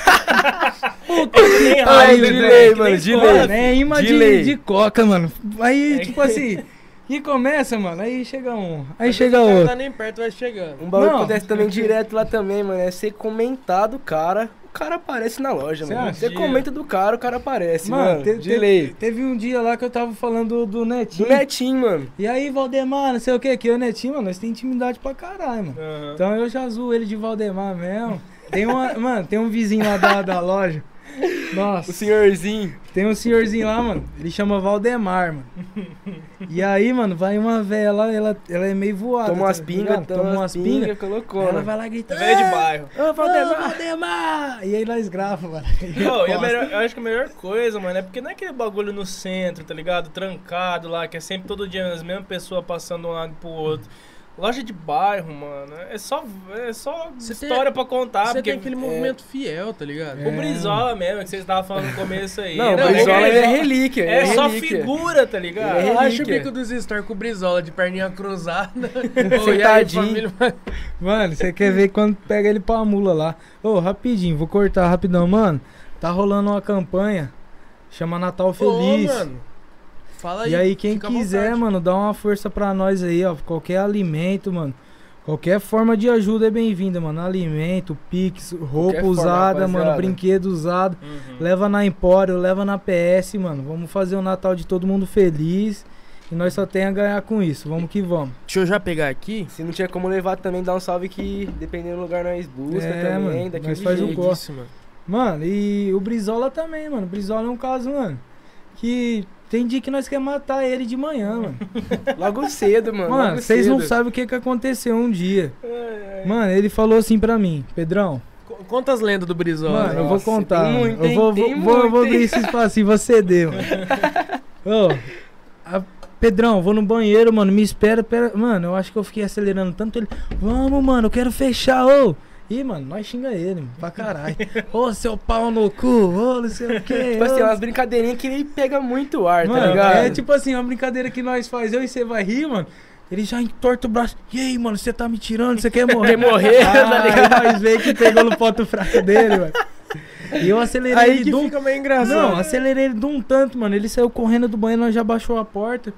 Puta que Nem Ah, é raiva, de velho, lei, que mano, nem de escola. lei. Mano, é imã De de, lei. de coca, mano. Aí, É. tipo assim. E começa, mano. Aí chega um. Aí Às chega vezes o cara outro. tá nem perto, vai chegando. Um bagulho Não. que acontece também direto lá também, mano, é ser comentado, cara. O cara aparece na loja, Cê mano. acha? Você comenta do cara, o cara aparece, Mano, mano. te- de te- lei. teve um dia lá que eu tava falando do, do Do Netinho. Netinho, mano. E aí, Valdemar, não sei o que, que o Netinho, mano, nós temos intimidade pra caralho, mano. Aham. Então eu já zoo ele de Valdemar mesmo. Tem uma, mano, tem um vizinho lá da, da loja. Nossa. O senhorzinho. Tem um senhorzinho lá, mano. Ele chama Valdemar, mano. E aí, mano, vai uma velha lá, ela, ela é meio voada. Toma umas tá pingas, ligado? toma umas pingas, colocou, Ela né? vai lá gritar. Velho de bairro. Ô, Valdemar! Valdemar! E aí nós grava, mano. E Pô, e a posta. melhor- eu acho que a melhor coisa, mano, é porque não é aquele bagulho no centro, tá ligado? Trancado lá, que é sempre todo dia as mesmas pessoas passando de um lado pro outro. Loja de bairro, mano, é só, é só Você história tem- pra contar. Você porque tem aquele movimento fiel, tá ligado? O Brizola mesmo, que vocês estavam falando no começo aí. Não, o Não, Brizola ele é relíquia. É só relíquia. figura, tá ligado? Ele é Eu acho o relíquia. bico dos stories com o Brizola de perninha cruzada. Ô, e aí, Sentadinho. família? Mano, você quer ver quando pega ele pra mula lá. Ô, rapidinho, vou cortar rapidão. Mano, tá rolando uma campanha, chama Natal Feliz. Ô, mano. Fala aí. E aí, quem fica à quiser, vontade. mano, dá uma força pra nós aí, ó. Qualquer alimento, mano. Qualquer forma de ajuda é bem-vinda, mano. Alimento, pix, roupa Qualquer forma, usada, mano. rapaziada. Brinquedo usado. Uhum. Leva na Empório, leva na P S, mano. Vamos fazer o Natal de todo mundo feliz. E nós só tem a ganhar com isso. Vamos que vamos. Deixa eu já pegar aqui. Se não tinha como levar também, dá um salve que, dependendo do lugar, nós busca É, também, mano, daquele nós faz um jeito. corre. Isso, mano. Mano, e o Brizola também, mano. O Brizola é um caso, mano, que tem dia que nós quer matar ele de manhã, mano. Logo cedo, mano. Mano, logo vocês não cedo. sabem o que que aconteceu um dia. Mano, ele falou assim pra mim, Pedrão, Co- Conta as lendas do Brizola. mano, eu vou Nossa, contar. tem mano. muito, eu hein? vou, Tem vou, vou, muito, vou hein? abrir esse espacinho, vou ceder, mano. Ô, a- Pedrão, vou no banheiro, mano, me espera, pera. Mano, eu acho que eu fiquei acelerando tanto ele. Vamos, mano, eu quero fechar, ô. Ih, mano, nós xinga ele, mano, pra caralho. Ô, seu pau no cu, ô, não sei o quê. Tipo assim, ô. umas brincadeirinhas que ele pega muito ar, tá Mano, ligado? é tipo assim, uma brincadeira que nós faz, eu e você vai rir, mano. Ele já entorta o braço. E aí, mano, você tá me tirando? Você quer morrer? Quer morrer, ah, tá ligado? Aí nós veio que pegou no ponto fraco dele, mano. E eu acelerei Aí ele que de um... fica meio engraçado. Não, acelerei ele de um tanto, mano. Ele saiu correndo do banheiro, nós já baixou a porta.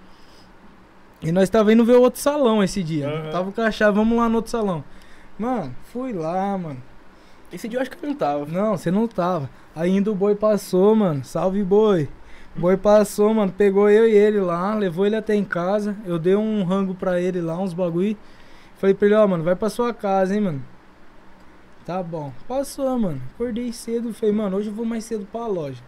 E nós tava indo ver o outro salão esse dia. Aham. Tava com a chave, vamos lá no outro salão. Mano, fui lá, mano. Esse dia eu acho que eu não tava. Não, você não tava. Ainda o boi passou, mano. Salve, boi. O boi passou, mano. Pegou eu e ele lá, levou ele até em casa. Eu dei um rango pra ele lá, uns bagulho. Falei pra ele, ó, mano, vai pra sua casa, hein, mano. Tá bom. Passou, mano. Acordei cedo. Falei, mano, hoje eu vou mais cedo pra loja.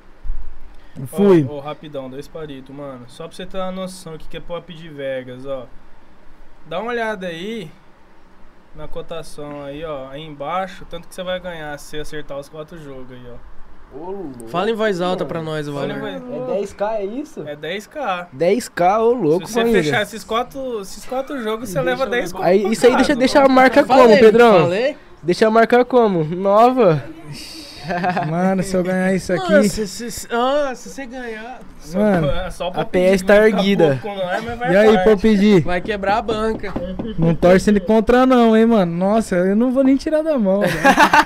Eu Fui. Ó, ó, rapidão, dois palitos, mano. Só pra você ter uma noção o que que é Pop de Vegas, ó. Dá uma olhada aí na cotação aí, ó. Aí embaixo, tanto que você vai ganhar se você acertar os quatro jogos aí, ó. Ô, louco. Fala em voz alta Mano, pra nós o Fala em valor. voz- É dez k, é isso? É dez k. dez k, ô louco, Se você família. fechar esses quatro, esses quatro jogos, você Deixa leva eu dez ver conto Aí, pra isso aí casa, deixa, mano. deixa a marca Falei, como, Pedrão? Falei? Deixa a marca como? Nova? Mano, se eu ganhar isso aqui. Ah, se, se, ah, se você ganhar, Só- Mano, é só pra a pedir, P S tá vai ficar erguida. pouco com nós, mas vai E aí, parte. pra pedir? vai quebrar a banca. Não torce ele contra não, hein, mano. Nossa, eu não vou nem tirar da mão, velho.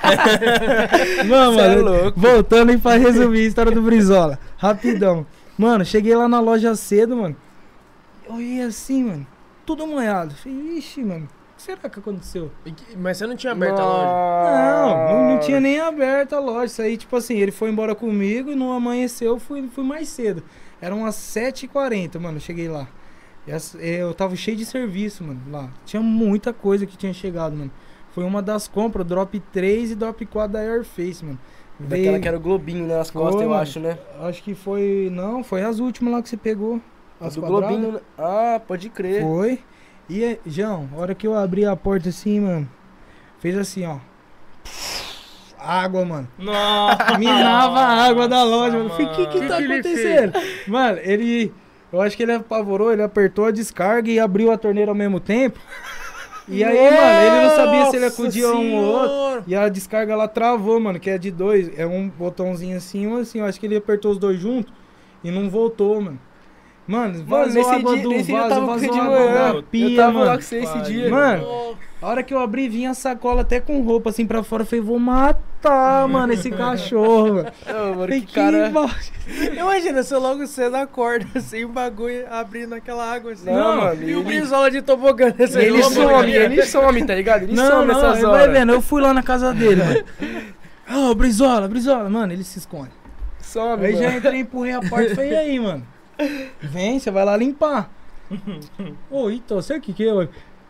Não, Cê é mano, louco. voltando aí pra resumir a história do Brizola. Rapidão. Mano, cheguei lá na loja cedo, mano. Olhei assim, mano. Tudo molhado. Falei, ixi, mano. O que será que aconteceu? E que- Mas você não tinha aberto a loja? Não, não, não tinha nem aberto a loja. Isso aí, tipo assim, ele foi embora comigo e no amanheceu eu fui, fui mais cedo. Era umas sete e quarenta, mano, eu cheguei lá. E as- Eu tava cheio de serviço, mano, lá. Tinha muita coisa que tinha chegado, mano. Foi uma das compras, Drop três e Drop quatro da Airface, mano. Daquela Veio- que era o globinho, né? Nas Foi, costas, eu mano. acho, né? Acho que foi... Não, foi as últimas lá que você pegou. As do quadradas. globinho. né? Ah, pode crer. Foi. E, eh, João, a hora que eu abri a porta assim, mano, fez assim, ó. Água, mano. Nossa, Minava a água da loja, mano. Falei, o que que Que tá que ele acontecendo? Mano, ele... Eu acho que ele apavorou, ele apertou a descarga e abriu a torneira ao mesmo tempo. E aí, mano, ele não sabia se ele Nossa acudia um ou outro. Senhora! E a descarga lá travou, mano, que é de dois. É um botãozinho assim, um assim. Eu acho que ele apertou os dois juntos e não voltou, mano. Mano, Mano, vazou nesse água dia, do nesse dia eu vaso, tava com você vazou de água manhã. da Eu pia, eu tava mano. lá com você esse Pai, dia. Mano, Oh, a hora que eu abri, vinha a sacola até com roupa assim pra fora. Eu falei, vou matar, mano, esse cachorro, mano. Ô, mano, Falei, que cara... bosta. imagina, você logo cedo acorda assim, o bagulho abrindo aquela água assim. Não, mano, E o ele- Brizola de tobogã nesse E ele jogo, some, né? ele some, tá ligado? Ele Não, some não, nessas ele vai horas. vendo. Eu fui lá na casa dele, mano. Ô, Brizola, Brizola. Mano, ele se esconde. Some, Aí mano. já entrei, empurrei a porta e falei, e aí, mano? Vem, você vai lá limpar. Ô, então, sei o que que eu...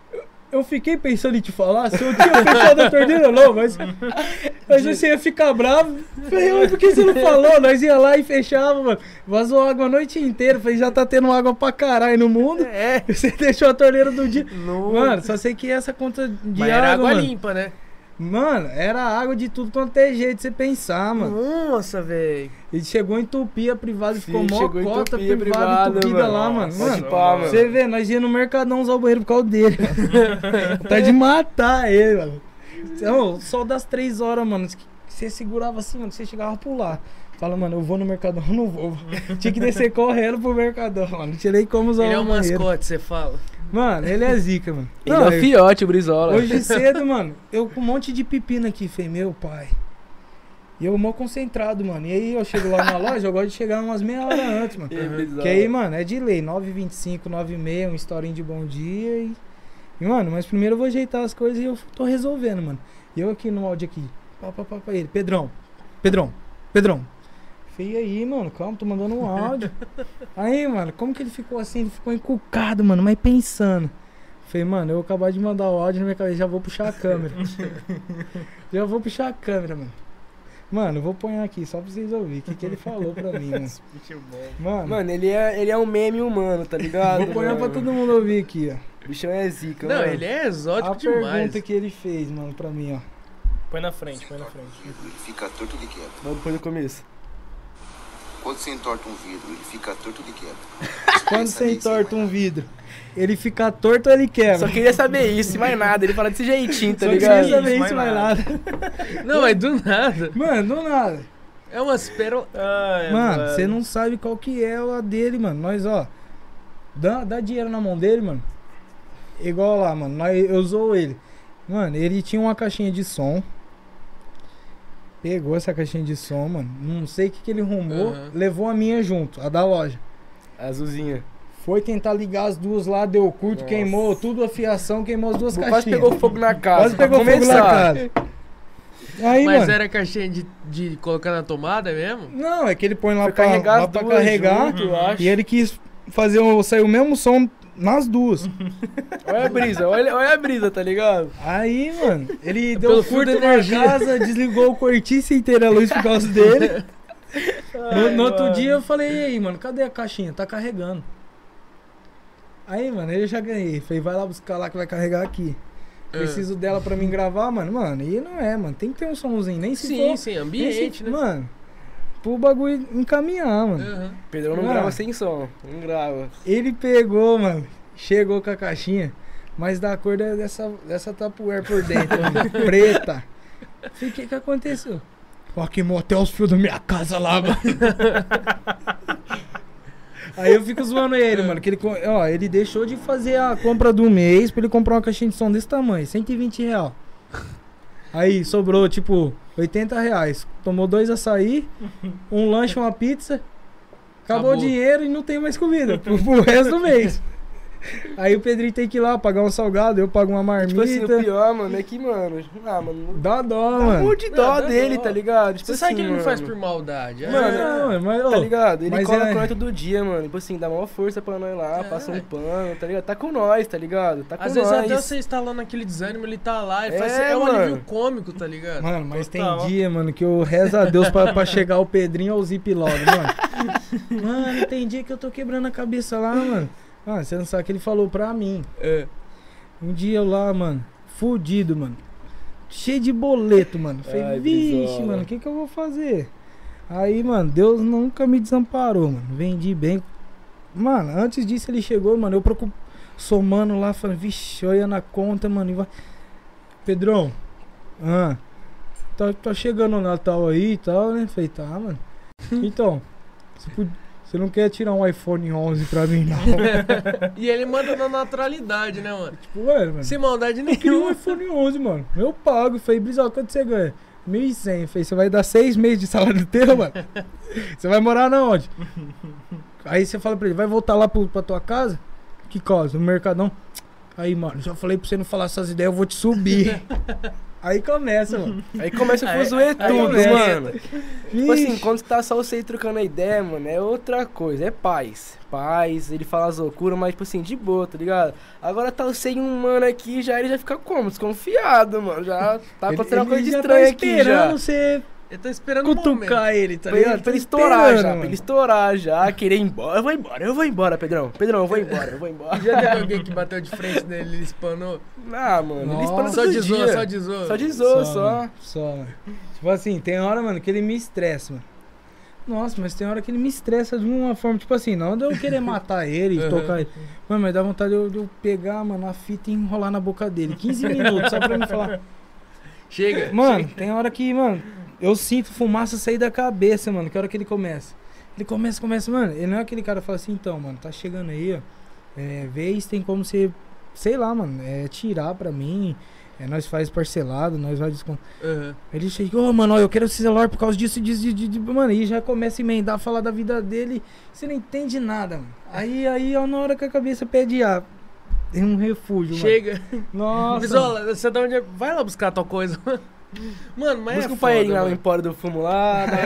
Eu fiquei pensando em te falar se eu tinha fechado a torneira ou não, mas, mas você ia ficar bravo. Falei, mas por que você não falou? Nós ia lá e fechava, mano. Vazou água a noite inteira. Falei, já tá tendo água pra caralho no mundo. É. Você deixou a torneira do dia. Não. Mano, só sei que essa conta de Mas água, era água mano, limpa, né? Mano, era água de tudo quanto é jeito de você pensar, mano. Nossa, velho. Ele chegou a entupir a privada e ficou Sim, mó chegou a cota entupir a privada privada, entupida mano. lá, mano. Pode Mano, pá, mano. você vê, nós ia no Mercadão usar o banheiro por causa dele, mano. Tá de matar ele, mano. Então, só das três horas, mano, que você segurava assim, mano, você chegava a pular. Fala, mano, eu vou no Mercadão, não vou. Tinha que descer correndo pro Mercadão, mano. Não tinha nem como usar Ele é o um banheiro. mascote, você fala. Mano, ele é zica, mano. Ele Não, é o fiote, o Brizola. Hoje cedo, mano, eu com um monte de pepino aqui, falei, meu pai. E eu mó concentrado, mano. E aí eu chego lá na loja, eu gosto de chegar umas meia hora antes, mano. Ih, Brizola. Que aí, mano, é de lei, nove e vinte e cinco, nove e meia, uma historinha de bom dia e... e... mano, mas primeiro eu vou ajeitar as coisas e eu tô resolvendo, mano. E eu aqui no áudio aqui, pá, pá, pá, pra ele, Pedrão, Pedrão, Pedrão. Falei, e aí, mano, calma, tô mandando um áudio. Aí, mano, como que ele ficou assim? Ele ficou encucado, mano, mas pensando. Falei, mano, eu vou acabar de mandar o áudio na minha cabeça, já vou puxar a câmera. Já vou puxar a câmera, mano. Mano, eu vou pôr aqui só pra vocês ouvirem o que, que ele falou pra mim, mano. Mano, Mano, ele é, ele é um meme humano, tá ligado? vou pôr mano? pra todo mundo ouvir aqui, ó. O bichão é zica, Não, mano. ele é exótico A demais. pergunta que ele fez, mano, pra mim, ó. Põe na frente, põe na frente. Ele fica torto de quieto. Vamos depois do começo. Quando você entorta um vidro, ele fica torto de quieto. Quando você entorta um vidro, ele fica torto ou ele quebra? Só queria saber isso, e mais nada. Ele fala desse jeitinho, tá Só ligado? queria saber Isso, isso, mais mais nada. Não, é do nada. Mano, do nada. É umas pérolas. Ai, Mano, você não sabe qual que é a dele, mano. Nós, ó, dá, dá dinheiro na mão dele, mano. Igual lá, mano. Nós, eu usou ele. Mano, ele tinha uma caixinha de som. Pegou essa caixinha de som, mano. Não sei o que, que ele arrumou. Uhum. Levou a minha junto, a da loja. Azulzinha. Foi tentar ligar as duas lá, deu curto, Nossa. queimou tudo a fiação, queimou as duas Quase caixinhas. pegou fogo na casa. Quase pra pegou fogo na começar. casa. Aí, Mas mano. era caixinha de, de colocar na tomada mesmo? Não, é que ele põe lá Foi pra, carregar lá as pra duas carregar. junto, eu acho. E ele quis fazer o, sair o mesmo som nas duas. Olha a brisa, olha, olha a brisa, tá ligado? Aí, mano, ele Pelo deu fio curto da na energia. casa, desligou o cortiço inteiro a luz por causa dele. No, no outro dia eu falei, e aí, mano, cadê a caixinha? Tá carregando. Aí, mano, eu já ganhei. Falei, vai lá buscar lá que vai carregar aqui. Preciso dela pra mim gravar, mano. Mano, e não é, mano. Tem que ter um somzinho. Nem se Sim, for, sim, nem ambiente, se- né? Mano, pro bagulho encaminhar, mano. Uhum. Pedrão não Mano. grava sem som. Não grava. Ele pegou, mano, chegou com a caixinha, mas da cor da- dessa, dessa tapuer por dentro, mano, preta. Falei, o que que aconteceu? Ó, queimou até os fios da minha casa lá, mano. Aí eu fico zoando ele, mano, que ele, co- ó, ele deixou de fazer a compra do mês pra ele comprar uma caixinha de som desse tamanho, cento e vinte reais. Aí sobrou, tipo, oitenta reais. Tomou dois açaí, um lanche, uma pizza. Acabou, Acabou. o dinheiro e não tem mais comida pro, pro resto do mês. Aí o Pedrinho tem que ir lá pagar um salgado, eu pago uma Tipo assim, marmita. o pior, mano, é que, mano. Ah, mano. Dá dó, Dá um mano. monte de dó Não, dá dele, dó. tá ligado? Tipo Você sabe assim, que ele não mano. faz por maldade. É, Mano, Não, mas, ô, Tá ligado? Ele mas cola é- com nós todo dia, mano. Tipo assim, dá maior força pra nós lá, É. passa um pano, tá ligado? Tá com nós, tá ligado? Tá com às nós. vezes até você instalando aquele desânimo, ele tá lá e faz. É, É um mano. alívio cômico, tá ligado? Mano, mas Total. tem dia, mano, que eu rezo a Deus pra, pra chegar o Pedrinho ou o Zip logo, mano. Mano, tem dia que eu tô quebrando a cabeça lá, mano. Ah, você não sabe o que ele falou pra mim. É. Um dia eu lá, mano, fudido, mano. Cheio de boleto, mano. Falei, Ai, vixe, Brizola. mano, o que que eu vou fazer? Aí, mano, Deus nunca me desamparou, mano. Vendi bem. Mano, antes disso ele chegou, mano, eu procuro somando lá, falando, vixe, olha na conta, mano. E vai... Pedrão, ah, tá, tá chegando o Natal aí e tal, né? Falei, tá, mano. Então, você, pod- você não quer tirar um iPhone onze pra mim, não? E ele manda na naturalidade, né, mano? Tipo, ué, mano. Sem maldade Eu queria um nenhuma. iPhone onze, mano. Eu pago. Falei, Brizola, quanto você ganha? mil e cem. Falei, você vai dar seis meses de salário teu, mano? Você vai morar na onde? Aí você fala pra ele, vai voltar lá pro, pra tua casa? Que causa? No Mercadão? Aí, mano, já falei pra você não falar essas ideias, eu vou te subir. Aí começa, mano. Aí começa a Aí- fuzuer aí tudo, começa. mano. Tipo assim, Vixe. quando tá só você aí trocando a ideia, mano, é outra coisa. É paz. Paz, ele fala as loucuras, mas tipo assim, de boa, tá ligado? Agora tá você e um mano aqui, já ele já fica como? Desconfiado, mano. Já tá Ele- acontecendo uma ele coisa já estranha tá aqui já. esperando você Eu tô esperando um momento. cutucar ele, tá Pra ele, ligado? pra ele Tá estourar esperando, já, mano. pra ele estourar já, querer ir embora. Eu vou embora, eu vou embora, Pedrão. Pedrão, eu vou embora, eu vou embora. Já teve alguém que bateu de frente nele, ele espanou? Ah, mano, ele Nossa. espana Só todo de zoa, dia. só de zoa. Só de zoa, só. Mano, só, mano. Tipo assim, tem hora, mano, que ele me estressa, mano. Nossa, mas tem hora que ele me estressa de uma forma, tipo assim, não de eu querer matar ele, Uhum. tocar ele. Mano, mas dá vontade de eu, de eu pegar, mano, a fita e enrolar na boca dele. quinze minutos, só pra me falar. Chega. Mano, tem hora que, mano, eu sinto fumaça sair da cabeça, mano, que hora que ele começa. Ele começa, começa, mano, ele não é aquele cara que fala assim, então, mano, tá chegando aí, ó. É, vez tem como você, sei lá, mano, é tirar pra mim. É, nós faz parcelado, nós vai descontar. Uhum. Ele chega, ô, mano, ó, eu quero esse celular por causa disso, disso, disso, disso, mano, e já começa a emendar, falar da vida dele, você não entende nada, mano. Aí, aí, ó, na hora que a cabeça pede, ah, tem um refúgio, Chega. mano. Nossa. Bisola, você tá onde é? Vai lá buscar tal coisa. Mano, mas Busca é o paeirinho lá foda, no mano. Empório do Fumo lá. dá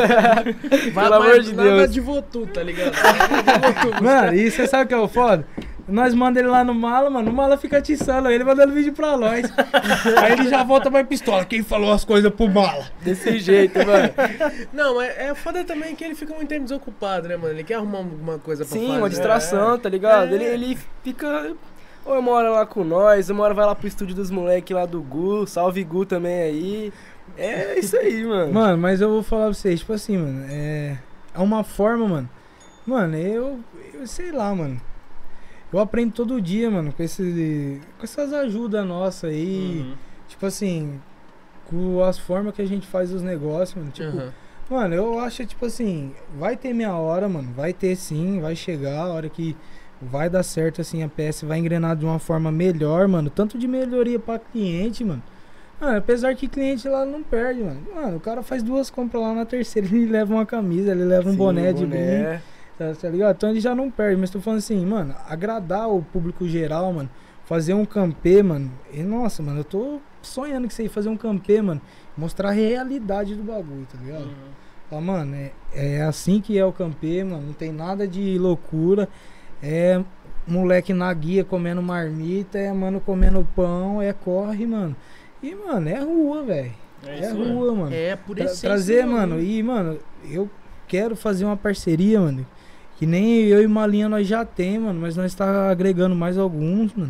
Vai, Pelo vai, amor de nada Deus. de Votu, tá ligado? Nada de Votu, Mano, e você sabe o que é o foda? Nós manda ele lá no mala, mano, o mala fica atiçando, ele mandando vídeo pra nós. Aí ele já volta pra pistola, quem falou as coisas pro mala? Desse jeito, mano. Não, mas é foda também que ele fica muito tempo desocupado, né, mano? Ele quer arrumar alguma coisa pra Sim, fazer. uma distração, tá ligado? É. Ele, ele fica... Ou uma hora lá com nós, uma hora vai lá pro estúdio dos moleques lá do Gu, salve Gu também aí. É isso aí, mano. Mano, mas eu vou falar pra vocês, tipo assim, mano, é... É uma forma, mano. Mano, eu... Eu sei lá, mano. Eu aprendo todo dia, mano, com, esse, com essas ajudas nossas aí. Uhum. Tipo assim, com as formas que a gente faz os negócios, mano. Tipo, Uhum. mano, eu acho, tipo assim, vai ter minha hora, mano. Vai ter sim, vai chegar a hora que vai dar certo, assim, a P S vai engrenar de uma forma melhor, mano. Tanto de melhoria pra cliente, mano. Mano, apesar que cliente lá não perde, mano. Mano, o cara faz duas compras lá, na terceira ele leva uma camisa, ele leva um Sim, boné um de brinde. Tá, tá ligado? Então ele já não perde, mas tô falando assim, mano, agradar o público geral, mano, fazer um campê, mano, e nossa, mano, eu tô sonhando que isso aí, fazer um campê, mano, mostrar a realidade do bagulho, tá ligado? Uhum. Fala, mano, é, é assim que é o campê, mano, não tem nada de loucura, é moleque na guia comendo marmita, é mano comendo pão, é corre, mano, e mano, é rua, velho, É é isso aí. rua, mano. É, por Tra- isso. trazer, mano, e, mano, eu quero fazer uma parceria, mano, que nem eu e Malinha nós já tem, mano, mas nós tá agregando mais alguns, mano.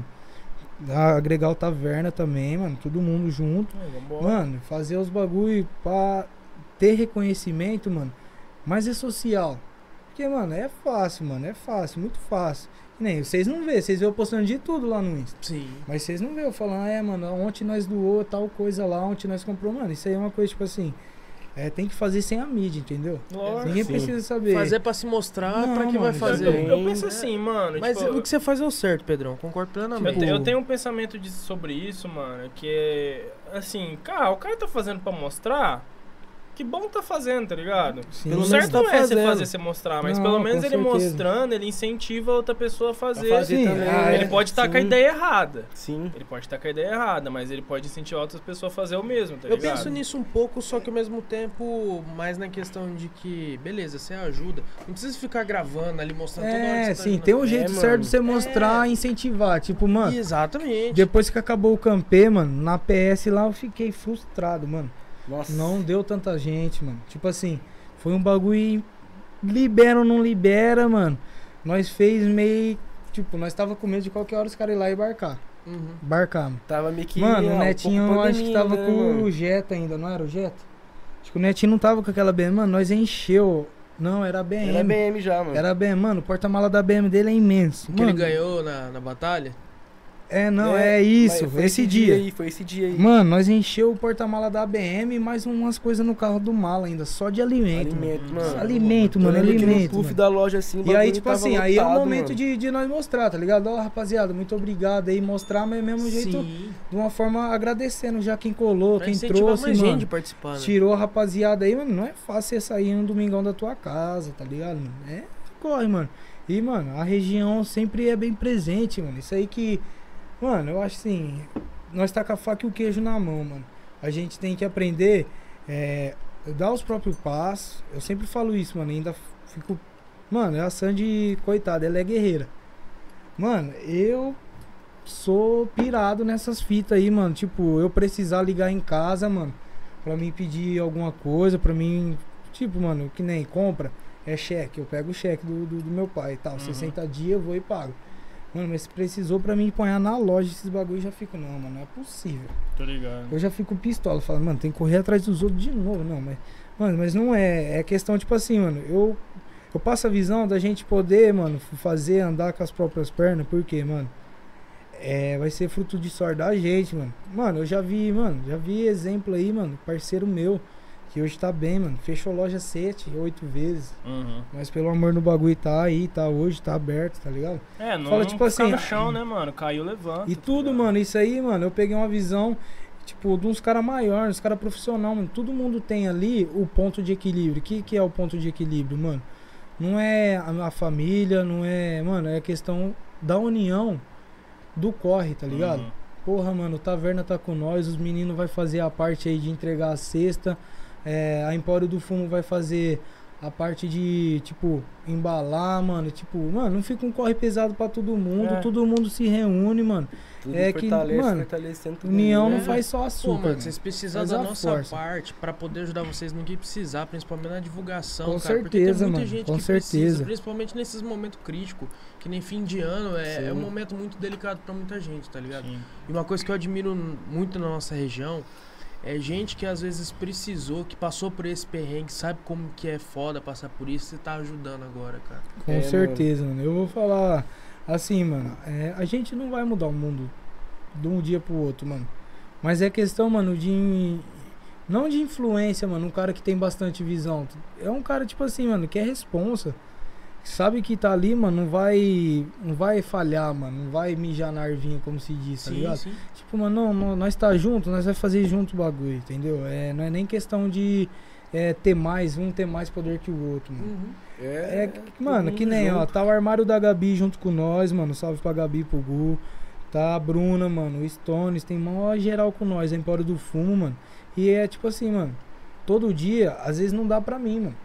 Ah, agregar o Taverna também, mano, todo mundo junto. Mano, fazer os bagulho pra ter reconhecimento, mano, mas é social. Porque, mano, é fácil, mano, é fácil, muito fácil. Que nem, vocês não vê, vocês vê eu postando de tudo lá no Insta. Sim. Mas vocês não vê eu falando, ah, é, mano, ontem nós doou tal coisa lá, ontem nós comprou, mano, isso aí é uma coisa, tipo assim, é, tem que fazer sem a mídia, entendeu? Lógico. Ninguém Sim. precisa saber. Fazer pra se mostrar, Não, pra que mano, vai Eu, fazer. eu- eu penso assim, mano. Mas tipo, o que você faz é o certo, Pedrão. Concordo Eu, plenamente. te- eu tenho um pensamento de- sobre isso, mano, que é assim, cara, o cara tá fazendo pra mostrar, que bom tá fazendo, tá ligado? Sim. Pelo O menos certo tá não é você fazendo. fazer você mostrar, mas Não, pelo com menos ele certeza. mostrando, ele incentiva a outra pessoa a fazer. fazer Sim, também. ah, Ele é, pode estar com a sim. ideia errada. Sim. Ele pode estar com a ideia errada, mas ele pode incentivar outras pessoas a fazer o mesmo, tá Eu ligado? penso nisso um pouco, só que ao mesmo tempo, mais na questão de que, beleza, você ajuda. Não precisa ficar gravando ali, mostrando toda hora que É, você tá sim, ajudando. tem um É, jeito mano. certo de você mostrar e incentivar. Tipo, mano, Exatamente. depois que acabou o campê, mano, na P S lá eu fiquei frustrado, mano. Nossa. Não deu tanta gente, mano. Tipo assim, foi um bagulho. Libera ou não libera, mano. Nós fez meio. Tipo, nós tava com medo de qualquer hora os caras ir lá e embarcar. Uhum. Embarcar, mano. Tava meio que... Mano, ah, o um Netinho pouco eu acho que pandemia, tava né, com mano? o Jetta ainda, não era o Jetta? Acho que o Netinho não tava com aquela B M, mano. Nós encheu. Não, era a B M. Era B M já, mano. Era a B M, mano. O porta-mala da B M dele é imenso. Que ele Mano, ganhou na, na batalha? É, não, é, isso. mas foi Esse dia. aí, foi esse dia aí. Mano, nós encheu o porta-mala da B M e mais umas coisas no carro do mala ainda, só de alimento. Alimento, mano. mano. Alimento, mano, Eu lembro que no alimento. puff mano. da loja assim, o E aí, bagulho tipo tava assim, aí é o lotado, momento mano. de, de nós mostrar, tá ligado? Ó, rapaziada, muito obrigado aí, mostrar, mas mesmo jeito, Sim. de uma forma agradecendo já quem colou, Pra quem incentivar trouxe, mais mano. gente a participar, né? Tirou a rapaziada aí, mano, não é fácil você sair no domingão da tua casa, tá ligado? Mano? É, corre, mano. E, mano, a região sempre é bem presente, mano. Isso aí que, mano, eu acho assim, nós tá com a faca e o queijo na mão, mano. a gente tem que aprender é, dar os próprios passos. Eu sempre falo isso, mano, ainda fico... Mano, a Sandy, coitada, ela é guerreira. Mano, eu sou pirado nessas fitas aí, mano. Tipo, eu precisar ligar em casa, mano, pra mim pedir alguma coisa, pra mim... Tipo, mano, que nem compra, é cheque. Eu pego o cheque do, do, do meu pai e tal. Uhum. sessenta dias eu vou e pago. Mano, mas se precisou pra mim ponhar na loja esses bagulho, eu já fico, não, mano, não é possível. Tô ligado. Eu já fico pistola, falando, mano, tem que correr atrás dos outros de novo. Não, mas, mano, mas não é. É questão, tipo assim, mano, eu, eu passo a visão da gente poder, mano, fazer, andar com as próprias pernas, porque, mano, é, vai ser fruto de sorte da gente, mano. Mano, eu já vi, mano, já vi exemplo aí, mano, parceiro meu, que hoje tá bem, mano, fechou loja sete, oito vezes, uhum. mas pelo amor no bagulho tá aí, tá hoje, tá aberto, tá ligado? É, não Fala, tipo ficar assim, no chão, né, mano, caiu, levanta. E tudo, tá, mano, isso aí, mano, eu peguei uma visão, tipo, de uns caras maiores, uns caras profissionais, mano, todo mundo tem ali o ponto de equilíbrio. O que, que é o ponto de equilíbrio, mano? Não é a, a família, não é, mano, é a questão da união do corre, tá ligado? Uhum. Porra, mano, o Taverna tá com nós, os meninos vai fazer a parte aí de entregar a cesta. É, a Empório do Fumo vai fazer a parte de, tipo, embalar, mano. Tipo, mano, não fica um corre pesado pra todo mundo. É. Todo mundo se reúne, mano. Tudo é que, mano, união não faz só açúcar. Pô, mano, vocês precisam da nossa força. parte pra poder ajudar vocês no que precisar, principalmente na divulgação, com cara. Certeza, porque tem muita mano, gente com que certeza. precisa, principalmente nesses momentos críticos, que nem fim de ano, é, é um momento muito delicado pra muita gente, tá ligado? Sim. E uma coisa que eu admiro muito na nossa região é gente que às vezes precisou, que passou por esse perrengue, sabe como que é foda passar por isso e tá ajudando agora, cara. Com é, certeza, mano. mano. Eu vou falar assim, mano. É, a gente não vai mudar o mundo de um dia pro outro, mano. Mas é questão, mano, de... Não de influência, mano. Um cara que tem bastante visão. É um cara, tipo assim, mano, que é responsa. Sabe que tá ali, mano, não vai não vai falhar, mano, não vai mijar na arvinha, como se diz, tá sim, ligado? Sim. Tipo, mano, não, não, nós tá junto, nós vai fazer junto o bagulho, entendeu? É, não é nem questão de é, ter mais, um ter mais poder que o outro, mano. Uhum. É, é, mano, que nem, junto. Ó, tá o armário da Gabi junto com nós, mano, salve pra Gabi e pro Gu. Tá a Bruna, mano, o Stones, tem maior geral com nós, a Empório do Fumo, mano. E é tipo assim, mano, todo dia, às vezes não dá pra mim, mano.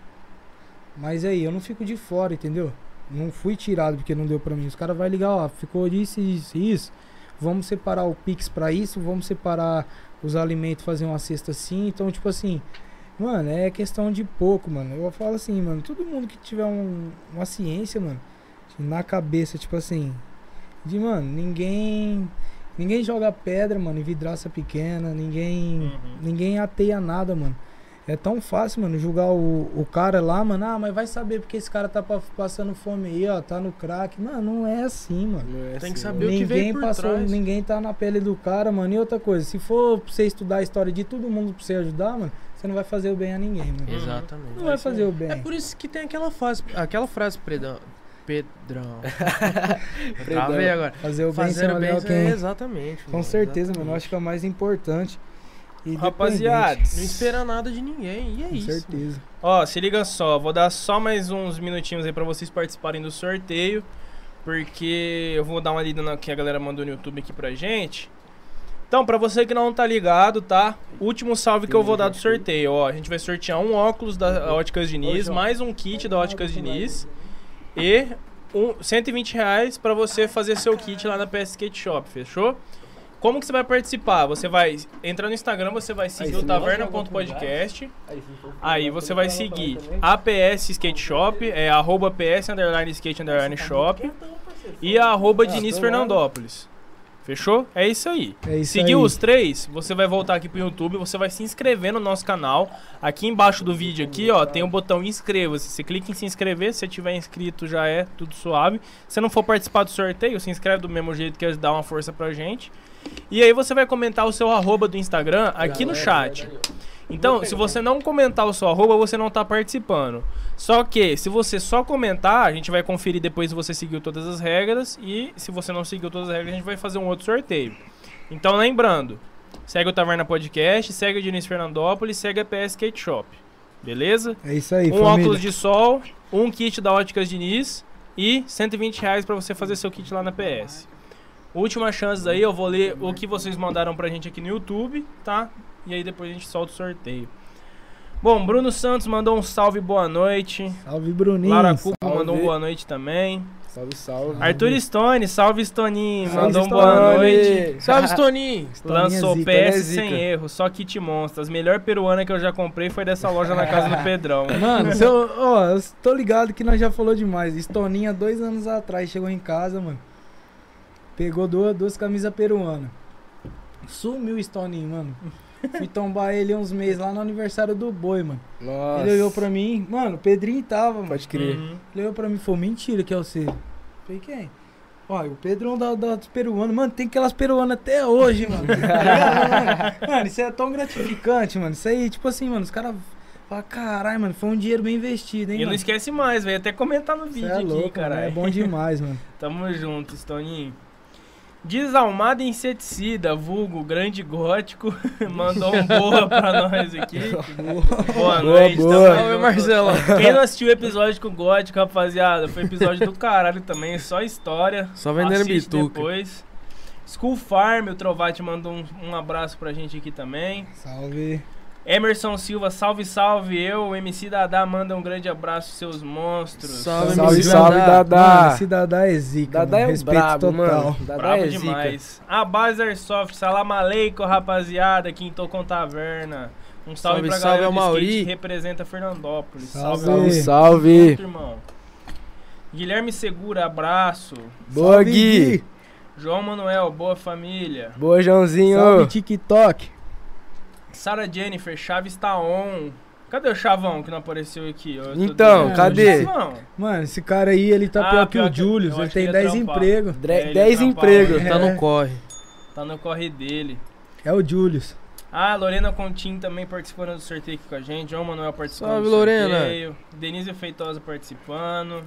Mas aí, eu não fico de fora, entendeu? Não fui tirado porque não deu pra mim. Os caras vão ligar, ó, ficou isso, isso, isso. Vamos separar o Pix pra isso, vamos separar os alimentos, fazer uma cesta assim. Então, tipo assim, mano, é questão de pouco, mano. Eu falo assim, mano, todo mundo que tiver um, uma ciência, mano, na cabeça, tipo assim, de, mano, ninguém... Ninguém joga pedra, mano, em vidraça pequena, ninguém... Uhum. Ninguém ateia nada, mano. É tão fácil, mano, julgar o, o cara lá, mano. Ah, mas vai saber porque esse cara tá passando fome aí, ó, tá no crack. Mano, não é assim, mano. É Tem assim, que saber ninguém o que vem por passou, trás. Ninguém tá na pele do cara, mano. E outra coisa, se for pra você estudar a história de todo mundo pra você ajudar, mano, você não vai fazer o bem a ninguém, mano. Exatamente. Não vai fazer o bem. É por isso que tem aquela frase, aquela frase, Predão. Pedrão. Travei agora. Fazer o bem sem olhar bem, quem. É, exatamente. Com mano, certeza, exatamente. mano. Eu acho que é o mais importante. E rapaziada, não espera nada de ninguém, e é com isso. Com certeza. Mano. Ó, se liga só, vou dar só mais uns minutinhos aí pra vocês participarem do sorteio, porque eu vou dar uma lida no que a galera mandou no YouTube aqui pra gente. Então, pra você que não tá ligado, tá? Último salve que eu vou dar do sorteio, ó. A gente vai sortear um óculos da Óticas Diniz, mais um kit da Óticas Diniz e um, cento e vinte reais pra você fazer seu kit lá na P S Skate Shop, fechou? Como que você vai participar? Você vai entrar no Instagram, você vai seguir o taverna ponto podcast. Aí você vai seguir a P S Skate Shop, é arroba ps underline skate underline shop e a arroba Diniz Fernandópolis. Fechou? É isso aí. É isso Seguiu aí. os três, você vai voltar aqui pro YouTube, você vai se inscrever no nosso canal. Aqui embaixo do vídeo aqui, ó, tem o botão inscreva-se. Você clica em se inscrever, se você tiver inscrito já é tudo suave. Se não for participar do sorteio, se inscreve do mesmo jeito que dá uma força pra gente. E aí você vai comentar o seu arroba do Instagram aqui no chat. Então, se você não comentar o seu arroba, você não tá participando. Só que, se você só comentar, a gente vai conferir depois se você seguiu todas as regras. E se você não seguiu todas as regras, a gente vai fazer um outro sorteio. Então, lembrando, segue o Taverna Podcast, segue o Diniz Fernandópolis, segue a P S Skate Shop. Beleza? É isso aí, Um família. óculos de sol, um kit da Óticas Diniz e cento e vinte reais pra você fazer seu kit lá na P S. Última chance aí, eu vou ler o que vocês mandaram pra gente aqui no YouTube, tá? e aí depois a gente solta o sorteio. Bom, Bruno Santos mandou um salve, boa noite. Salve, Bruninho. Lara Cuco Salve. mandou um boa noite também. Salve, salve. Arthur Stone, salve Stoninho, Salve, mandou um Stone. boa noite. Salve, Stoninho. Lançou zica, P S né, sem zica? erro, só kit monstras. Melhor peruana que eu já comprei foi dessa loja na casa do Pedrão. Mano, se eu, ó, eu tô ligado que nós já falou demais. Estoninha, dois anos atrás, chegou em casa, mano. Pegou duas, duas camisas peruanas. Sumiu o Stoninho, mano. Fui tombar ele uns meses lá no aniversário do Boi, mano. Nossa. Ele olhou pra mim, mano, o Pedrinho tava, mano. Pode crer. Uhum. Ele olhou pra mim e falou, mentira que é você. Falei, quem? Ó, o Pedrão da, das peruanas. Mano, tem aquelas peruanas até hoje, mano. mano. Mano, isso é tão gratificante, mano. Isso aí, tipo assim, mano, os caras falam, caralho, mano, foi um dinheiro bem investido, hein, E não mano. esquece mais, velho. Até comentar no Cê vídeo é aqui, louco, caralho. mano, é bom demais, mano. Tamo junto, Stoninho. Desalmado Inseticida, vulgo Grande Gótico, mandou um boa pra nós aqui. Boa noite, boa. tamo Salve, junto. Marcelo. Quem não assistiu o episódio com o Gótico, rapaziada, foi episódio do caralho também, só história. Só vendendo Assiste bituca. depois. School Farm, o Trovati mandou um, um abraço pra gente aqui também. Salve. Emerson Silva, salve, salve. Eu, o M C Dadá, manda um grande abraço, seus monstros. Salve, Salve, M C salve, Dadá. Dadá. Mano, esse Dadá é zica, Dadá mano. é o Respeito brabo, total. mano. Dadá Brabo é zica. demais. A base Airsoft, salam aleikum, rapaziada, Quintou com Taverna. Um salve, Salve, pra salve galera ao do skate Mauri. que representa Fernandópolis. Salve. Salve, Tamo salve. junto, irmão. Guilherme Segura, abraço. Boa, Salve, Gui. João Manuel, boa família. Boa, Joãozinho. Salve, TikTok. Sara Jennifer, Chaves tá on. Cadê o Chavão que não apareceu aqui? Eu tô Então, doido. cadê? Chavão. Mano, esse cara aí, ele tá Ah, pior que pior o que- Julius. eu Ele acho que tem ele ia dez trampar. empregos. Dre- É, ele dez trampava, empregos. né? Tá É. no corre. Tá no corre dele. É o Julius. Ah, Lorena Contim também participando do sorteio aqui com a gente. João Manuel participando Salve, do Lorena. sorteio. Denise Feitosa participando.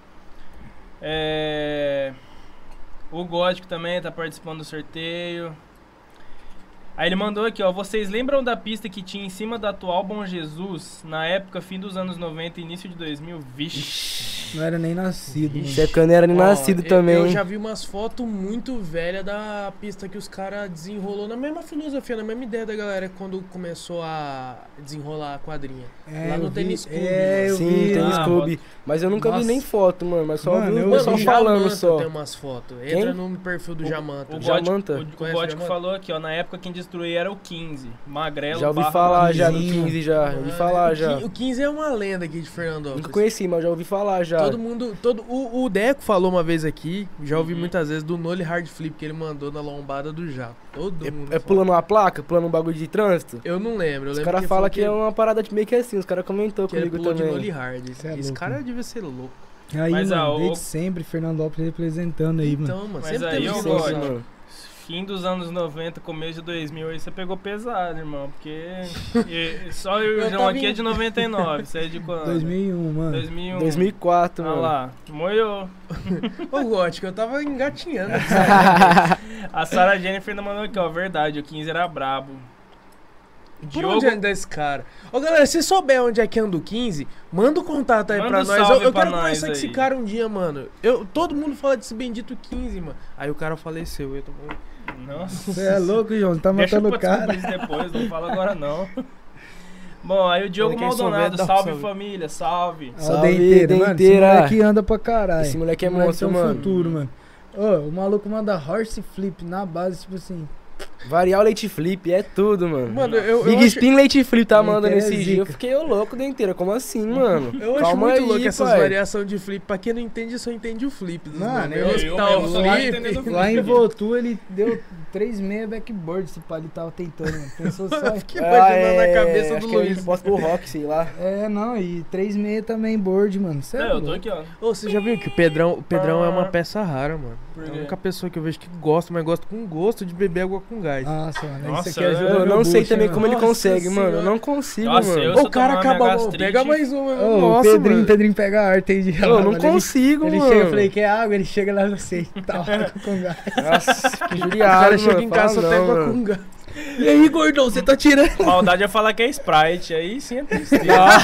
É... O Gótico também tá participando do sorteio. Aí ele mandou aqui, ó. Vocês lembram da pista que tinha em cima da atual Bom Jesus? Na época, fim dos anos noventa, início de dois mil? Vixe. Não era nem nascido, mano. Checando era nem Ó, nascido eu- também. Eu hein? já vi umas fotos muito velhas da pista que os caras desenrolou na mesma filosofia, na mesma ideia da galera quando começou a desenrolar a quadrinha. É, Lá no eu vi- Tênis Clube, É, eu Sim, vi. Tênis Ah, Clube. Mas eu nunca Nossa. vi nem foto, mano. Mas só Mano, vi eu o pessoal vi. falando Jamanta só. tem umas fotos. Quem? Entra no perfil do Jamanta. O Já- Gótico, Jamanta? o, o Conhece o Gótico Jamanta? falou aqui, ó. Na época quem destruía era o quinze. Magrelo, Já ouvi barra falar já do Maguizinho. quinze já. Já ouvi Ah, falar o já. quin- O quinze é uma lenda aqui de Fernandópolis. Nunca conheci, mas já ouvi falar já. Todo mundo, todo, o, o Deco falou uma vez aqui, já ouvi Uhum. muitas vezes, do Nole Hard Flip que ele mandou na lombada do Jaco. Todo mundo É, é fala. pulando uma placa? Pulando um bagulho de trânsito? Eu não lembro. Eu Os lembro caras que falam falou que é uma parada meio que assim. Os caras comentou que ele comigo pulou de Nole também. Hard. Cê é Esse louco, cara mano. devia ser louco. Aí, Mas, mano, ah, o- desde sempre, Fernandópolis representando aí, mano. Então, mano, Mas sempre aí teve eu que gosto, lançar. mano. Fim dos anos noventa, começo de dois mil, aí você pegou pesado, irmão. Porque e- só eu e o Eu João tava aqui é em- de noventa e nove. Você é de quando? dois mil e um, mano. dois mil e um. dois mil e quatro, Olha mano. lá, moiou. Ô, Gótico, eu tava engatinhando. A Sarah Jennifer ainda mandou aqui, ó. Verdade, o quinze era brabo. Por Diogo, onde anda esse cara? Ô, galera, se souber onde é que anda o quinze, manda o contato aí Manda pra um nós. Eu, salve eu pra quero nós conversar com esse aí. cara um dia, mano. Eu, todo mundo fala desse bendito quinze, mano. Aí o cara faleceu. Eu tô... Nossa. Você é louco, João. Tá Deixa eu matando o descobrir cara. isso depois, não fala agora não. Bom, aí o Diogo Quem Maldonado, souber, dá um salve salve. família, salve. Ó, o Salve, denteira, mano. Esse denteira. moleque anda pra caralho. Esse moleque é Esse moleque monstro, tem um mano. futuro, mano. Ô, o maluco manda horse flip na base, tipo assim. Variar o leite flip é tudo, mano. Mano, eu, eu Big acho, Spin Leite Flip tá Denteira mandando é esse dia. Eu zica. fiquei ô louco, denteira. Como assim, mano? eu acho Calma muito aí, louco essas pai. variações de flip. Pra quem não entende, só entende o flip. dos Mano, nomes. eu- Hospital eu mesmo só Flip. entendendo flip. Lá em Votu ele deu três meia backboard, esse pá, ele tava tentando, mano. Pensou só. Fiquei imaginando na cabeça acho do que eu Luiz. posso pro rock, sei lá. É, não, e três meia também board, mano. Cê é Não, eu tô louco. aqui, ó. Ô, você já viu que o Pedrão, o Pedrão é uma peça rara, mano. Por É a quê? única pessoa que eu vejo que gosta, mas gosta com gosto de beber água com gás. Nossa, mano, Nossa, isso aqui ajuda eu Eu meu não sei bucho, também hein, como ele Nossa consegue, senhora. mano. Eu não consigo, Nossa, mano. eu- Ô, se o cara tomar minha acaba. gastrite- Pega mais uma. Ô, Nossa, o Pedrinho, mano. Pedrinho pega a arte aí de Eu não mano. consigo, Ele, ele mano. chega, eu falei, quer água? Ele chega lá, não sei, tá água com gás. Nossa, que O judiado, cara mano. chega em casa, só Fala tem não, água mano. com gás. E aí, gordão, você tá tirando? Maldade é falar que é Sprite, aí sim é tristeza.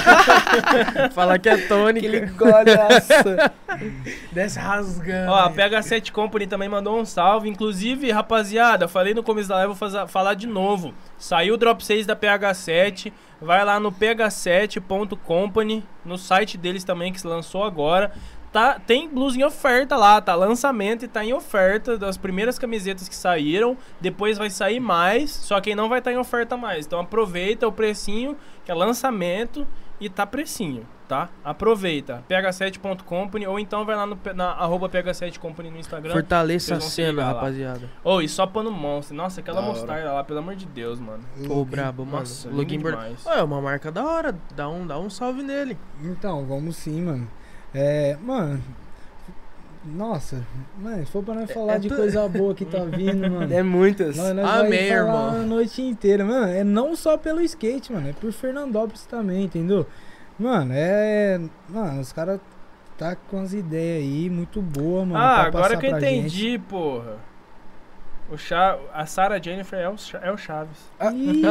Falar que é tônica. Aquele golaço. Desce rasgando. Ó, a P H sete Company também mandou um salve. Inclusive, rapaziada, falei no começo da live, vou fazer, falar de novo. Saiu o Drop seis da P H sete. Vai lá no p h sete ponto company, no site deles também, que se lançou agora. Tá, tem blusa em oferta lá, tá lançamento e tá em oferta das primeiras camisetas que saíram. Depois vai sair mais, só que não vai estar tá em oferta mais. Então aproveita o precinho, que é lançamento e tá precinho, tá? Aproveita, p h sete ponto company ou então vai lá no na, arroba p h sete company no Instagram. Fortaleça a cena, rapaziada. Ô, oh, e só pano monstro. Nossa, aquela mostarda lá, pelo amor de Deus, mano. Pô, brabo, mano. Nossa, login demais. Ô, é uma marca da hora, dá um, dá um salve nele. Então, vamos sim, mano. É, mano. Nossa, mano, se for pra nós falar é de tu... coisa boa que tá vindo, mano. É muitas. Nós, nós Amém, vai falar irmão. a noite inteira, mano. É não só pelo skate, mano. É por Fernandópolis também, entendeu? Mano, é. Mano, os caras tá com as ideias aí muito boas, mano. Ah, pra agora passar que eu pra entendi, gente. porra. O Cha... A Sarah Jennifer é o, Cha... é o Chaves. Ih,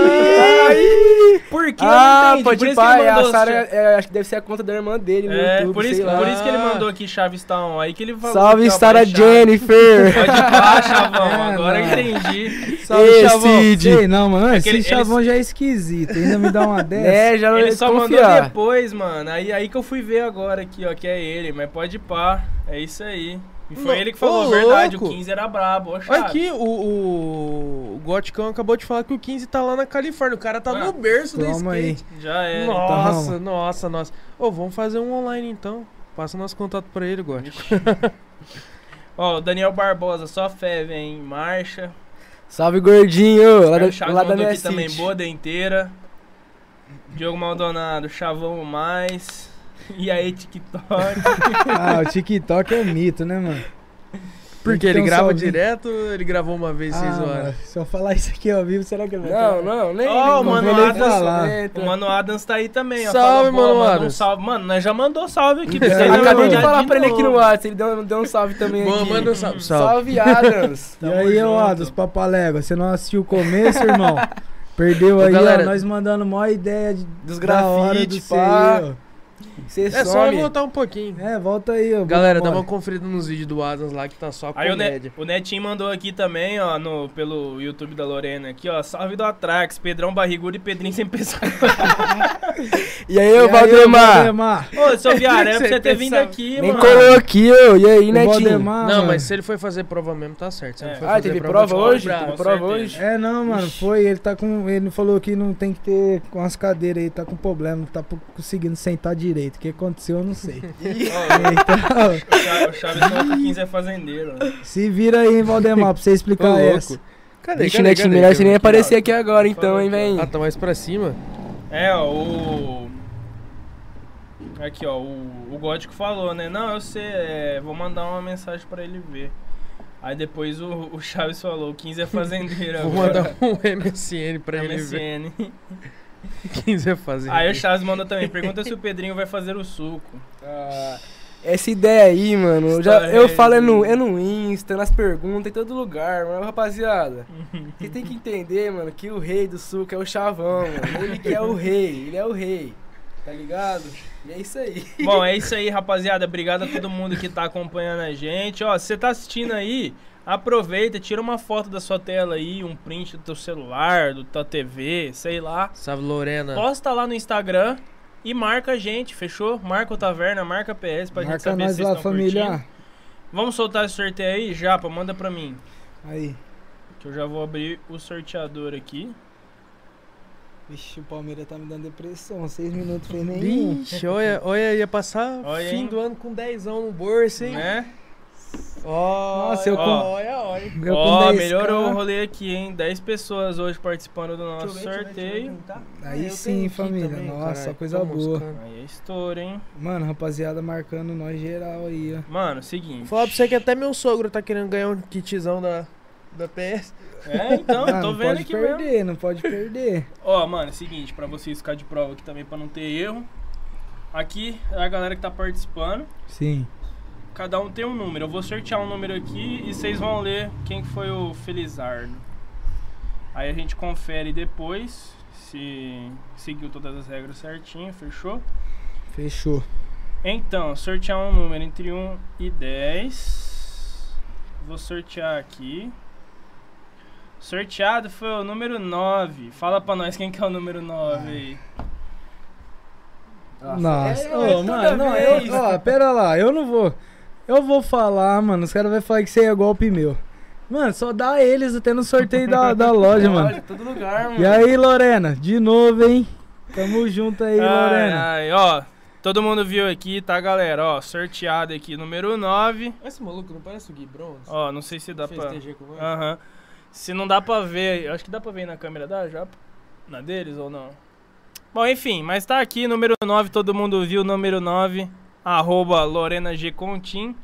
Por que Ah, eu não entendi? pode Por isso pai, que ele a mandou... Sarah, é, acho que deve ser a conta da irmã dele no É, YouTube, por isso, sei lá. por isso que ele mandou aqui Chaves Town. Aí que ele falou Salve, que é o Sarah mais Chaves. Jennifer! Pode falar, Chavão. É, Agora eu não. entendi. salve, Ê, Chavão. Cid. Ei, não, mano, Aquele- esse Chavão já é esquisito. Ainda me dá uma dessa. É, já não Ele ia só mandou confiar. depois, mano. Aí, aí que eu fui ver agora aqui, ó, que é ele. Mas pode pá. É isso aí. E foi Não, ele que falou ô, a verdade. louco. O quinze era brabo. Ó, Olha Chaves. aqui, o, o, o Goticão acabou de falar que o quinze tá lá na Califórnia. O cara tá Ah, no berço do toma aí. skate. Já é. Nossa, Então, nossa, nossa. Ô, vamos fazer um online então. Passa nosso contato pra ele, Gótico. Ó, o Daniel Barbosa, só fé, vem em marcha. Salve, gordinho! Lá Aí da, o Chaves lá da mandou minha aqui também, City. boa denteira. Diogo Maldonado, Chavão mais. E aí, TikTok. Ah, o TikTok é mito, né, mano? Porque Tem que ele ter um grava salve. direto ou ele gravou uma vez seis Ah, horas? mano, se eu falar isso aqui ao vivo, será que ele vai Não, ter- não, nem. Ó, nem o Mano vou nem Adams- falar. O Mano Adams tá aí também, ó. Salve, Fala, boa, Mano manda um Adams. salve. Mano, nós já mandou salve aqui pra É, você. eu vai Acabei de mandar falar pra ele aqui no novo. WhatsApp, ele deu, deu um salve também Boa, aqui. manda um salve. Salve, Adams! E Tamo aí, ô junto. Ados, Papalégua, você não assistiu o começo, irmão? Perdeu Ô, aí, galera, ó, nós mandando maior ideia de, dos da hora grafite, do C I, pá. ó. Você É só some. voltar um pouquinho. É, volta aí, ó. Galera, dá bora. uma conferida nos vídeos do Adams lá que tá só Aí o, Ne- comédia. o Netinho mandou aqui também, ó, no, pelo YouTube da Lorena aqui, ó. Salve do Atrax, Pedrão Barrigudo e Pedrinho sem pensar. E aí, E ô aí, Valdemar? Valdemar? Ô, seu Viário, era pra você ter Sem vindo pensar. aqui, Nem mano. colou aqui, ô. E aí, O Netinho? Valdemar, Não, mano. mas se ele foi fazer prova mesmo, tá certo. Se É. ele foi Ah, fazer teve prova, prova te hoje? cobrar. Teve com prova certeza. hoje? É, não, mano, foi, ele tá com, ele falou que não tem que ter com as cadeiras aí, tá com problema, não tá p- conseguindo sentar direito. O que aconteceu, eu não sei. Ó, Então, o Cha- o Chaves falou que o quinze é fazendeiro. Né? se vira aí, hein, Valdemar, pra você Ô, explicar louco. essa. Cadê, Vixe, cadê, Netinho, cadê? melhor você nem Aqui, ó. aparecer aqui agora, então, Falou hein, aqui, vem. Ah, tá mais pra cima? É, ó, o... Aqui, ó, o, o Gótico falou, né? Não, eu sei, é, vou mandar uma mensagem pra ele ver. Aí depois o, o Chaves falou, o quinze é fazendeiro Vou agora. mandar um M S N pra ele ver. M S N. quinze é fazer. Aí o Chaves mandou também, pergunta se o Pedrinho vai fazer o suco. Ah, essa ideia aí, mano, eu, já, História eu falo é no, aí. é no Insta, nas perguntas, em todo lugar, mas rapaziada, você tem que entender, mano, que o rei do suco é o Chavão, mano. Ele que é o rei, ele é o rei, tá ligado? E é isso aí. Bom, é isso aí, rapaziada. Obrigado a todo mundo que tá acompanhando a gente. Ó, se você tá assistindo aí, aproveita, tira uma foto da sua tela aí, um print do teu celular, do tua T V, sei lá. Salve, Lorena. Posta lá no Instagram e marca a gente, fechou? Marca o Taverna, marca a P S pra gente Marca saber nós se vocês lá, estão família. curtindo. Vamos soltar esse sorteio aí? Japa, manda pra mim. Aí. Que eu já vou abrir o sorteador aqui. Vixe, o Palmeiras tá me dando depressão. Seis minutos fez nenhum. Vixe, olha, olha, ia passar Olha, fim hein? do ano com dezão no bolso, hein? Né? Olha, Nossa, eu com- olha, olha. Eu Ó, com dez melhorou K. o rolê aqui, hein? dez pessoas hoje participando do nosso sorteio. Aí Eu sim, tenho aqui família. também, Nossa, caralho, só coisa tô boa. moscando. Aí é estouro, hein? Mano, rapaziada marcando nós geral aí, ó. Mano, seguinte. Vou falar pra você que até meu sogro tá querendo ganhar um kitzão da, da P S. É, então, Ah, tô não vendo pode aqui perder, mesmo. não pode perder. Ó, mano, seguinte, pra vocês ficar de prova aqui também, pra não ter erro. Aqui é a galera que tá participando. Sim. Cada um tem um número. Eu vou sortear um número aqui e vocês vão ler quem foi o Felizardo. Aí a gente confere depois se seguiu todas as regras certinho, fechou? Fechou. Então, sortear um número entre um e dez. Vou sortear aqui. Sorteado foi o número nove. Fala pra nós quem que é o número nove aí. Nossa, é, ô, é mano, não, vez. eu, ó, pera lá, eu não vou. Eu vou falar, mano. Os caras vão falar que você é golpe meu. Mano, só dá eles até no sorteio da, da loja, mano. Loja, todo lugar, mano. E aí, Lorena, de novo, hein? Tamo junto aí, Ai, Lorena. ai, ó, todo mundo viu aqui, tá, galera? Ó, sorteado aqui, número nove. Esse maluco não parece o Gui Bronze? Ó, não sei se dá Fez pra... T G com nós? Aham. Se não dá pra ver, eu acho que dá pra ver na câmera da já, na deles ou não? Bom, enfim, mas tá aqui, número nove, todo mundo viu, número nove, arroba Lorena G. Contim.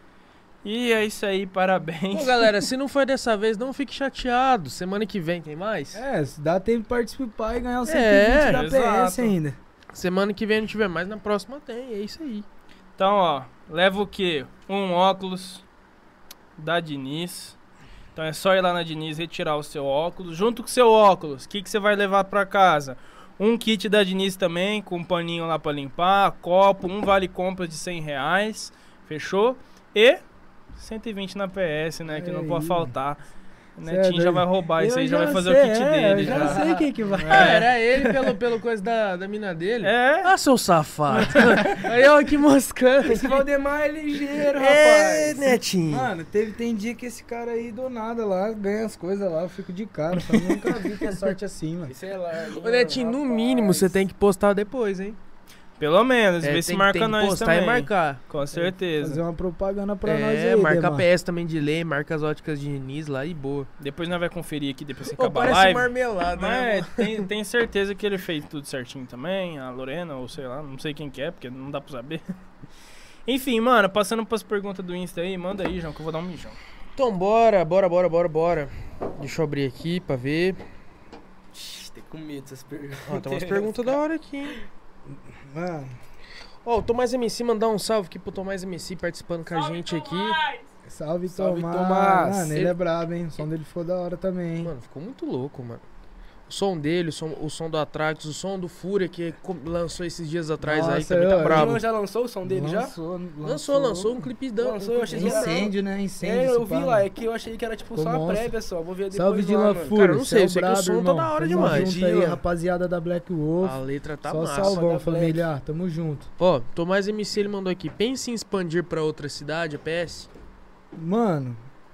E é isso aí, parabéns. Pô, galera, se não foi dessa vez, não fique chateado. Semana que vem tem mais? É, dá tempo de participar e ganhar o cento e vinte É, da P S exato. ainda. Semana que vem não tiver mais, na próxima tem, é isso aí. Então, ó, leva o quê? Um óculos da Diniz. Então é só ir lá na Diniz retirar o seu óculos. Junto com o seu óculos, o que, que você vai levar pra casa? Um kit da Diniz também, com um paninho lá pra limpar, copo, um vale compra de cem reais, fechou? E cento e vinte na P S, né, que não Aí. pode faltar. O Cê é Netinho já doido. vai roubar isso Eu aí, já já vai fazer sei, o kit é, dele. eu já, já. sei quem que vai. Ah, era ele pelo, pelo coisa da, da mina dele? É, Ah, seu safado. Aí eu aqui moscando. Esse Valdemar é ligeiro, É, rapaz. Netinho. Mano, teve, tem dia que esse cara aí do nada lá ganha as coisas lá, eu fico de cara. Eu nunca vi que é sorte assim, mano. Isso é largo. Ô, Netinho, no mínimo você tem que postar depois, hein? pelo menos, É, vê se tem- marca tem que nós postar também. e marcar. Com certeza. Fazer uma propaganda pra nós É, aí, marca a Demar. P S também de lei, marca as óticas de Diniz lá e boa. Depois nós vai conferir aqui, depois que Pô, acabar a parece live. marmelada, né? Mas tem, tem certeza que ele fez tudo certinho também, a Lorena, ou sei lá, não sei quem que é, porque não dá pra saber. Enfim, mano, passando pras perguntas do Insta aí, manda aí, João, que eu vou dar um mijão. Então bora, bora, bora, bora, bora. Deixa eu abrir aqui pra ver. Tem com medo dessas perguntas. Ó, tem umas perguntas da hora aqui, hein? Mano, Ó, o Tomás M C, mandar um salve aqui pro Tomás M C participando com a gente aqui. salve, Salve, Tomás. Tomás. Mano, ele Ele- é brabo, hein? O som dele ficou da hora também, hein? Mano, ficou muito louco, mano. O som dele, o som, o som do Atrax, o som do Fúria que co- lançou esses dias atrás aí, Nossa, também tá eu- O bravo. João já lançou o som dele já? lançou, Lançou, lançou um clipe da. Lançou, eu achei que era- Incêndio, né? Incêndio. É, eu esse vi pá, lá, mano. é que eu achei que era tipo Ficou só uma monstro. prévia só, vou ver depois Salve de lá, La mano. Fúria. Cara, eu não sei, cê é eu sei que o brabo, som tá irmão. da hora Tamo demais. junto aí, Dia. rapaziada da Black Wolf. A letra tá Só massa. salvão, da família. Tamo junto. Ó, Tomás M C ele mandou aqui. Pense em expandir pra outra cidade, a P S? Mano,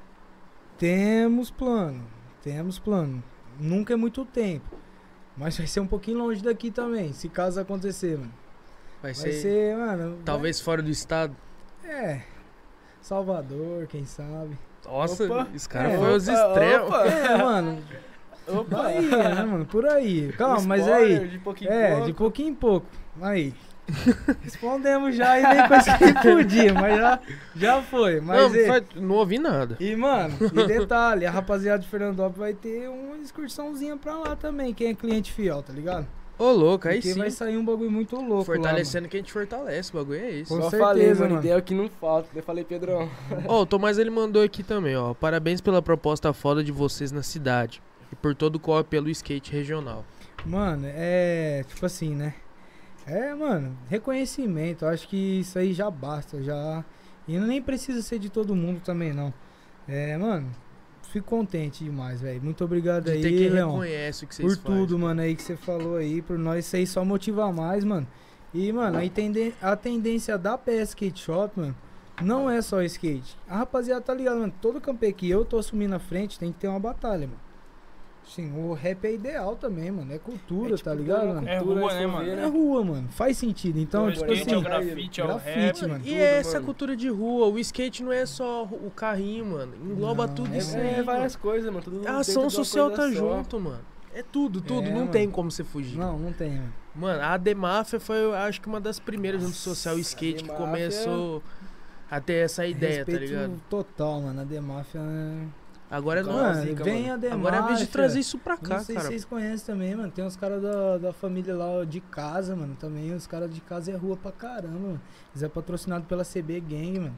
temos plano. Temos plano. Nunca é muito tempo. Mas vai ser um pouquinho longe daqui também, se caso acontecer, mano. Vai Vai ser, ser, mano. talvez fora do estado. vai- É. Salvador, quem sabe. Nossa, Opa. esse cara É, foi aos opa, extremos. opa. É, mano. Opa. Aí, né, mano? Por aí. Calma, mas Spoiler, aí. de pouquinho em É, pouco. de pouquinho em pouco. Aí. Respondemos já e nem coisa que podia, mas já, já foi. Mas Não, e, faz- não ouvi nada. e, mano, e detalhe, a rapaziada de Fernandópolis vai ter uma excursãozinha pra lá também, quem é cliente fiel, tá ligado? Ô, louco, aí Porque sim. vai sair um bagulho muito louco Fortalecendo que a gente fortalece, o bagulho é isso. Com Só certeza, falei, mano, mano. ideia é o que não falta. Eu falei, Pedrão. Ó, o Tomás ele mandou aqui também, ó. Parabéns pela proposta foda de vocês na cidade. E por todo o corre pelo skate regional. lá. Mano, é tipo assim, né? É, mano, reconhecimento, eu acho que isso aí já basta, já. E nem precisa ser de todo mundo também, não. É, mano, fico contente demais, velho. Muito obrigado De aí, ter quem Leão. reconhece o que vocês Por fazem. tudo, mano, aí que você falou aí, por nós isso aí só motiva mais, mano. E, mano, a, tenden a tendência da P S Skate Shop, mano, não é só skate. A rapaziada tá ligado, mano, todo campeão que eu tô assumindo na frente tem que ter uma batalha, mano. Sim, o rap é ideal também, mano, é cultura, É, tipo, tá ligado, uma mano? É cultura, rua, se né, for mano? ver, É rua, mano, faz sentido. Então, O tipo skate assim, é o grafite, é o grafite, rap. mano. E tudo, é essa mano. cultura de rua, o skate não é só o carrinho, mano. Engloba Não, tudo é- isso É, aí. é várias mano. coisas, mano. Tudo A dentro ação de uma social tá coisa só. junto, mano. É tudo, tudo. É, não mano. tem como você fugir. Não, não tem, mano. Mano, a Demáfia foi, eu acho que uma das primeiras junto Nossa, social skate que Demáfia- começou a ter essa ideia, Respeito tá ligado? total, mano, a Demáfia... Agora é Mano, nós. Mano, zica, vem mano. a Demáfia. Agora é a vez de trazer isso pra Não cá, sei cara. se vocês conhecem também, mano. Tem uns caras da, da família lá de casa, mano. Também os caras de casa é rua pra caramba, mano. Eles é patrocinado pela C B Gang, mano.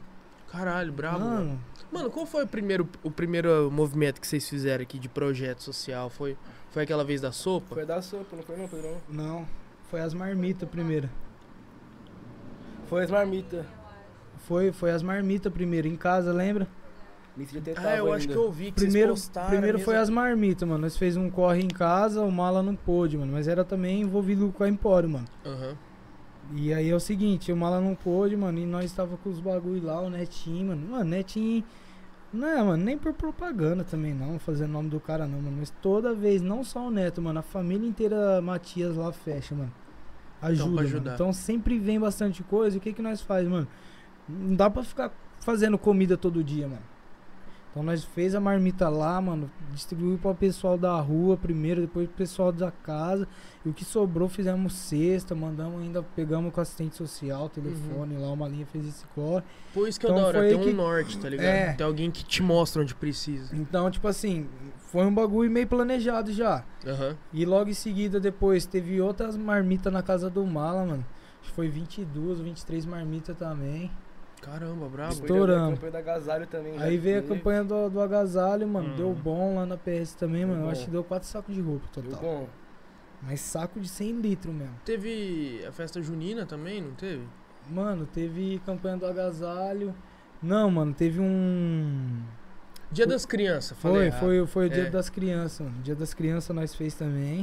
Caralho, brabo. Mano, Mano, mano qual foi o primeiro, o primeiro movimento que vocês fizeram aqui de projeto social? Foi, foi aquela vez da sopa? Foi da sopa, não foi não, Pedrão? não. Foi as marmitas primeiro. Foi as marmitas. Foi, foi as marmitas primeiro, em casa, lembra? Nesse dia Ah, eu ainda. acho que eu vi que Primeiro, vocês postaram. primeiro mesmo. foi as marmitas, mano. Nós fez um corre em casa, o Mala não pôde, mano. Mas era também envolvido com a Empório, mano. Aham. E aí é o seguinte, o Mala não pôde, mano, e nós tava com os bagulho lá, o Netinho, mano. Mano, Netinho... Não é, mano, nem por propaganda também não, fazendo nome do cara não, mano. Mas toda vez, não só o Neto, mano, a família inteira Matias lá fecha, mano. Ajuda, pra mano. ajudar. Então sempre vem bastante coisa. E o que que nós faz, mano? Não dá pra ficar fazendo comida todo dia, mano. Então nós fez a marmita lá, mano, distribuiu para o pessoal da rua primeiro, depois pro pessoal da casa. E o que sobrou fizemos cesta, mandamos ainda, pegamos com assistente social, telefone lá, uma linha fez esse corre. Por isso que é o Então da hora, foi tem aí um que- norte, tá ligado? É. Tem alguém que te mostra onde precisa. Então, tipo assim, foi um bagulho meio planejado já. Aham. E logo em seguida, depois, teve outras marmitas na casa do Mala, mano. Acho que foi vinte e duas, vinte e três marmitas também. Caramba, brabo. Depois Estouramos. já veio a campanha da Agasalho também. já Aí veio a teve. campanha do, do agasalho, mano. Hum. Deu bom lá na P S também, Deu mano. Eu bom. acho que deu quatro sacos de roupa Deu total. bom. Mas saco de cem litros mesmo. Teve a festa junina também, não teve? Mano, teve campanha do agasalho. Não, mano, teve um. Dia das crianças, falei Foi, errado. foi, foi o dia É. das crianças, mano. Dia das crianças nós fez também.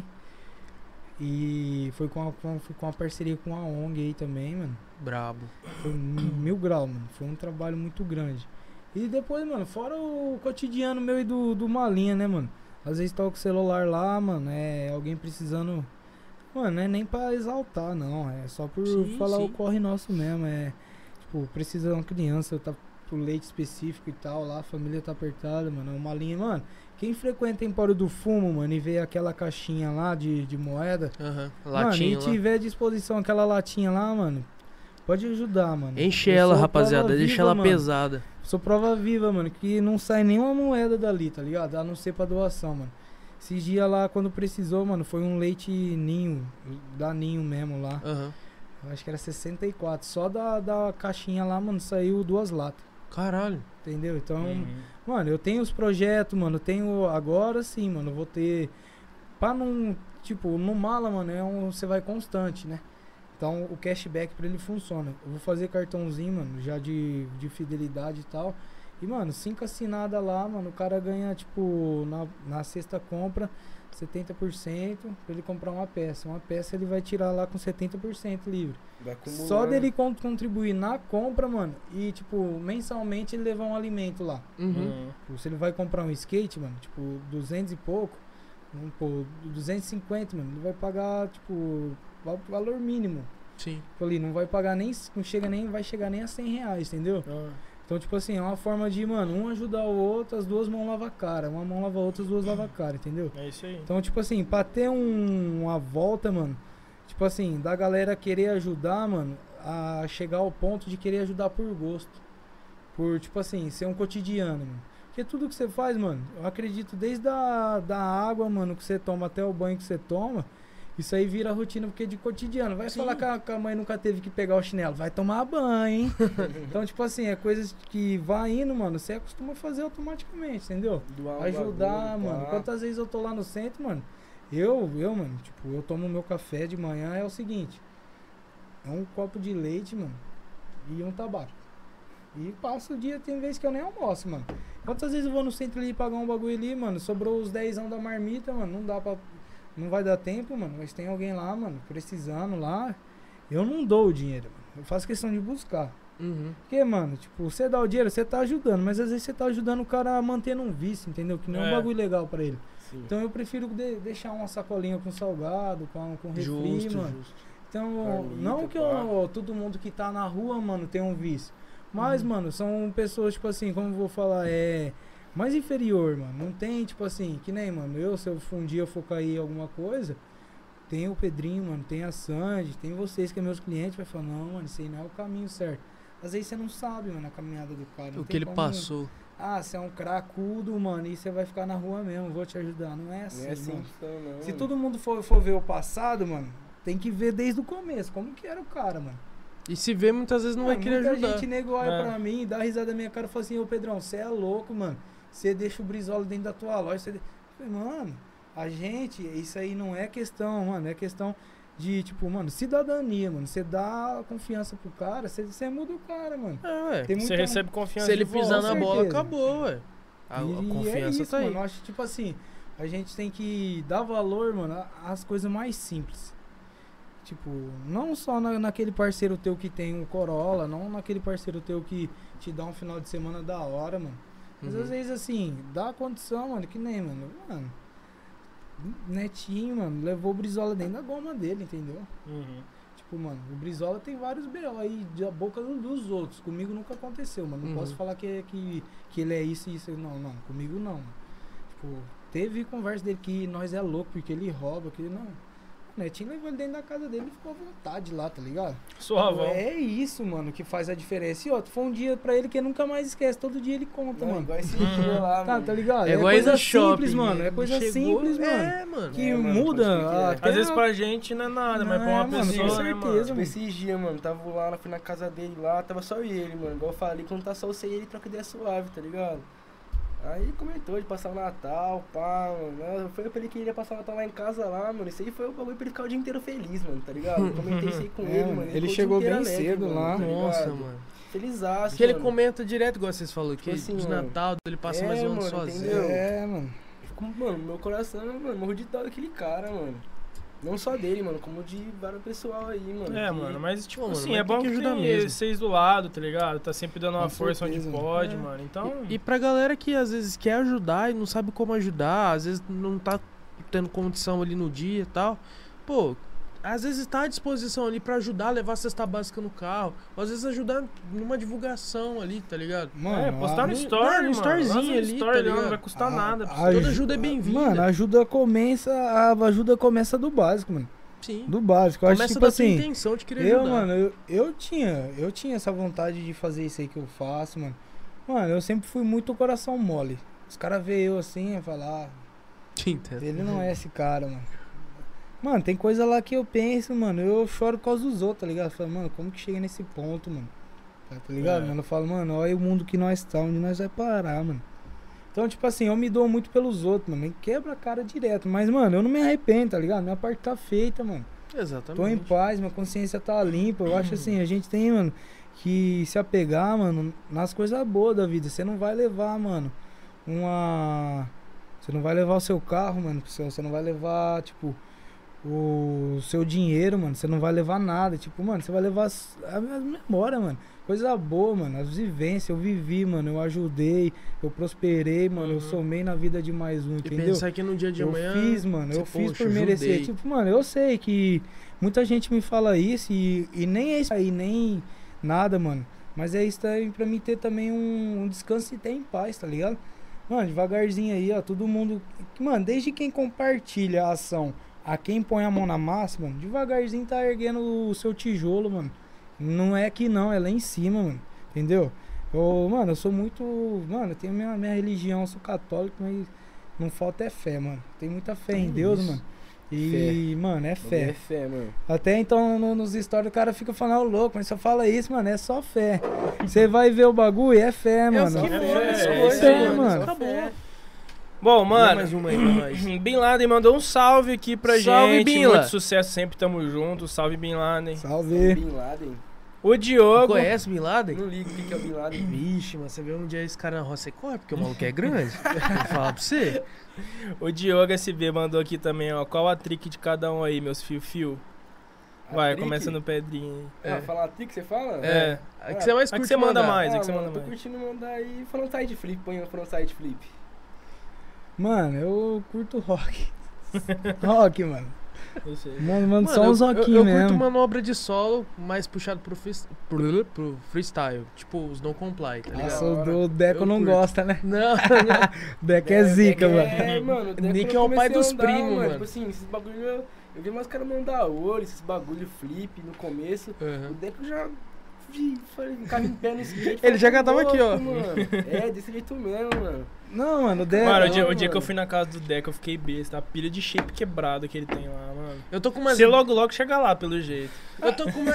E foi com a, com, foi com a parceria com a O N G aí também, mano. Brabo. Foi mil graus, mano. Foi um trabalho muito grande. E depois, mano, fora o cotidiano meu e do, do Malinha, né, mano? Às vezes toca o celular lá, mano, é alguém precisando... Mano, não é nem pra exaltar, não. É só por Sim, falar sim. o corre nosso mesmo. É, tipo, precisa de uma criança, tá pro leite específico e tal, lá a família tá apertada, mano. É uma linha, mano. Quem frequenta Empório do Fumo, mano, e vê aquela caixinha lá de, de moeda... Aham. Mano, Latinha e lá. tiver à disposição aquela latinha lá, mano, pode ajudar, mano. Enche Eu ela, sou rapaziada. prova Deixa viva, ela mano. pesada. Sou prova viva, mano, que não sai nenhuma moeda dali, tá ligado? A não ser pra doação, mano. Esses dias lá, quando precisou, mano, foi um leite ninho, da ninho mesmo lá. Aham. Eu acho que era sessenta e quatro. Só da, da caixinha lá, mano, saiu duas latas. Caralho. Entendeu? Então, Uhum. mano, eu tenho os projetos, mano. Eu tenho. Agora sim, mano. Eu vou ter. Pra não. Tipo, no mala, mano, é um. Você vai constante, né? Então o cashback pra ele funciona. Eu vou fazer cartãozinho, mano, já de, de fidelidade e tal. E, mano, cinco assinadas lá, mano, o cara ganha, tipo, na, na sexta compra, setenta por cento pra ele comprar uma peça. Uma peça ele vai tirar lá com setenta por cento livre. Vai acumulando. Só dele con- contribuir na compra, mano, e, tipo, mensalmente ele levar um alimento lá. Uhum. Uhum. Tipo, se ele vai comprar um skate, mano, tipo, duzentos e pouco, vamos pôr, duzentos e cinquenta, mano, ele vai pagar, tipo, va- valor mínimo. Sim. Tipo, ali, não vai pagar nem, não chega nem, vai chegar nem a cem reais, entendeu? Ah. Então, tipo assim, é uma forma de, mano, um ajudar o outro, as duas mãos lavam a cara. Uma mão lava a outra, as duas lavam a cara, entendeu? É isso aí. Então, tipo assim, pra ter um, uma volta, mano, tipo assim, da galera querer ajudar, mano, a chegar ao ponto de querer ajudar por gosto. Por, tipo assim, ser um cotidiano, mano. Porque tudo que você faz, mano, eu acredito desde a da água, mano, que você toma até o banho que você toma, isso aí vira rotina, porque é de cotidiano. Vai Sim. falar que a, que a mãe nunca teve que pegar o chinelo, vai tomar banho, hein? Então, tipo assim, é coisas que vai indo, mano, você acostuma fazer automaticamente, entendeu? Doar um Ajudar, bagulho, mano. pá. Quantas vezes eu tô lá no centro, mano? Eu, eu, mano, tipo, eu tomo meu café de manhã, é o seguinte. É um copo de leite, mano, e um tabaco. E passo o dia, tem vezes que eu nem almoço, mano. Quantas vezes eu vou no centro ali pagar um bagulho ali, mano? Sobrou os dezão da marmita, mano. Não dá pra. Não vai dar tempo, mano. Mas tem alguém lá, mano, precisando lá. Eu não dou o dinheiro, mano. Eu faço questão de buscar. Uhum. Porque, mano, tipo, você dá o dinheiro, você tá ajudando. Mas às vezes você tá ajudando o cara a manter um vício, entendeu? Que não é um É. bagulho legal pra ele. Sim. Então eu prefiro de- deixar uma sacolinha com salgado, com, com refri, Justo, mano. justo. Então, Marmita, não que eu, todo mundo que tá na rua, mano, tem um vício. Mas, Uhum. mano, são pessoas, tipo assim, como eu vou falar, é mais inferior, mano. Não tem, tipo assim, que nem, mano, eu, se eu for um dia for cair em alguma coisa, tem o Pedrinho, mano, tem a Sandy, tem vocês que é meus clientes, vai falar, não, mano, isso aí não é o caminho certo. Às vezes você não sabe, mano, a caminhada do cara. não O que tem ele como- passou. Ah, você é um cracudo, mano, e você vai ficar na rua mesmo, vou te ajudar. Não é assim, Não é assim mano. que funciona, não. Se mano. todo mundo for, for ver o passado, mano, tem que ver desde o começo, como que era o cara, mano. E se vê, muitas vezes não vai querer muita ajudar. gente nego olha É. pra mim, dá risada na minha cara e fala assim, ô Pedrão, você é louco, mano. Você deixa o Brizola dentro da tua loja. Você de... Eu falei, mano, a gente, isso aí não é questão, mano. É questão de, tipo, mano, cidadania, mano. Você dá confiança pro cara, você, você muda o cara, mano. É, ué. Tem Você muita- recebe confiança Se ele de volta. pisar na com bola, certeza. acabou, ué. A, a E confiança é isso, tá aí. mano. Eu acho, tipo assim, a gente tem que dar valor, mano, a- às coisas mais simples. Tipo, não só na, naquele parceiro teu que tem um Corolla, não naquele parceiro teu que te dá um final de semana da hora, mano. Mas Uhum. às vezes, assim, dá condição, mano, que nem, mano. Mano, Netinho, mano, levou o Brizola dentro da goma dele, entendeu? Uhum. Tipo, mano, o Brizola tem vários B O aí da boca do- dos outros. Comigo nunca aconteceu, mano. Não Uhum. posso falar que, que, que ele é isso e isso. Não, não. Comigo não. Mano. Tipo, teve conversa dele que nós é louco porque ele rouba, que não. O Netinho levou ele dentro da casa dele e ficou à vontade lá, tá ligado? Suavão. É isso, mano, que faz a diferença. E outro, foi um dia pra ele que ele nunca mais esquece. Todo dia ele conta, Não, mano. igual esse dia lá, Tá, mano. tá ligado? É igual aí coisa no simples, shopping, mano. né? É coisa Chegou- simples, mano. É, mano. Que É, mano, muda. pode crer. até Às vezes a- pra gente não é nada, mas pra uma É, mano, pessoa, com né, mano? certeza. Tipo, esses dias, mano, tava lá, fui na casa dele lá, tava só eu e ele, mano. Igual eu falei, quando tá só você e ele, troca ideia suave, tá ligado? Aí comentou de passar o Natal, pá, mano. Eu falei pra ele que ele ia passar o Natal lá em casa lá, mano. Isso aí foi o bagulho pra ele ficar o dia inteiro feliz, mano, tá ligado? Eu comentei isso aí com É, ele, mano, mano. ele ficou o chegou dia bem inteiro alegre, cedo mano, lá. tá Nossa, ligado? mano. Felizaço, Porque ele mano. comenta direto, igual vocês falaram, que Tipo assim, de mano. Natal ele passa É, mais um ano mano, sozinho. entendeu? É, mano. Ficou, mano, meu coração, mano, morro de dó daquele cara, mano. Não só dele, mano, como de vários pessoal aí, mano. É, que- mano, mas tipo Pô, mano, assim, mas é tem bom que que ajudar tem mesmo. vocês do lado, tá ligado? Tá sempre dando uma Com força certeza, onde mano. pode, É. mano. Então, E, e pra galera que às vezes quer ajudar e não sabe como ajudar, às vezes não tá tendo condição ali no dia e tal, pô, às vezes tá à disposição ali pra ajudar a levar a cesta básica no carro, ou às vezes ajudar numa divulgação ali, tá ligado? Mano, é, postar a- no no- story, no mano. storyzinho Lança no ali, story, tá não, ligado? não vai custar a- nada. pra a- você. Toda aju- ajuda é bem-vinda. Mano, a ajuda começa, a ajuda começa do básico, mano. Sim. Do básico. Eu acho Começa tipo da tua assim, intenção de querer eu, ajudar. mano, eu, eu tinha, eu tinha essa vontade de fazer isso aí que eu faço, mano. Mano, eu sempre fui muito coração mole. Os caras veem eu assim e falam, ah, Te entendo. ele não é esse cara, mano. Mano, tem coisa lá que eu penso, mano, eu choro por causa dos outros, tá ligado? Eu falo, mano, como que chega nesse ponto, mano? Tá, tá ligado, É. mano? Eu falo, mano, olha o mundo que nós tá, onde nós vai parar, mano. Então, tipo assim, eu me dou muito pelos outros, mano. Me quebra a cara direto. Mas, mano, eu não me arrependo, tá ligado? Minha parte tá feita, mano. Exatamente. Tô em paz, minha consciência tá limpa. Eu acho assim, a gente tem, mano, que se apegar, mano, nas coisas boas da vida. Você não vai levar, mano, uma. Você não vai levar o seu carro, mano, pro céu. Você não vai levar, tipo, o seu dinheiro, mano. Você não vai levar nada. Tipo, mano, você vai levar as- a minha memória, mano. Coisa boa, mano. As vivências. Eu vivi, mano. Eu ajudei. Eu prosperei, mano. Eu Uhum. somei na vida de mais um, E entendeu? pensar que no dia de eu amanhã. fiz, mano, eu você, fiz poxa, por merecer. ajudei. Tipo, mano, eu sei que muita gente me fala isso e, e nem é isso aí, nem nada, mano. Mas é isso aí pra mim ter também um, um descanso e ter em paz, tá ligado? Mano, devagarzinho aí, ó, todo mundo. Mano, desde quem compartilha a ação a quem põe a mão na massa, mano, devagarzinho tá erguendo o seu tijolo, mano. Não é aqui não, é lá em cima, mano. Entendeu? Eu, mano, eu sou muito. Mano, eu tenho minha, minha religião, eu sou católico, mas não falta é fé, mano. Tem muita fé em É Deus, isso. mano. E, mano, é É fé. fé, mano. Até então, no- nos stories, o cara fica falando, ô louco, mas só fala isso, mano, é só fé. Você vai ver o bagulho, é fé, É mano. o que É, move as é, coisas, é, mano. mano. Acabou. Bom, Dá mano, mais uma aí pra nós. Bin Laden mandou um salve aqui pra Salve, gente. Bin La. Muito sucesso, sempre tamo junto. Salve, Bin Laden. Salve. Bin Laden. O Diogo. Conhece Bin Laden? Não ligo o que que é o Bin Laden. Vixe, mas você vê um dia esse cara na roça, você corre, porque o maluco é grande. Vou falar pra você. O Diogo S B mandou aqui também, ó. Qual a trick de cada um aí, meus fio-fio? Vai, A trick? começa no Pedrinho aí. Ah, É. falar a trick, você fala? É. É que você mais É que curte você manda mandar. mais, é Ah, que você mano, manda tô mais. curtindo mandar aí frontside flip, põe um frontside flip. Mano, eu curto rock. Rock, mano. Eu sei. Mano, mano, só Mano, uns eu, eu, rockinhos eu mesmo. curto manobra de solo, mais puxado pro, frees- pro, pro freestyle. Tipo, os não comply, tá ligado? Nossa, ligado? o do Deco Eu não curto. gosta, né? Não, Deco é zica, mano. É, mano. o Deco Nick eu é o pai comecei a dos andar, primos, mano. Tipo assim, esses bagulho. Eu, eu vi mais caras mandar olho, esses bagulho flip no começo. O Uhum. Deco já ficava em pé no skate. Ele já cantava aqui, ó. Mano. É, desse jeito mesmo, mano. Não, mano, o Deca... Mano, o dia, não, o dia mano. que eu fui na casa do Deca, eu fiquei besta. A pilha de shape quebrada que ele tem lá, mano. Eu tô com umas... Você logo, logo chega lá, pelo jeito. Eu tô com uma...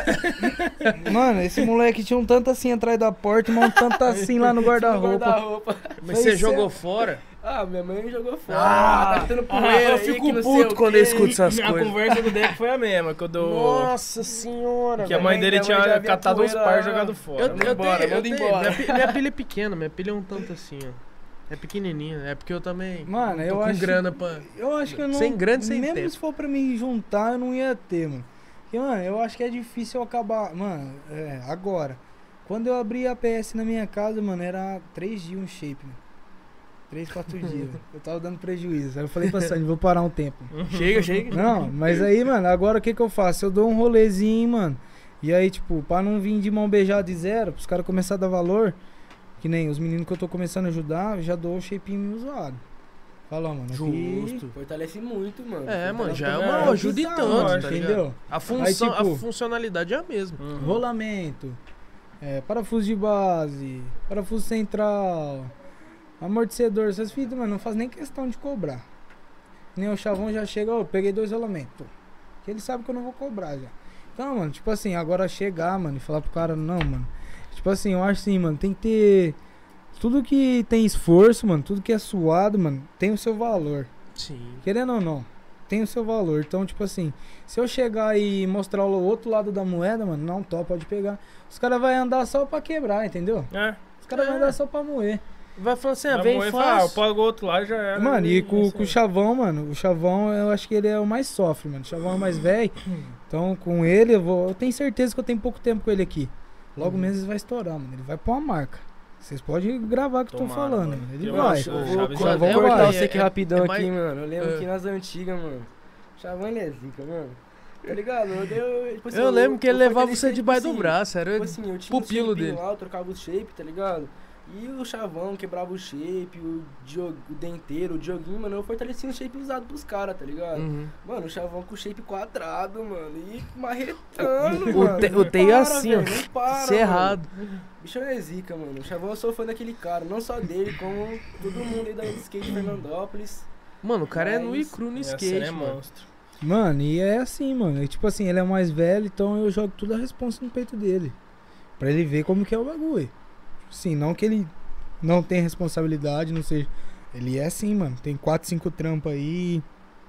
Mano, esse moleque tinha um tanto assim atrás da porta, mas um tanto assim lá no guarda-roupa. Guarda-roupa. Mas você jogou fora? Ah, minha mãe jogou fora. Ah, tá tendo ah, poeira eu aí, fico que não sei puto o quando quê. eu escuto essas A coisas. conversa do Deca foi a mesma, que eu dou... Nossa senhora, Que a velho. mãe dele minha mãe já tinha vi a catado uns poeira par e lá. jogado fora. Eu, Manda eu embora, tenho, eu manda tenho. embora. Minha, pi- minha pilha é pequena, minha pilha é um tanto assim, ó. É pequenininha, é porque eu também Mano, tô eu com acho... grana pra... Eu acho que eu não... Sem grana e sem Mesmo tempo. se for pra me juntar, eu não ia ter, mano. Porque, mano, eu acho que é difícil eu acabar... Mano, é, agora. Quando eu abri a P S na minha casa, mano, era três dias um shape, mano. Três, quatro dias. Velho. Eu tava dando prejuízo. Aí eu falei pra Sandy, vou parar um tempo. Chega, chega. Não, mas aí, mano, agora o que que eu faço? Eu dou um rolezinho, mano. E aí, tipo, pra não vir de mão beijada de zero, pros caras começarem a dar valor, que nem os meninos que eu tô começando a ajudar, eu já dou o shapinho usado. Fala, mano. Aqui, Justo. Fortalece muito, mano. É, mano, já é É, uma ajuda e bizarro, tanto, mano, tá entendeu? ligado? A função, Aí, tipo, a funcionalidade é a mesma. Uhum. Rolamento, é, parafuso de base, parafuso central, amortecedor, essas fitas, mano, não faz nem questão de cobrar. Nem o chavão já chega, ó, peguei dois rolamentos. Que ele sabe que eu não vou cobrar já. Então, mano, tipo assim, agora chegar, mano, e falar pro cara, não, mano. Tipo assim, eu acho assim, mano, tem que ter. Tudo que tem esforço, mano, tudo que é suado, mano, tem o seu valor. Sim. Querendo ou não, tem o seu valor. Então, tipo assim, se eu chegar e mostrar o outro lado da moeda, mano, não, top, pode pegar. Os caras vão andar só pra quebrar, entendeu? É. Os caras É. vão andar só pra moer. Vai falando assim, ah, Vai vem morrer e fala, ah, eu fácil. pago o outro lá e já era. Mano, e com, isso com o aí. Chavão, mano, o Chavão eu acho que ele é o mais sofre, mano. O Chavão é o mais velho. Então, com ele, eu vou. Eu tenho certeza que eu tenho pouco tempo com ele aqui. Logo Uhum. menos ele vai estourar, mano. Ele vai pôr uma marca. Vocês podem gravar o que eu tô Tomara, falando, mano. mano. Ele Eu vai. acho- Eu o vou, Chaves eu já- vou é, cortar vai, você aqui é- rapidão é aqui, mais- mano. Eu lembro é. que nas antigas, mano. Chavão ele é zica, mano. Tá ligado? Eu, eu, tipo assim, Eu lembro que ele levava fortaleci, você debaixo tipo do assim, braço, era Tipo assim, eu tinha um pupilo shapinho dele. lá, eu trocava o shape, tá ligado? E o Chavão quebrava o shape, o, Dio, o denteiro, o Dioguinho, mano, eu fortalecia o shape usado pros caras, tá ligado? Uhum. Mano, o Chavão com o shape quadrado, mano, e marretando, O mano. te- não o Teio para, assim, ó. velho, não para, Isso é mano. errado. Bicho é zica, mano. O Chavão eu sou fã daquele cara, não só dele, como todo mundo aí da skate Fernandópolis. Mano, o cara é nu e Mas- cru no Essa skate, é mano. monstro. Mano, e é assim, mano. E, tipo assim, ele é o mais velho, então eu jogo toda a responsa no peito dele. Pra ele ver como que é o bagulho. Sim, não que ele não tem responsabilidade, não seja. Ele é assim, mano. Tem quatro, cinco trampas aí.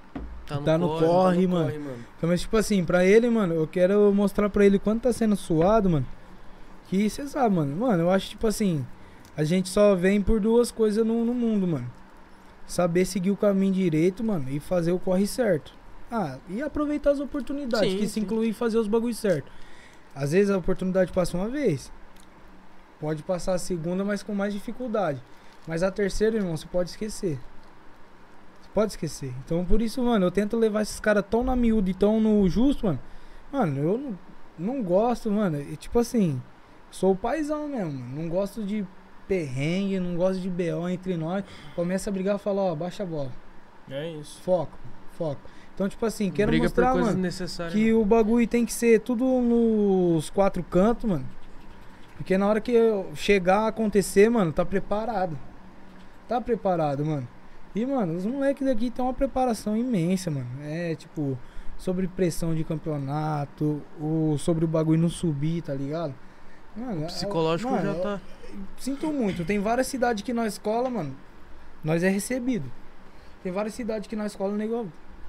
Tá no corre. Corre, mano. Corre, mano. Então, mas tipo assim, pra ele, mano, eu quero mostrar pra ele quanto tá sendo suado, mano. Que cê sabe, mano. Mano, eu acho tipo assim, a gente só vem por duas coisas no, no mundo, mano. Saber seguir o caminho direito, mano, e fazer o corre certo. Ah, e aproveitar as oportunidades, Sim, que se sim. incluir em fazer os bagulhos certos. Às vezes a oportunidade passa uma vez. Pode passar a segunda, mas com mais dificuldade. Mas a terceira, irmão, você pode esquecer. Você pode esquecer. Então, por isso, mano, eu tento levar esses caras tão na miúda e tão no justo, mano. Mano, eu não, não gosto, mano. E, tipo assim, sou o paizão mesmo, mano. Não gosto de perrengue, não gosto de B O entre nós. Começa a brigar e fala, ó, baixa a bola. É isso. Foco, foco. Então, tipo assim, quero Briga mostrar, por coisas mano, necessárias. que o bagulho tem que ser tudo nos quatro cantos, mano. Porque na hora que eu chegar a acontecer, mano, tá preparado. Tá preparado, mano. E, mano, os moleques daqui tem uma preparação imensa, mano. É, tipo, sobre pressão de campeonato, ou sobre o bagulho não subir, tá ligado? Mano, O psicológico mano, já eu- tá. Sinto muito. Tem várias cidades que nós escola, mano, nós é recebido. Tem várias cidades que nós escola, nego.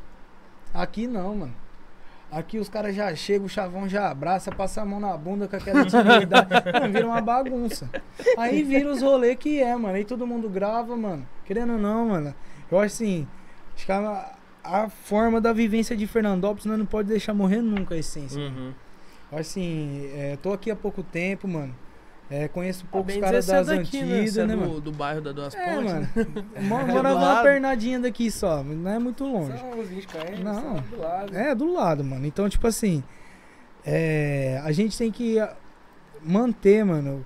Aqui não, mano. Aqui os caras já chegam, o Chavão já abraça, passa a mão na bunda com aquela intimidade. Mano, vira uma bagunça. Aí vira os rolês que é, mano. Aí todo mundo grava, mano. Querendo ou não, mano. Eu acho assim, acho que a, a forma da vivência de Fernandópolis nós não pode deixar morrer nunca a essência. Uhum. Eu acho assim, é, tô aqui há pouco tempo, mano. É, conheço poucos Bem caras dizer, das você é daqui, né? antigas, Você é né, do, mano? do bairro da Duas É, Pontes. mano. né? Mora do mora uma lado. pernadinha daqui só, não é muito longe. Só uns vinte quilômetros, Não. só do lado. É, do lado, mano. Então, tipo assim, é, a gente tem que ah, manter, mano,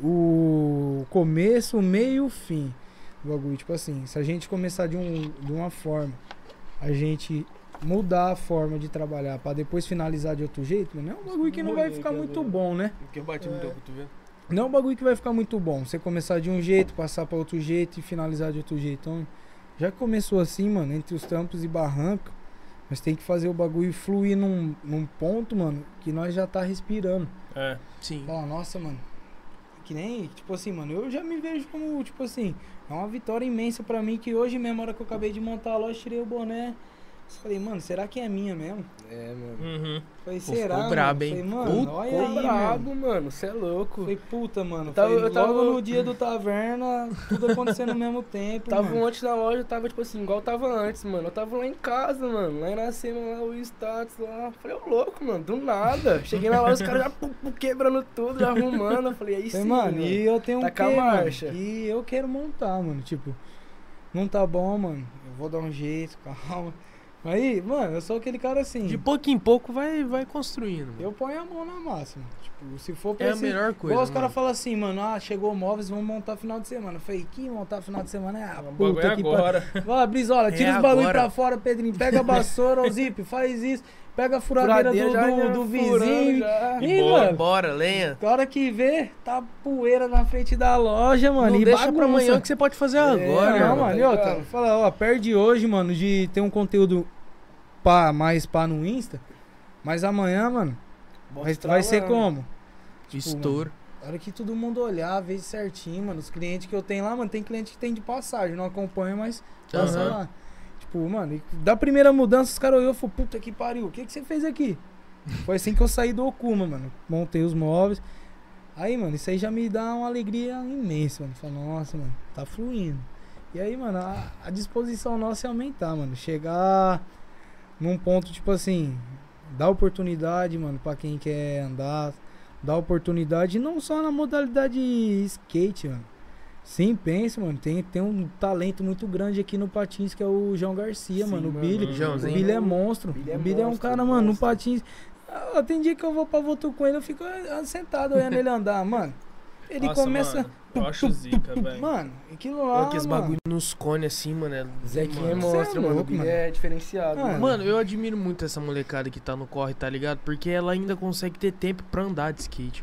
o começo, o meio e o fim do bagulho. Tipo assim, se a gente começar de, um, de uma forma, a gente mudar a forma de trabalhar pra depois finalizar de outro jeito, mano, é um bagulho que não vai ficar muito bom, né? Porque eu bati muito cotovelo. Não é um bagulho que vai ficar muito bom. Você começar de um jeito, passar pra outro jeito e finalizar de outro jeito. Então, já que começou assim, mano, entre os trampos e barrancos, nós tem que fazer o bagulho fluir num, num ponto, mano, que nós já tá respirando. É. Sim. Fala, nossa, mano. Que nem, tipo assim, mano, eu já me vejo como, tipo assim, é uma vitória imensa pra mim que hoje mesmo, na hora que eu acabei de montar a loja, tirei o boné. Falei, mano, será que é minha mesmo? É, mano. Uhum. Falei, Pô, será? ficou brabo, hein? Falei, mano, Ficou olha aí, brabo, mano. mano. Você é louco. Falei, puta, mano. Eu tava- Falei, eu tava- logo no dia do taverna, tudo acontecendo ao mesmo tempo. Tava mano. ontem na loja, tava tipo assim, igual tava antes, mano. Eu tava lá em casa, mano. Lá em Iracema, lá o status lá. Falei, ô louco, mano, do nada. Cheguei na loja, os caras já pum, pum, quebrando tudo, já arrumando. Eu falei, aí sim. Falei, mano, mano. e eu tenho um Tacar quê, mano? marcha. E eu quero montar, mano. Tipo, não tá bom, mano. Eu vou dar um jeito, calma. Aí, mano, eu sou aquele cara assim. De pouco em pouco vai, vai construindo. Mano. Eu ponho a mão na massa, mano. Tipo, se for pra É a esse- melhor coisa. Igual os mano. caras falam assim, mano, ah, chegou móveis, vamos montar final de semana. Eu falei, que montar final de semana é a O bagulho puta é que agora. pariu. Vai, Brizola, tira É os bagulho agora. pra fora, Pedrinho. Pega a vassoura, o Zip, faz isso. Pega a furadeira, Furadeira do, já do, ia do furando vizinho. já. E, bora, mano, Bora, lenha. a hora que vê, tá poeira na frente da loja, mano. Não e deixa pra bagunça. amanhã que você pode fazer É, agora. não, mano. mano, e tá outra, ligado? fala, ó, perde hoje, mano, de ter um conteúdo pá, mais pá no Insta, mas amanhã, mano, vai, vai ser como? Tipo, Estouro. Na hora que todo mundo olhar, ver certinho, mano, os clientes que eu tenho lá, mano, tem cliente que tem de passagem, não acompanha, mas passa Aham. lá. Tipo, mano, e da primeira mudança, os caras olhou e falaram, puta que pariu, o que que você fez aqui? Foi assim que eu saí do Okuma, mano, montei os móveis. Aí, mano, isso aí já me dá uma alegria imensa, mano. Fala, nossa, mano, tá fluindo. E aí, mano, a, a disposição nossa é aumentar, mano. Chegar num ponto, tipo assim, dar oportunidade, mano, pra quem quer andar. Dar oportunidade não só na modalidade skate, mano. Sim, pensa, mano. Tem, tem um talento muito grande aqui no Patins, que é o João Garcia, Sim, mano. O mano. Billy. O O Joãozinho. Billy é monstro. Billy é o Billy é um monstro, cara, mano, no monstro. Patins. Ah, tem dia que eu vou pra Votu com ele, eu fico ah, sentado olhando ele andar, mano. Ele Nossa, começa. mano, eu acho zica, velho. Mano, aquilo lá. Aqueles mano. bagulho nos cones assim, mano. É... Zequinha é mano, cê é monstro, mano. O louco, Billy mano. é diferenciado, Ah, mano. Mano, eu admiro muito essa molecada que tá no corre, tá ligado? Porque ela ainda consegue ter tempo pra andar de skate,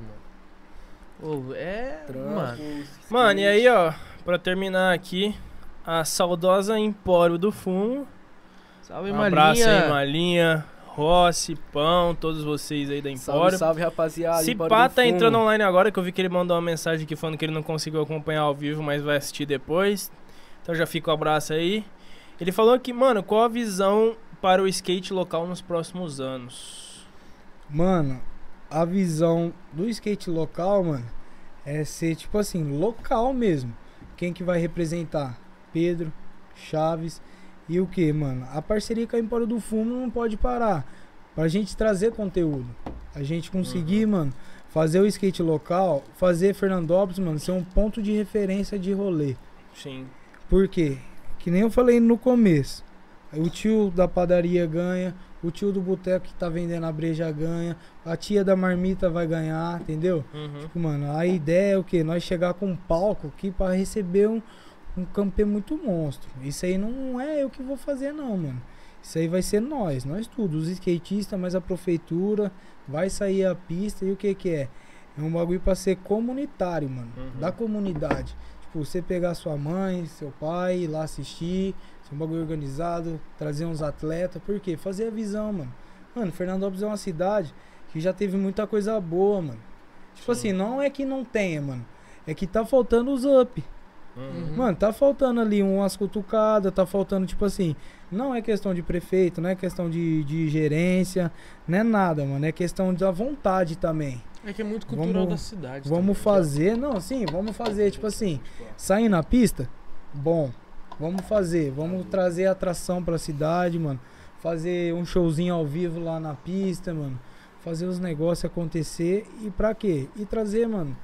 mano. Ô, é. Trampos, Mano. Mano, e skate. aí, ó, pra terminar aqui, a saudosa Empório do Fumo. Salve, Um abraço aí, Malinha. Malinha, Rossi, Pão, todos vocês aí da Salve, Empório. salve, rapaziada. Se Empório pá, do tá Fumo. entrando online agora, que eu vi que ele mandou uma mensagem aqui falando que ele não conseguiu acompanhar ao vivo, mas vai assistir depois. Então já fica o abraço aí. Ele falou que, mano, qual a visão para o skate local nos próximos anos? Mano, a visão do skate local, mano, é ser tipo assim, local mesmo. Quem que vai representar? Pedro, Chaves e o que, mano? A parceria com a Empório do Fumo não pode parar. Pra gente trazer conteúdo. A gente conseguir, mano, fazer o skate local, fazer Fernandópolis, mano, ser um ponto de referência de rolê. Sim. Por quê? Que nem eu falei no começo. O tio da padaria ganha, o tio do boteco que tá vendendo a breja ganha, a tia da marmita vai ganhar, entendeu? Uhum. Tipo, mano, a ideia é o quê? Nós chegar com um palco aqui pra receber um, um campê muito monstro. Isso aí não é eu que vou fazer não, mano. Isso aí vai ser nós, nós tudo, os skatistas, mas a prefeitura, vai sair a pista e o que que é? É um bagulho pra ser comunitário, mano, Uhum. da comunidade. Tipo, você pegar sua mãe, seu pai, ir lá assistir, ser um bagulho organizado, trazer uns atletas, por quê? Fazer a visão, mano. Mano, Fernandópolis é uma cidade que já teve muita coisa boa, mano. Tipo Sim. assim, não é que não tenha, mano, é que tá faltando os up. Uhum. Mano, tá faltando ali umas cutucadas, tá faltando, tipo assim, não é questão de prefeito, não é questão de, de gerência, não é nada, mano, é questão da vontade também. É que é muito cultural Vamos- da cidade. Vamos também. fazer, não, sim, vamos fazer, tipo assim, sair na pista, bom, vamos fazer, vamos trazer atração pra cidade, mano, fazer um showzinho ao vivo lá na pista, mano, fazer os negócios acontecer e pra quê? E trazer, mano,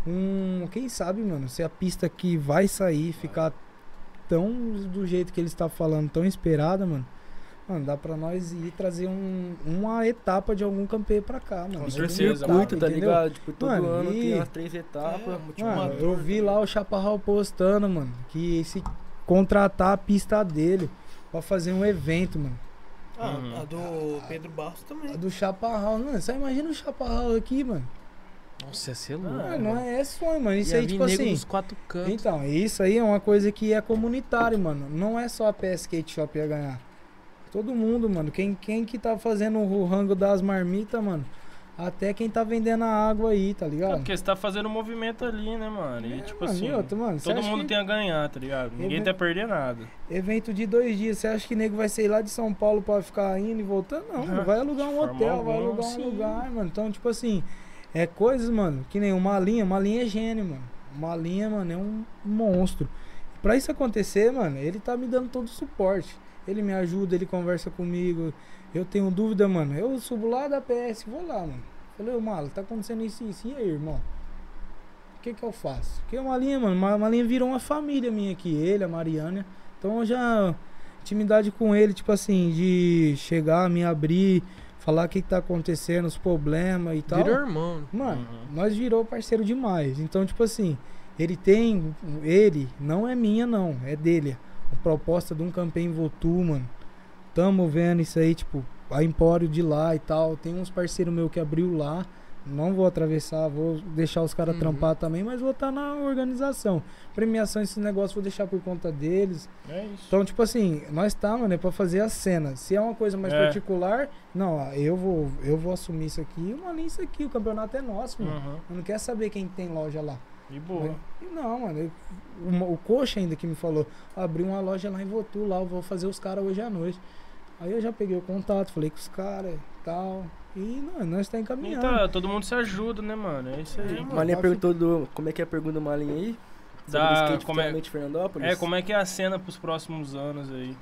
um, quem sabe, mano, se a pista que vai sair ficar tão do jeito que ele está falando, tão esperada, mano, mano, dá pra nós ir trazer um, uma etapa de algum campeiro pra cá, mano. Com Uma certeza, etapa, Curto, tá entendeu? ligado? Tipo, todo Mano, ano e- tem umas três etapas. É, muito Mano, amador, eu vi tá lá o Chaparral postando, mano, que se contratar a pista dele pra fazer um evento, mano. Ah, Uhum. a do Pedro Barros também. A do Chaparral, mano. Só imagina o Chaparral aqui, mano. Nossa, ia ser louco. Ah, não é, é sonho, mano. Isso Ia aí, vir tipo nego assim. dos quatro cantos. Então, isso aí é uma coisa que é comunitário, mano. Não é só a P S Skate Shop ia ganhar. Todo mundo, mano. Quem, quem que tá fazendo o rango das marmitas, mano? Até quem tá vendendo a água aí, tá É ligado? porque você tá fazendo um movimento ali, né, mano? E É, tipo mano, assim, e outra, mano, você todo acha mundo que- tem a ganhar, tá ligado? Ninguém Even- tem a perder nada. Evento de dois dias. Você acha que nego vai sair lá de São Paulo pra ficar indo e voltando? Não, Ah, vai alugar de um forma hotel, vai alguma, alugar um sim. lugar, mano. Então, tipo assim, é coisas, mano, que nem uma linha. Uma linha é gênio, mano. Uma linha, mano, é um monstro. Pra isso acontecer, mano, ele tá me dando todo o suporte. Ele me ajuda, ele conversa comigo. Eu tenho dúvida, mano. Eu subo lá da P S, vou lá, mano. Falei, ô, Malo, tá acontecendo isso e isso. E aí, irmão? O que que eu faço? Porque uma linha, mano, uma, uma linha virou uma família minha aqui. Ele, a Mariana. Então eu já... Intimidade com ele, tipo assim, de chegar, me abrir, falar o que que tá acontecendo, os problemas e tal. Virou irmão. Mano, Uhum. nós virou parceiro demais. Então, tipo assim, ele tem... Ele, não é minha, não. É dele. A proposta de um campeão em Votu, mano. Tamo vendo isso aí, tipo, a Empório de lá e tal. Tem uns parceiros meus que abriu lá. Não vou atravessar, vou deixar os caras Uhum. trampar também, mas vou estar na organização. Premiação, esse negócio, vou deixar por conta deles. É isso. Então, tipo assim, nós tá, mano, é pra fazer a cena. Se é uma coisa mais É. particular, não, ó, eu vou, eu vou assumir isso aqui, mano, isso aqui, o campeonato é nosso, mano. Uhum. Eu não quero saber quem tem loja lá. De boa. E não, mano, eu- o, o Coxa ainda que me falou, abri uma loja lá em Votu, lá, eu vou fazer os caras hoje à noite. Aí eu já peguei o contato, falei com os caras e tal. E não, nós tá encaminhando. Então, todo mundo se ajuda, né, mano? É isso aí. É, mano. Malinha tá perguntou do. Como é que é a pergunta do Malinha aí? Sobre Da- o skate como é- futuramente em Fernandópolis? É, como é que é a cena pros próximos anos aí?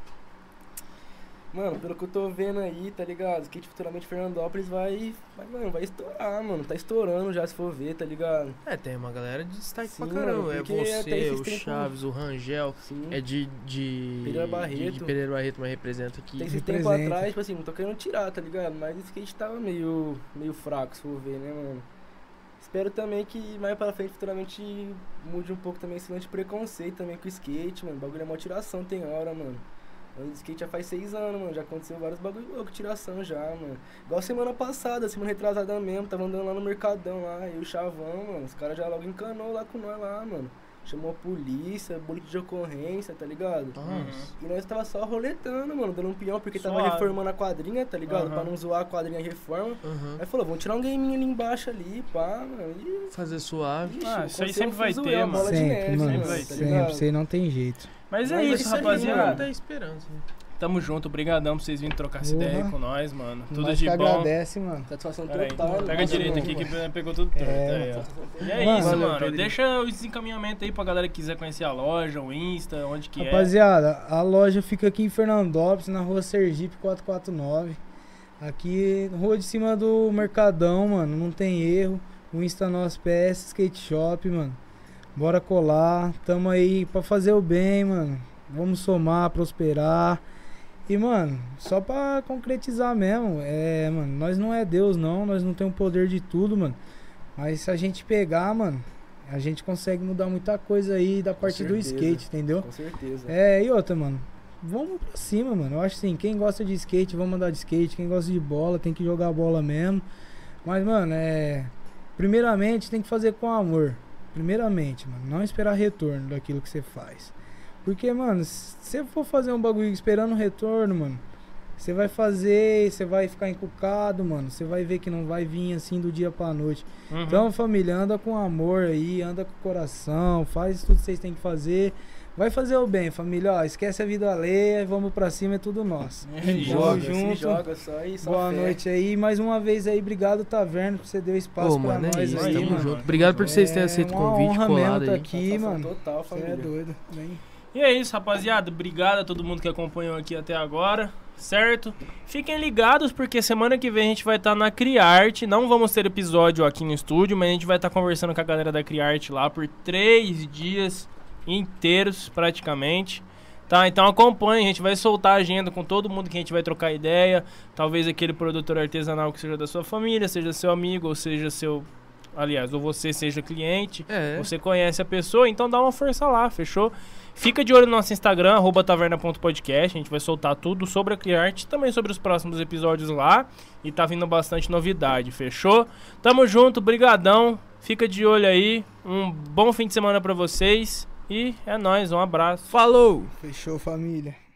Mano, pelo que eu tô vendo aí, tá ligado? Skate futuramente Fernandópolis vai, vai, mano, vai estourar, mano. Tá estourando já, se for ver, tá ligado? É, tem uma galera de destaque Sim, pra caramba. mano, É porque até você, esses o tempos- Chaves, o Rangel. Sim. É de. de Pereira de- Barreto. De, Pereira Barreto, mas representa aqui. Tem esse tempo representa. atrás, tipo assim, não tô querendo tirar, tá ligado? Mas o skate tava meio, meio fraco, se for ver, né, mano? Espero também que mais pra frente, futuramente, mude um pouco também esse lance de preconceito também com o skate, mano. O bagulho é uma tiração, tem hora, mano. O skate já faz seis anos, mano. Já aconteceu vários bagulho louco, tiração já, mano. Igual semana passada, semana retrasada mesmo. Tava andando lá no Mercadão lá, eu e o Chavão, mano. Os caras já logo encanou lá com nós lá, mano. Chamou a polícia, boletim de ocorrência, tá ligado? Nossa. E nós tava só roletando, mano, dando um peão, porque tava Suave. reformando a quadrinha, tá ligado? Aham. Pra não zoar a quadrinha reforma. Uhum. Aí falou, vamos tirar um gameinho ali embaixo ali, pá, mano. E, Fazer suave. ixi, Ah, isso aí aconteceu sempre um vai fuzuê, ter, uma mano. bola de Sempre, neve, mano, sempre vai ter, tá sempre, ligado? isso aí não tem jeito. Mas é Mas isso, isso aí, rapaziada. mano. Tá esperança, né? Tamo junto, brigadão por vocês virem trocar essa Porra. ideia aí com nós, mano. Tudo Nós de que bom. agradece, mano. Satisfação Pera aí, total. pega mano. direito aqui que pegou tudo torto. É, aí, ó. E é Mano, isso, valeu, mano. Pedrinho. Deixa os encaminhamentos aí pra galera que quiser conhecer a loja, o Insta, onde que Rapaziada, a loja fica aqui em Fernandópolis, na rua Sergipe quatrocentos e quarenta e nove. Aqui, rua de cima do Mercadão, mano. Não tem erro. O Insta nosso P S Skate Shop, mano. Bora colar. Tamo aí pra fazer o bem, mano. Vamos somar, prosperar. E, mano, só pra concretizar mesmo, é, mano, nós não é Deus, não. Nós não temos o poder de tudo, mano. Mas se a gente pegar, mano, a gente consegue mudar muita coisa aí da parte do certeza. skate, entendeu? Com certeza. É, e outra, mano, vamos pra cima, mano. Eu acho assim, quem gosta de skate, vamos andar de skate. Quem gosta de bola, tem que jogar bola mesmo. Mas, mano, é... Primeiramente, tem que fazer com amor. Primeiramente, mano, não esperar retorno daquilo que você faz. Porque, mano, se você for fazer um bagulho esperando retorno, mano, você vai fazer, você vai ficar encucado, mano. Você vai ver que não vai vir assim do dia pra noite. Uhum. Então, família, anda com amor aí, anda com o coração, faz tudo que vocês têm que fazer. Vai fazer o bem, família. Ó, esquece a vida alheia, vamos pra cima, é tudo nosso. É Tamo isso. Joga, junto. se joga só e só Boa fé. noite aí. Mais uma vez aí, obrigado, Taverna, por você deu espaço Ô, pra mano, é nós isso, aí, tamo mano. junto. Obrigado por vocês terem aceito o uma convite, honra colado mesmo tá aí. aqui, Satisfação mano. total, Você é família. doido. Bem... E é isso, rapaziada. Obrigado a todo mundo que acompanhou aqui até agora, certo? Fiquem ligados porque semana que vem a gente vai estar na Criarte. Não vamos ter episódio aqui no estúdio, mas a gente vai estar conversando com a galera da Criarte lá por três dias inteiros, praticamente. Tá, então acompanhe, a gente vai soltar a agenda com todo mundo que a gente vai trocar ideia. Talvez aquele produtor artesanal que seja da sua família, seja seu amigo ou seja seu aliás, ou você seja cliente, É. você conhece a pessoa, então dá uma força lá, fechou? Fica de olho no nosso Instagram, arroba taverna ponto podcast, a gente vai soltar tudo sobre a ClearArt, também sobre os próximos episódios lá, e tá vindo bastante novidade, fechou? Tamo junto, brigadão, fica de olho aí, um bom fim de semana pra vocês, e é nóis, um abraço. Falou! Fechou, família.